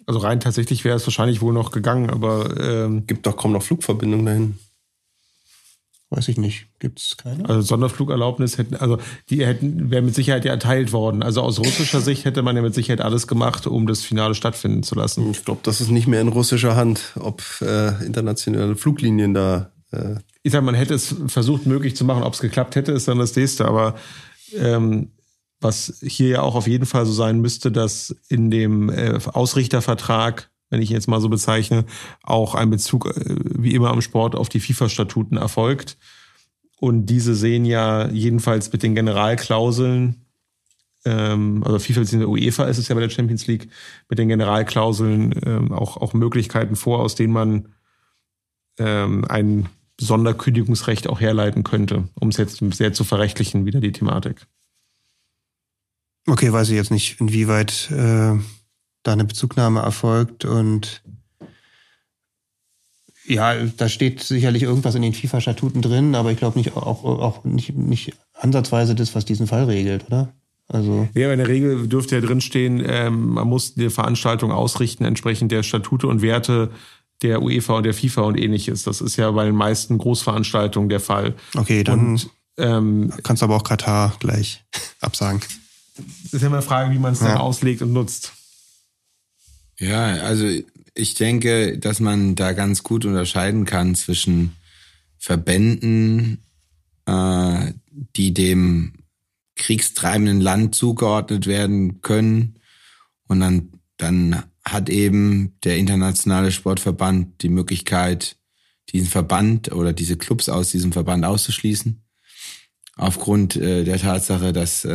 Also rein tatsächlich wäre es wahrscheinlich wohl noch gegangen, aber gibt doch kaum noch Flugverbindungen dahin. Weiß ich nicht. Gibt es keine? Also Sonderflugerlaubnis wäre mit Sicherheit ja erteilt worden. Also aus russischer Sicht hätte man ja mit Sicherheit alles gemacht, um das Finale stattfinden zu lassen. Ich glaube, das ist nicht mehr in russischer Hand, ob internationale Fluglinien da... Ich sag, man hätte es versucht möglich zu machen. Ob es geklappt hätte, ist dann das nächste. Aber was hier ja auch auf jeden Fall so sein müsste, dass in dem Ausrichtervertrag, wenn ich ihn jetzt mal so bezeichne, auch ein Bezug, wie immer am Sport, auf die FIFA-Statuten erfolgt. Und diese sehen ja jedenfalls mit den Generalklauseln, also FIFA bzw. UEFA ist es ja bei der Champions League, mit den Generalklauseln auch Möglichkeiten vor, aus denen man ein Sonderkündigungsrecht auch herleiten könnte, um es jetzt sehr zu verrechtlichen, wieder die Thematik. Okay, weiß ich jetzt nicht, inwieweit da eine Bezugnahme erfolgt und ja, da steht sicherlich irgendwas in den FIFA-Statuten drin, aber ich glaube nicht ansatzweise das, was diesen Fall regelt, oder? Also ja, in der Regel dürfte ja drinstehen, man muss die Veranstaltung ausrichten entsprechend der Statute und Werte der UEFA und der FIFA und ähnliches. Das ist ja bei den meisten Großveranstaltungen der Fall. Okay, dann kannst du aber auch Katar gleich absagen. Das ist ja immer eine Frage, wie man es dann auslegt und nutzt. Ja, also ich denke, dass man da ganz gut unterscheiden kann zwischen Verbänden, die dem kriegstreibenden Land zugeordnet werden können, und dann hat eben der internationale Sportverband die Möglichkeit, diesen Verband oder diese Clubs aus diesem Verband auszuschließen, aufgrund der Tatsache, dass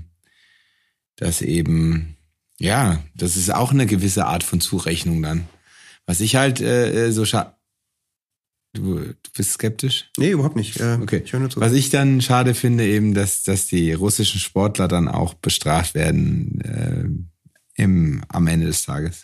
eben, ja, das ist auch eine gewisse Art von Zurechnung dann. Was ich halt so Du bist skeptisch? Nee, überhaupt nicht. Okay. Ich höre nur zu. Was ich dann schade finde, eben, dass die russischen Sportler dann auch bestraft werden am Ende des Tages.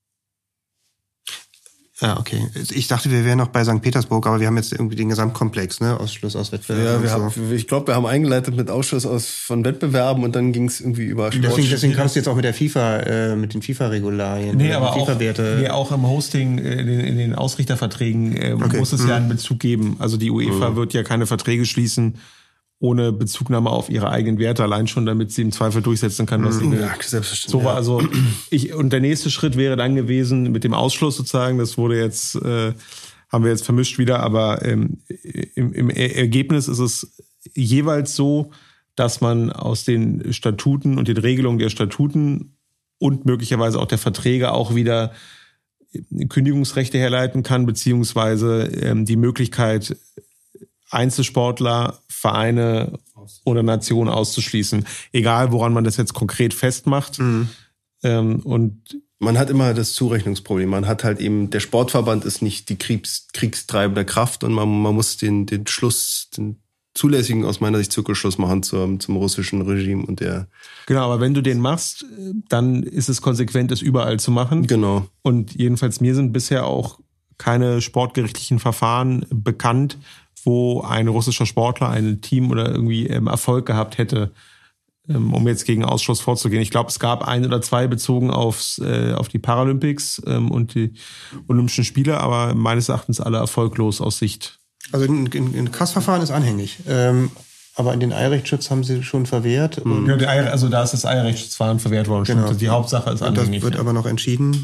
Ja, okay. Ich dachte, wir wären noch bei St. Petersburg, aber wir haben jetzt irgendwie den Gesamtkomplex, ne? Ausschluss aus Wettbewerben. Ja, ich glaube, wir haben eingeleitet mit Ausschluss von Wettbewerben und dann ging es irgendwie über Sport. Deswegen kannst du jetzt auch mit der FIFA, mit den FIFA-Regularien, aber FIFA-Werte. Auch im Hosting, in den Ausrichterverträgen muss es ja einen Bezug geben. Also die UEFA wird ja keine Verträge schließen ohne Bezugnahme auf ihre eigenen Werte, allein schon, damit sie im Zweifel durchsetzen kann, was sie will. Ja, selbstverständlich. So war also und der nächste Schritt wäre dann gewesen mit dem Ausschluss sozusagen. Das wurde jetzt haben wir jetzt vermischt wieder, aber im Ergebnis ist es jeweils so, dass man aus den Statuten und den Regelungen der Statuten und möglicherweise auch der Verträge auch wieder Kündigungsrechte herleiten kann, beziehungsweise die Möglichkeit, Einzelsportler, Vereine oder Nationen auszuschließen. Egal, woran man das jetzt konkret festmacht. Und man hat immer das Zurechnungsproblem. Man hat halt eben, der Sportverband ist nicht die kriegstreibende Kraft und man muss den zulässigen, aus meiner Sicht, Zirkelschluss machen zum russischen Regime und der. Genau, aber wenn du den machst, dann ist es konsequent, es überall zu machen. Genau. Und jedenfalls mir sind bisher auch keine sportgerichtlichen Verfahren bekannt, wo ein russischer Sportler, ein Team oder irgendwie Erfolg gehabt hätte, um jetzt gegen Ausschluss vorzugehen. Ich glaube, es gab 1 oder 2 bezogen auf die Paralympics und die Olympischen Spiele, aber meines Erachtens alle erfolglos aus Sicht. Also ein Kassverfahren ist anhängig. Aber in den Eilrechtsschutz haben sie schon verwehrt. Ja, da ist das Eilrechtsschutzverfahren verwehrt worden. Genau. Die Hauptsache ist anhängig. Das wird aber noch entschieden.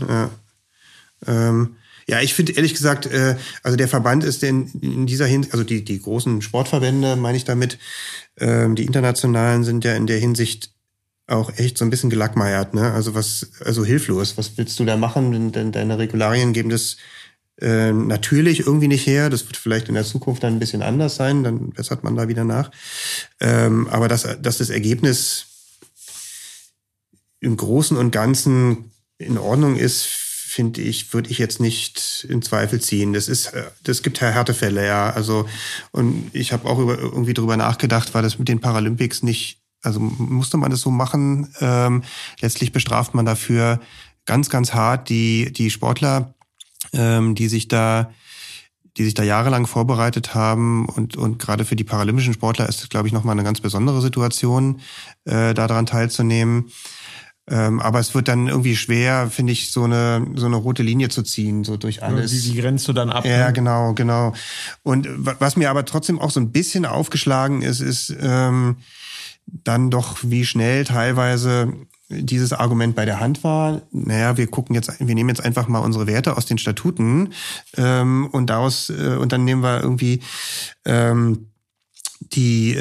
Ja, ich finde ehrlich gesagt, also der Verband ist in dieser Hinsicht, also die großen Sportverbände, meine ich damit, die internationalen sind ja in der Hinsicht auch echt so ein bisschen gelackmeiert, ne? Also hilflos. Was willst du da machen? Denn deine Regularien geben das natürlich irgendwie nicht her. Das wird vielleicht in der Zukunft dann ein bisschen anders sein, dann bessert man da wieder nach. Aber dass das Ergebnis im Großen und Ganzen in Ordnung ist, finde ich, würde ich jetzt nicht in Zweifel ziehen. Das gibt Härtefälle, ja. Also, und ich habe auch irgendwie drüber nachgedacht, war das mit den Paralympics nicht, also musste man das so machen? Letztlich bestraft man dafür ganz, ganz hart die Sportler, die sich da jahrelang vorbereitet haben und gerade für die paralympischen Sportler ist das, glaube ich, nochmal eine ganz besondere Situation, daran teilzunehmen. Aber es wird dann irgendwie schwer, finde ich, so eine rote Linie zu ziehen, so durch alles. Wie grenzt du dann ab? Ja, genau. Und was mir aber trotzdem auch so ein bisschen aufgeschlagen ist dann doch, wie schnell teilweise dieses Argument bei der Hand war. Naja, wir nehmen jetzt einfach mal unsere Werte aus den Statuten und dann nehmen wir irgendwie die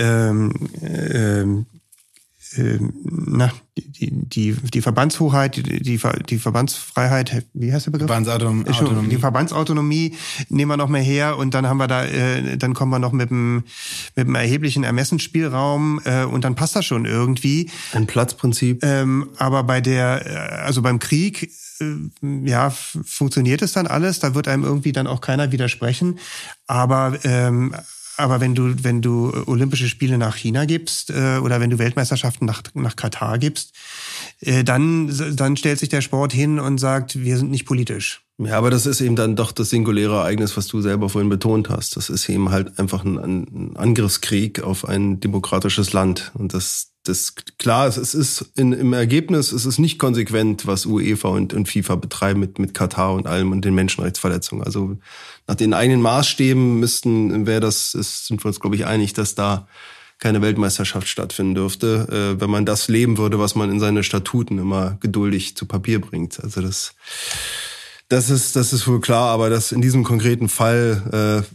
Verbandshoheit, die Verbandsfreiheit, wie heißt der Begriff? Verbandsautonomie. Die Verbandsautonomie nehmen wir noch mehr her und dann haben wir dann kommen wir noch mit einem erheblichen Ermessensspielraum und dann passt das schon irgendwie. Ein Platzprinzip. Aber beim Krieg, funktioniert es dann alles, da wird einem irgendwie dann auch keiner widersprechen. Aber wenn du Olympische Spiele nach China gibst oder wenn du Weltmeisterschaften nach Katar gibst, dann stellt sich der Sport hin und sagt, wir sind nicht politisch. Ja, aber das ist eben dann doch das singuläre Ereignis, was du selber vorhin betont hast. Das ist eben halt einfach ein Angriffskrieg auf ein demokratisches Land. Und das klar, es ist im Ergebnis, es ist nicht konsequent, was UEFA und FIFA betreiben mit Katar und allem und den Menschenrechtsverletzungen. Also nach den eigenen Maßstäben sind wir uns, glaube ich, einig, dass da keine Weltmeisterschaft stattfinden dürfte, wenn man das leben würde, was man in seine Statuten immer geduldig zu Papier bringt. Also das ist wohl klar, aber das in diesem konkreten Fall,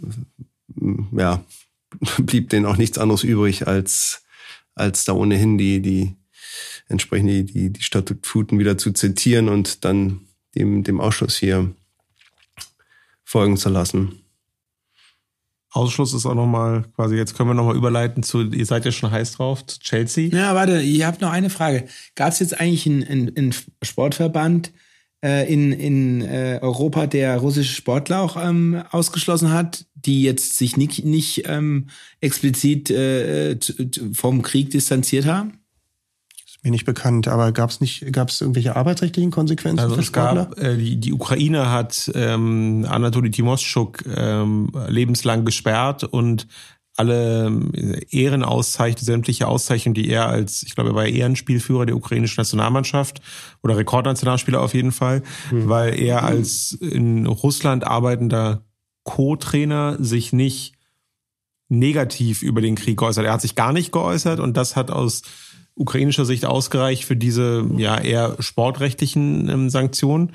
blieb denen auch nichts anderes übrig, als da ohnehin die entsprechend die Statuten wieder zu zitieren und dann dem Ausschuss hier folgen zu lassen. Ausschluss ist auch nochmal, quasi, jetzt können wir nochmal überleiten ihr seid ja schon heiß drauf, zu Chelsea. Ja, warte, ihr habt noch eine Frage. Gab es jetzt eigentlich einen Sportverband in Europa, der russische Sportler auch ausgeschlossen hat, die jetzt sich nicht explizit vom Krieg distanziert haben? Ist mir nicht bekannt, aber gab es irgendwelche arbeitsrechtlichen Konsequenzen für Sportler? Die Ukraine hat Anatoli Timoschuk lebenslang gesperrt und alle Ehrenauszeichnungen, sämtliche Auszeichnungen, die er er war Ehrenspielführer der ukrainischen Nationalmannschaft oder Rekordnationalspieler auf jeden Fall, weil er als in Russland arbeitender Co-Trainer sich nicht negativ über den Krieg geäußert. Er hat sich gar nicht geäußert und das hat aus ukrainischer Sicht ausgereicht für diese eher sportrechtlichen Sanktionen.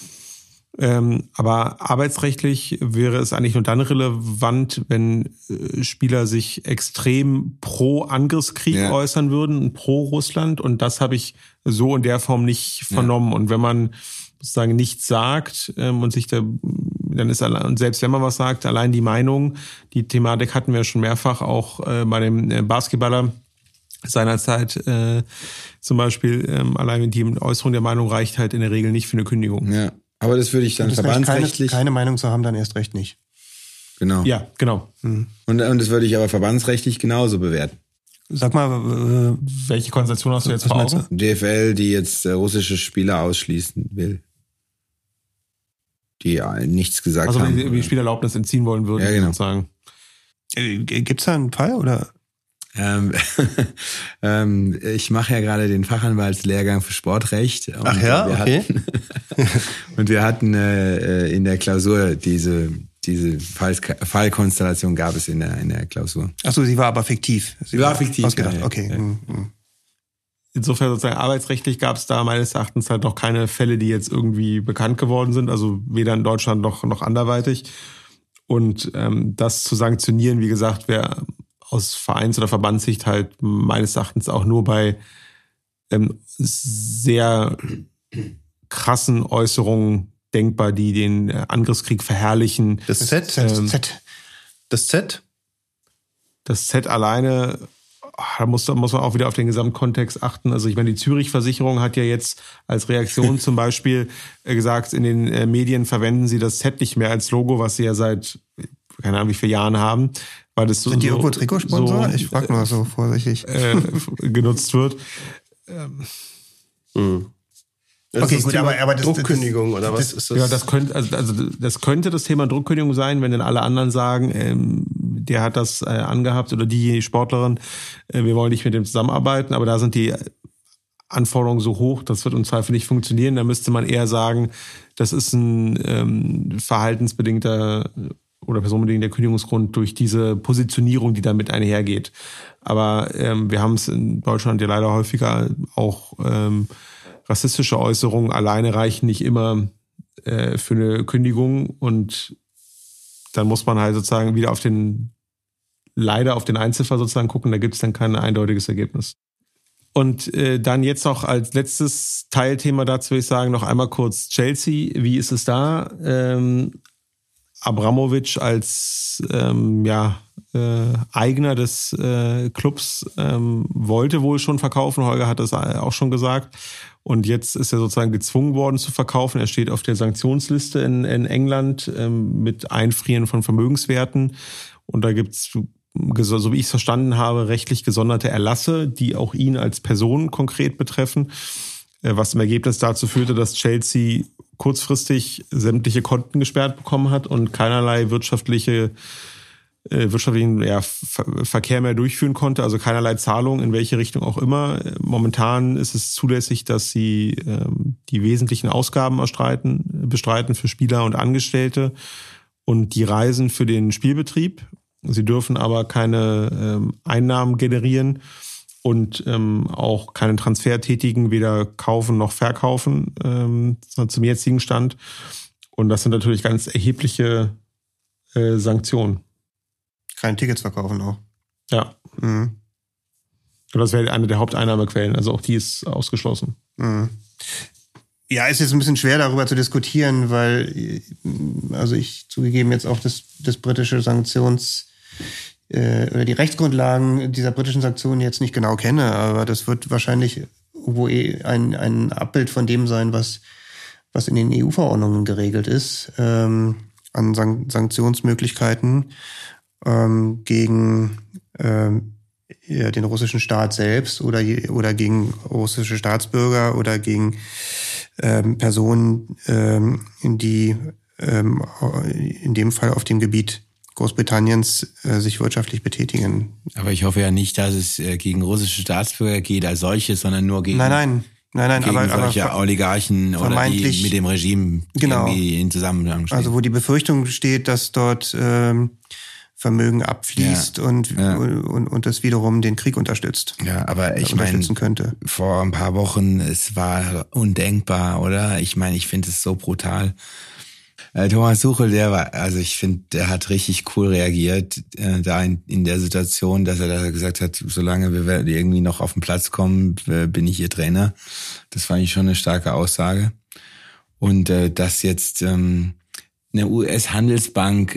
Aber arbeitsrechtlich wäre es eigentlich nur dann relevant, wenn Spieler sich extrem pro Angriffskrieg äußern würden und pro Russland. Und das habe ich so in der Form nicht vernommen. Und wenn man sozusagen nichts sagt und sich und selbst wenn man was sagt, allein die Meinung, die Thematik hatten wir schon mehrfach auch bei dem Basketballer seinerzeit zum Beispiel, allein die Äußerung der Meinung reicht halt in der Regel nicht für eine Kündigung. Ja. Aber das würde ich dann verbandsrechtlich... Keine Meinung zu haben, dann erst recht nicht. Genau. Ja, genau. Und das würde ich aber verbandsrechtlich genauso bewerten. Sag mal, welche Konstellation hast du jetzt vor Augen? DFL, die jetzt russische Spieler ausschließen will. Die nichts gesagt haben. Also wenn die Spielerlaubnis entziehen wollen würden, sozusagen. Gibt's da einen Fall, oder? Ich mache ja gerade den Fachanwaltslehrgang für Sportrecht. Und ach ja, okay. Und wir hatten in der Klausur diese Fallkonstellation gab es in der Klausur. Ach so, sie war aber fiktiv. Sie war fiktiv. Ausgedacht, ja, okay. Ja. Insofern sozusagen arbeitsrechtlich gab es da meines Erachtens halt noch keine Fälle, die jetzt irgendwie bekannt geworden sind, also weder in Deutschland noch anderweitig. Und das zu sanktionieren, wie gesagt, wäre aus Vereins- oder Verbandssicht halt meines Erachtens auch nur bei sehr krassen Äußerungen denkbar, die den Angriffskrieg verherrlichen. Das Z alleine, da muss man auch wieder auf den Gesamtkontext achten. Also ich meine, die Zürich-Versicherung hat ja jetzt als Reaktion zum Beispiel gesagt, in den Medien verwenden sie das Z nicht mehr als Logo, was sie ja seit keine Ahnung wie viele Jahren haben. Weil das sind die irgendwo Trikotsponsor? Ich frage nur so vorsichtig. Genutzt wird. Okay, gut, aber das Druckkündigung oder was ist das? Ja, das könnte das Thema Druckkündigung sein, wenn dann alle anderen sagen, der hat das angehabt oder die Sportlerin, wir wollen nicht mit dem zusammenarbeiten, aber da sind die Anforderungen so hoch, das wird im Zweifel nicht funktionieren. Da müsste man eher sagen, das ist ein verhaltensbedingter oder personenbedingter Kündigungsgrund durch diese Positionierung, die damit einhergeht. Aber wir haben es in Deutschland ja leider häufiger auch rassistische Äußerungen alleine reichen nicht immer für eine Kündigung und dann muss man halt sozusagen wieder auf den Einzelfall sozusagen gucken, da gibt es dann kein eindeutiges Ergebnis. Und dann jetzt noch als letztes Teilthema dazu würde ich sagen, noch einmal kurz Chelsea. Wie ist es da? Abramovich als Eigner des Clubs wollte wohl schon verkaufen. Holger hat das auch schon gesagt. Und jetzt ist er sozusagen gezwungen worden zu verkaufen. Er steht auf der Sanktionsliste in England mit Einfrieren von Vermögenswerten. Und da gibt's, so wie ich es verstanden habe, rechtlich gesonderte Erlasse, die auch ihn als Person konkret betreffen. Was im Ergebnis dazu führte, dass Chelsea kurzfristig sämtliche Konten gesperrt bekommen hat und keinerlei wirtschaftlichen Verkehr mehr durchführen konnte, also keinerlei Zahlung in welche Richtung auch immer. Momentan ist es zulässig, dass sie die wesentlichen Ausgaben bestreiten für Spieler und Angestellte und die Reisen für den Spielbetrieb. Sie dürfen aber keine Einnahmen generieren und auch keinen Transfer tätigen, weder kaufen noch verkaufen zum jetzigen Stand. Und das sind natürlich ganz erhebliche Sanktionen. Keine Tickets verkaufen auch. Ja. Mhm. Und das wäre eine der Haupteinnahmequellen. Also auch die ist ausgeschlossen. Mhm. Ja, ist jetzt ein bisschen schwer darüber zu diskutieren, weil also ich zugegeben jetzt auch das britische Sanktions- oder die Rechtsgrundlagen dieser britischen Sanktionen jetzt nicht genau kenne, aber das wird wahrscheinlich irgendwo ein Abbild von dem sein, was in den EU-Verordnungen geregelt ist, an Sanktionsmöglichkeiten gegen den russischen Staat selbst oder gegen russische Staatsbürger oder gegen Personen, die in dem Fall auf dem Gebiet Großbritanniens sich wirtschaftlich betätigen. Aber ich hoffe ja nicht, dass es gegen russische Staatsbürger geht als solches, sondern nur gegen Nein, gegen solche Oligarchen oder die mit dem Regime irgendwie in Zusammenhang stehen. Also wo die Befürchtung steht, dass dort Vermögen abfließt und das wiederum den Krieg unterstützt. Ja, aber ich meine, vor ein paar Wochen, es war undenkbar, oder? Ich meine, ich finde es so brutal. Thomas Tuchel, ich finde, der hat richtig cool reagiert, da in der Situation, dass er da gesagt hat, solange wir irgendwie noch auf den Platz kommen, bin ich ihr Trainer. Das fand ich schon eine starke Aussage. Und dass jetzt eine US-Handelsbank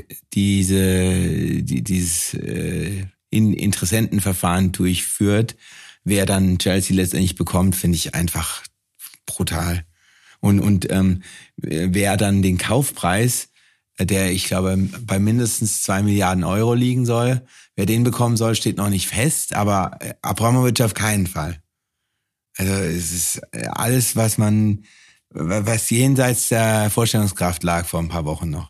dieses Interessentenverfahren durchführt, wer dann Chelsea letztendlich bekommt, finde ich einfach brutal. Und wer dann den Kaufpreis, der ich glaube bei mindestens 2 Milliarden Euro liegen soll, wer den bekommen soll, steht noch nicht fest, aber Abramovich auf keinen Fall. Also es ist alles, was jenseits der Vorstellungskraft lag vor ein paar Wochen noch.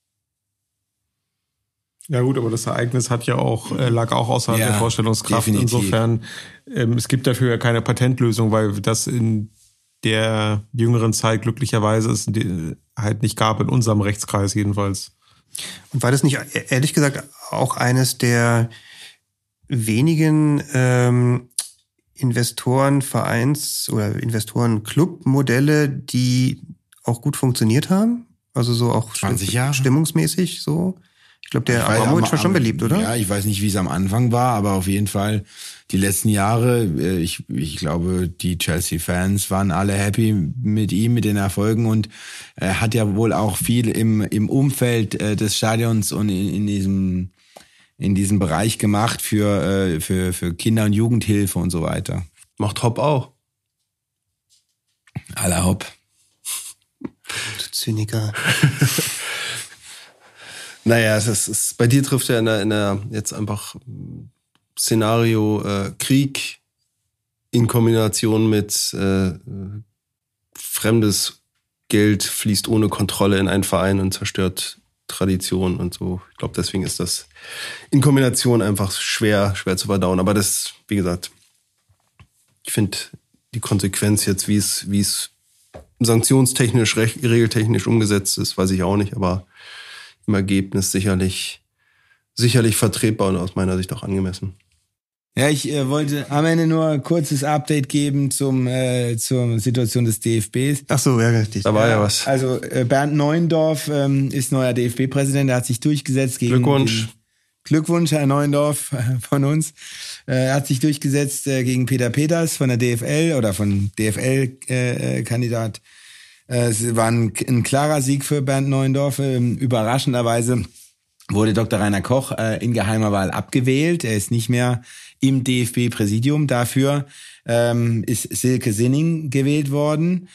Ja gut, aber das Ereignis lag auch außerhalb der Vorstellungskraft. Definitiv. Insofern, es gibt dafür ja keine Patentlösung, weil das in der jüngeren Zeit glücklicherweise es halt nicht gab, in unserem Rechtskreis jedenfalls. Und war das nicht, ehrlich gesagt, auch eines der wenigen Investorenvereins- oder Investoren-Club-Modelle, die auch gut funktioniert haben? Also so auch 20 Jahre? Stimmungsmäßig so? Ich glaube, der Abramovich war schon beliebt, oder? Ja, ich weiß nicht, wie es am Anfang war, aber auf jeden Fall die letzten Jahre, ich glaube, die Chelsea-Fans waren alle happy mit ihm, mit den Erfolgen und er hat ja wohl auch viel im Umfeld des Stadions und in diesem Bereich gemacht für Kinder- und Jugendhilfe und so weiter. Macht Hopp auch. Aller Hopp. Du Zyniker. Naja, es ist bei dir trifft ja in der jetzt einfach Szenario Krieg in Kombination mit fremdes Geld fließt ohne Kontrolle in einen Verein und zerstört Tradition und so. Ich glaube, deswegen ist das in Kombination einfach schwer zu verdauen. Aber das, wie gesagt, ich finde die Konsequenz jetzt, wie es sanktionstechnisch, regeltechnisch umgesetzt ist, weiß ich auch nicht, aber im Ergebnis sicherlich vertretbar und aus meiner Sicht auch angemessen. Ja, ich wollte am Ende nur ein kurzes Update geben zur Situation des DFBs. Ach so, ja, richtig. Da war ja was. Also Bernd Neuendorf ist neuer DFB-Präsident, der hat sich durchgesetzt gegen Glückwunsch, Herr Neuendorf von uns. Er hat sich durchgesetzt gegen Peter Peters von der DFL oder von DFL-Kandidat. Es war ein klarer Sieg für Bernd Neuendorf. Überraschenderweise wurde Dr. Rainer Koch in geheimer Wahl abgewählt. Er ist nicht mehr im DFB-Präsidium. Dafür ist Silke Sinning gewählt worden.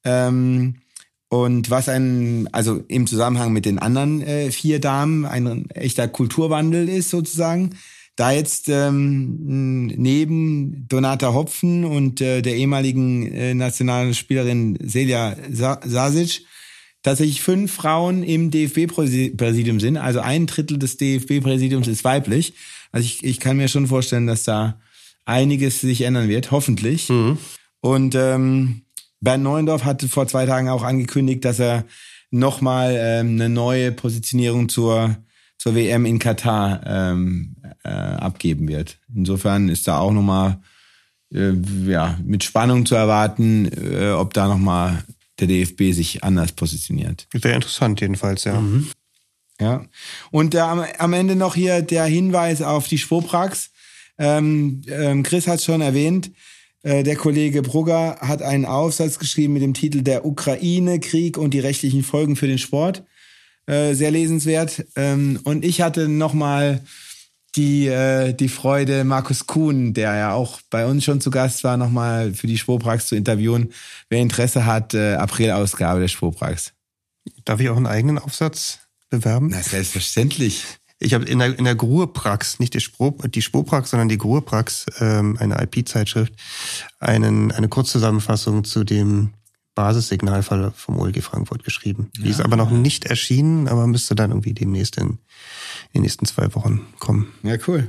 Und was also im Zusammenhang mit den anderen 4 Damen ein echter Kulturwandel ist sozusagen, da jetzt neben Donata Hopfen und der ehemaligen Nationalspielerin Selja Sasic tatsächlich 5 Frauen im DFB-Präsidium sind. Also 1/3 des DFB-Präsidiums ist weiblich. Also ich kann mir schon vorstellen, dass da einiges sich ändern wird, hoffentlich. Mhm. Und Bernd Neuendorf hatte vor 2 Tagen auch angekündigt, dass er nochmal eine neue Positionierung zur WM in Katar abgeben wird. Insofern ist da auch nochmal mit Spannung zu erwarten, ob da nochmal der DFB sich anders positioniert. Wäre interessant jedenfalls, ja. Mhm. Ja. Und am Ende noch hier der Hinweis auf die Spoprax. Chris hat es schon erwähnt. Der Kollege Brugger hat einen Aufsatz geschrieben mit dem Titel Der Ukraine, Krieg und die rechtlichen Folgen für den Sport. Sehr lesenswert. Und ich hatte nochmal die Freude, Markus Kuhn, der ja auch bei uns schon zu Gast war, nochmal für die Spoprax zu interviewen. Wer Interesse hat, April-Ausgabe der Spoprax. Darf ich auch einen eigenen Aufsatz bewerben? Na, selbstverständlich. Ich habe in der Gruheprax, nicht die Spoprax, sondern die Gruheprax, eine IP-Zeitschrift, eine Kurzzusammenfassung zu dem Basissignalfall vom OLG Frankfurt geschrieben. Die ist aber noch nicht erschienen, aber müsste dann irgendwie demnächst in den nächsten 2 Wochen kommen. Ja, cool.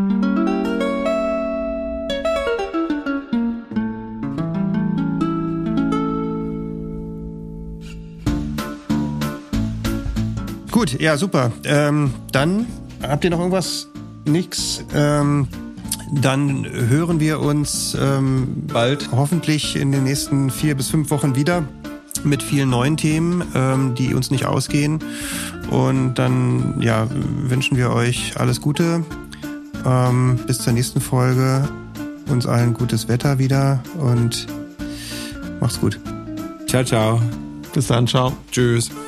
Gut, ja, super. Dann habt ihr noch irgendwas? Nix. Dann hören wir uns bald, hoffentlich in den nächsten 4 bis 5 Wochen wieder mit vielen neuen Themen, die uns nicht ausgehen. Und dann wünschen wir euch alles Gute. Bis zur nächsten Folge. Uns allen gutes Wetter wieder und macht's gut. Ciao, ciao. Bis dann, ciao. Tschüss.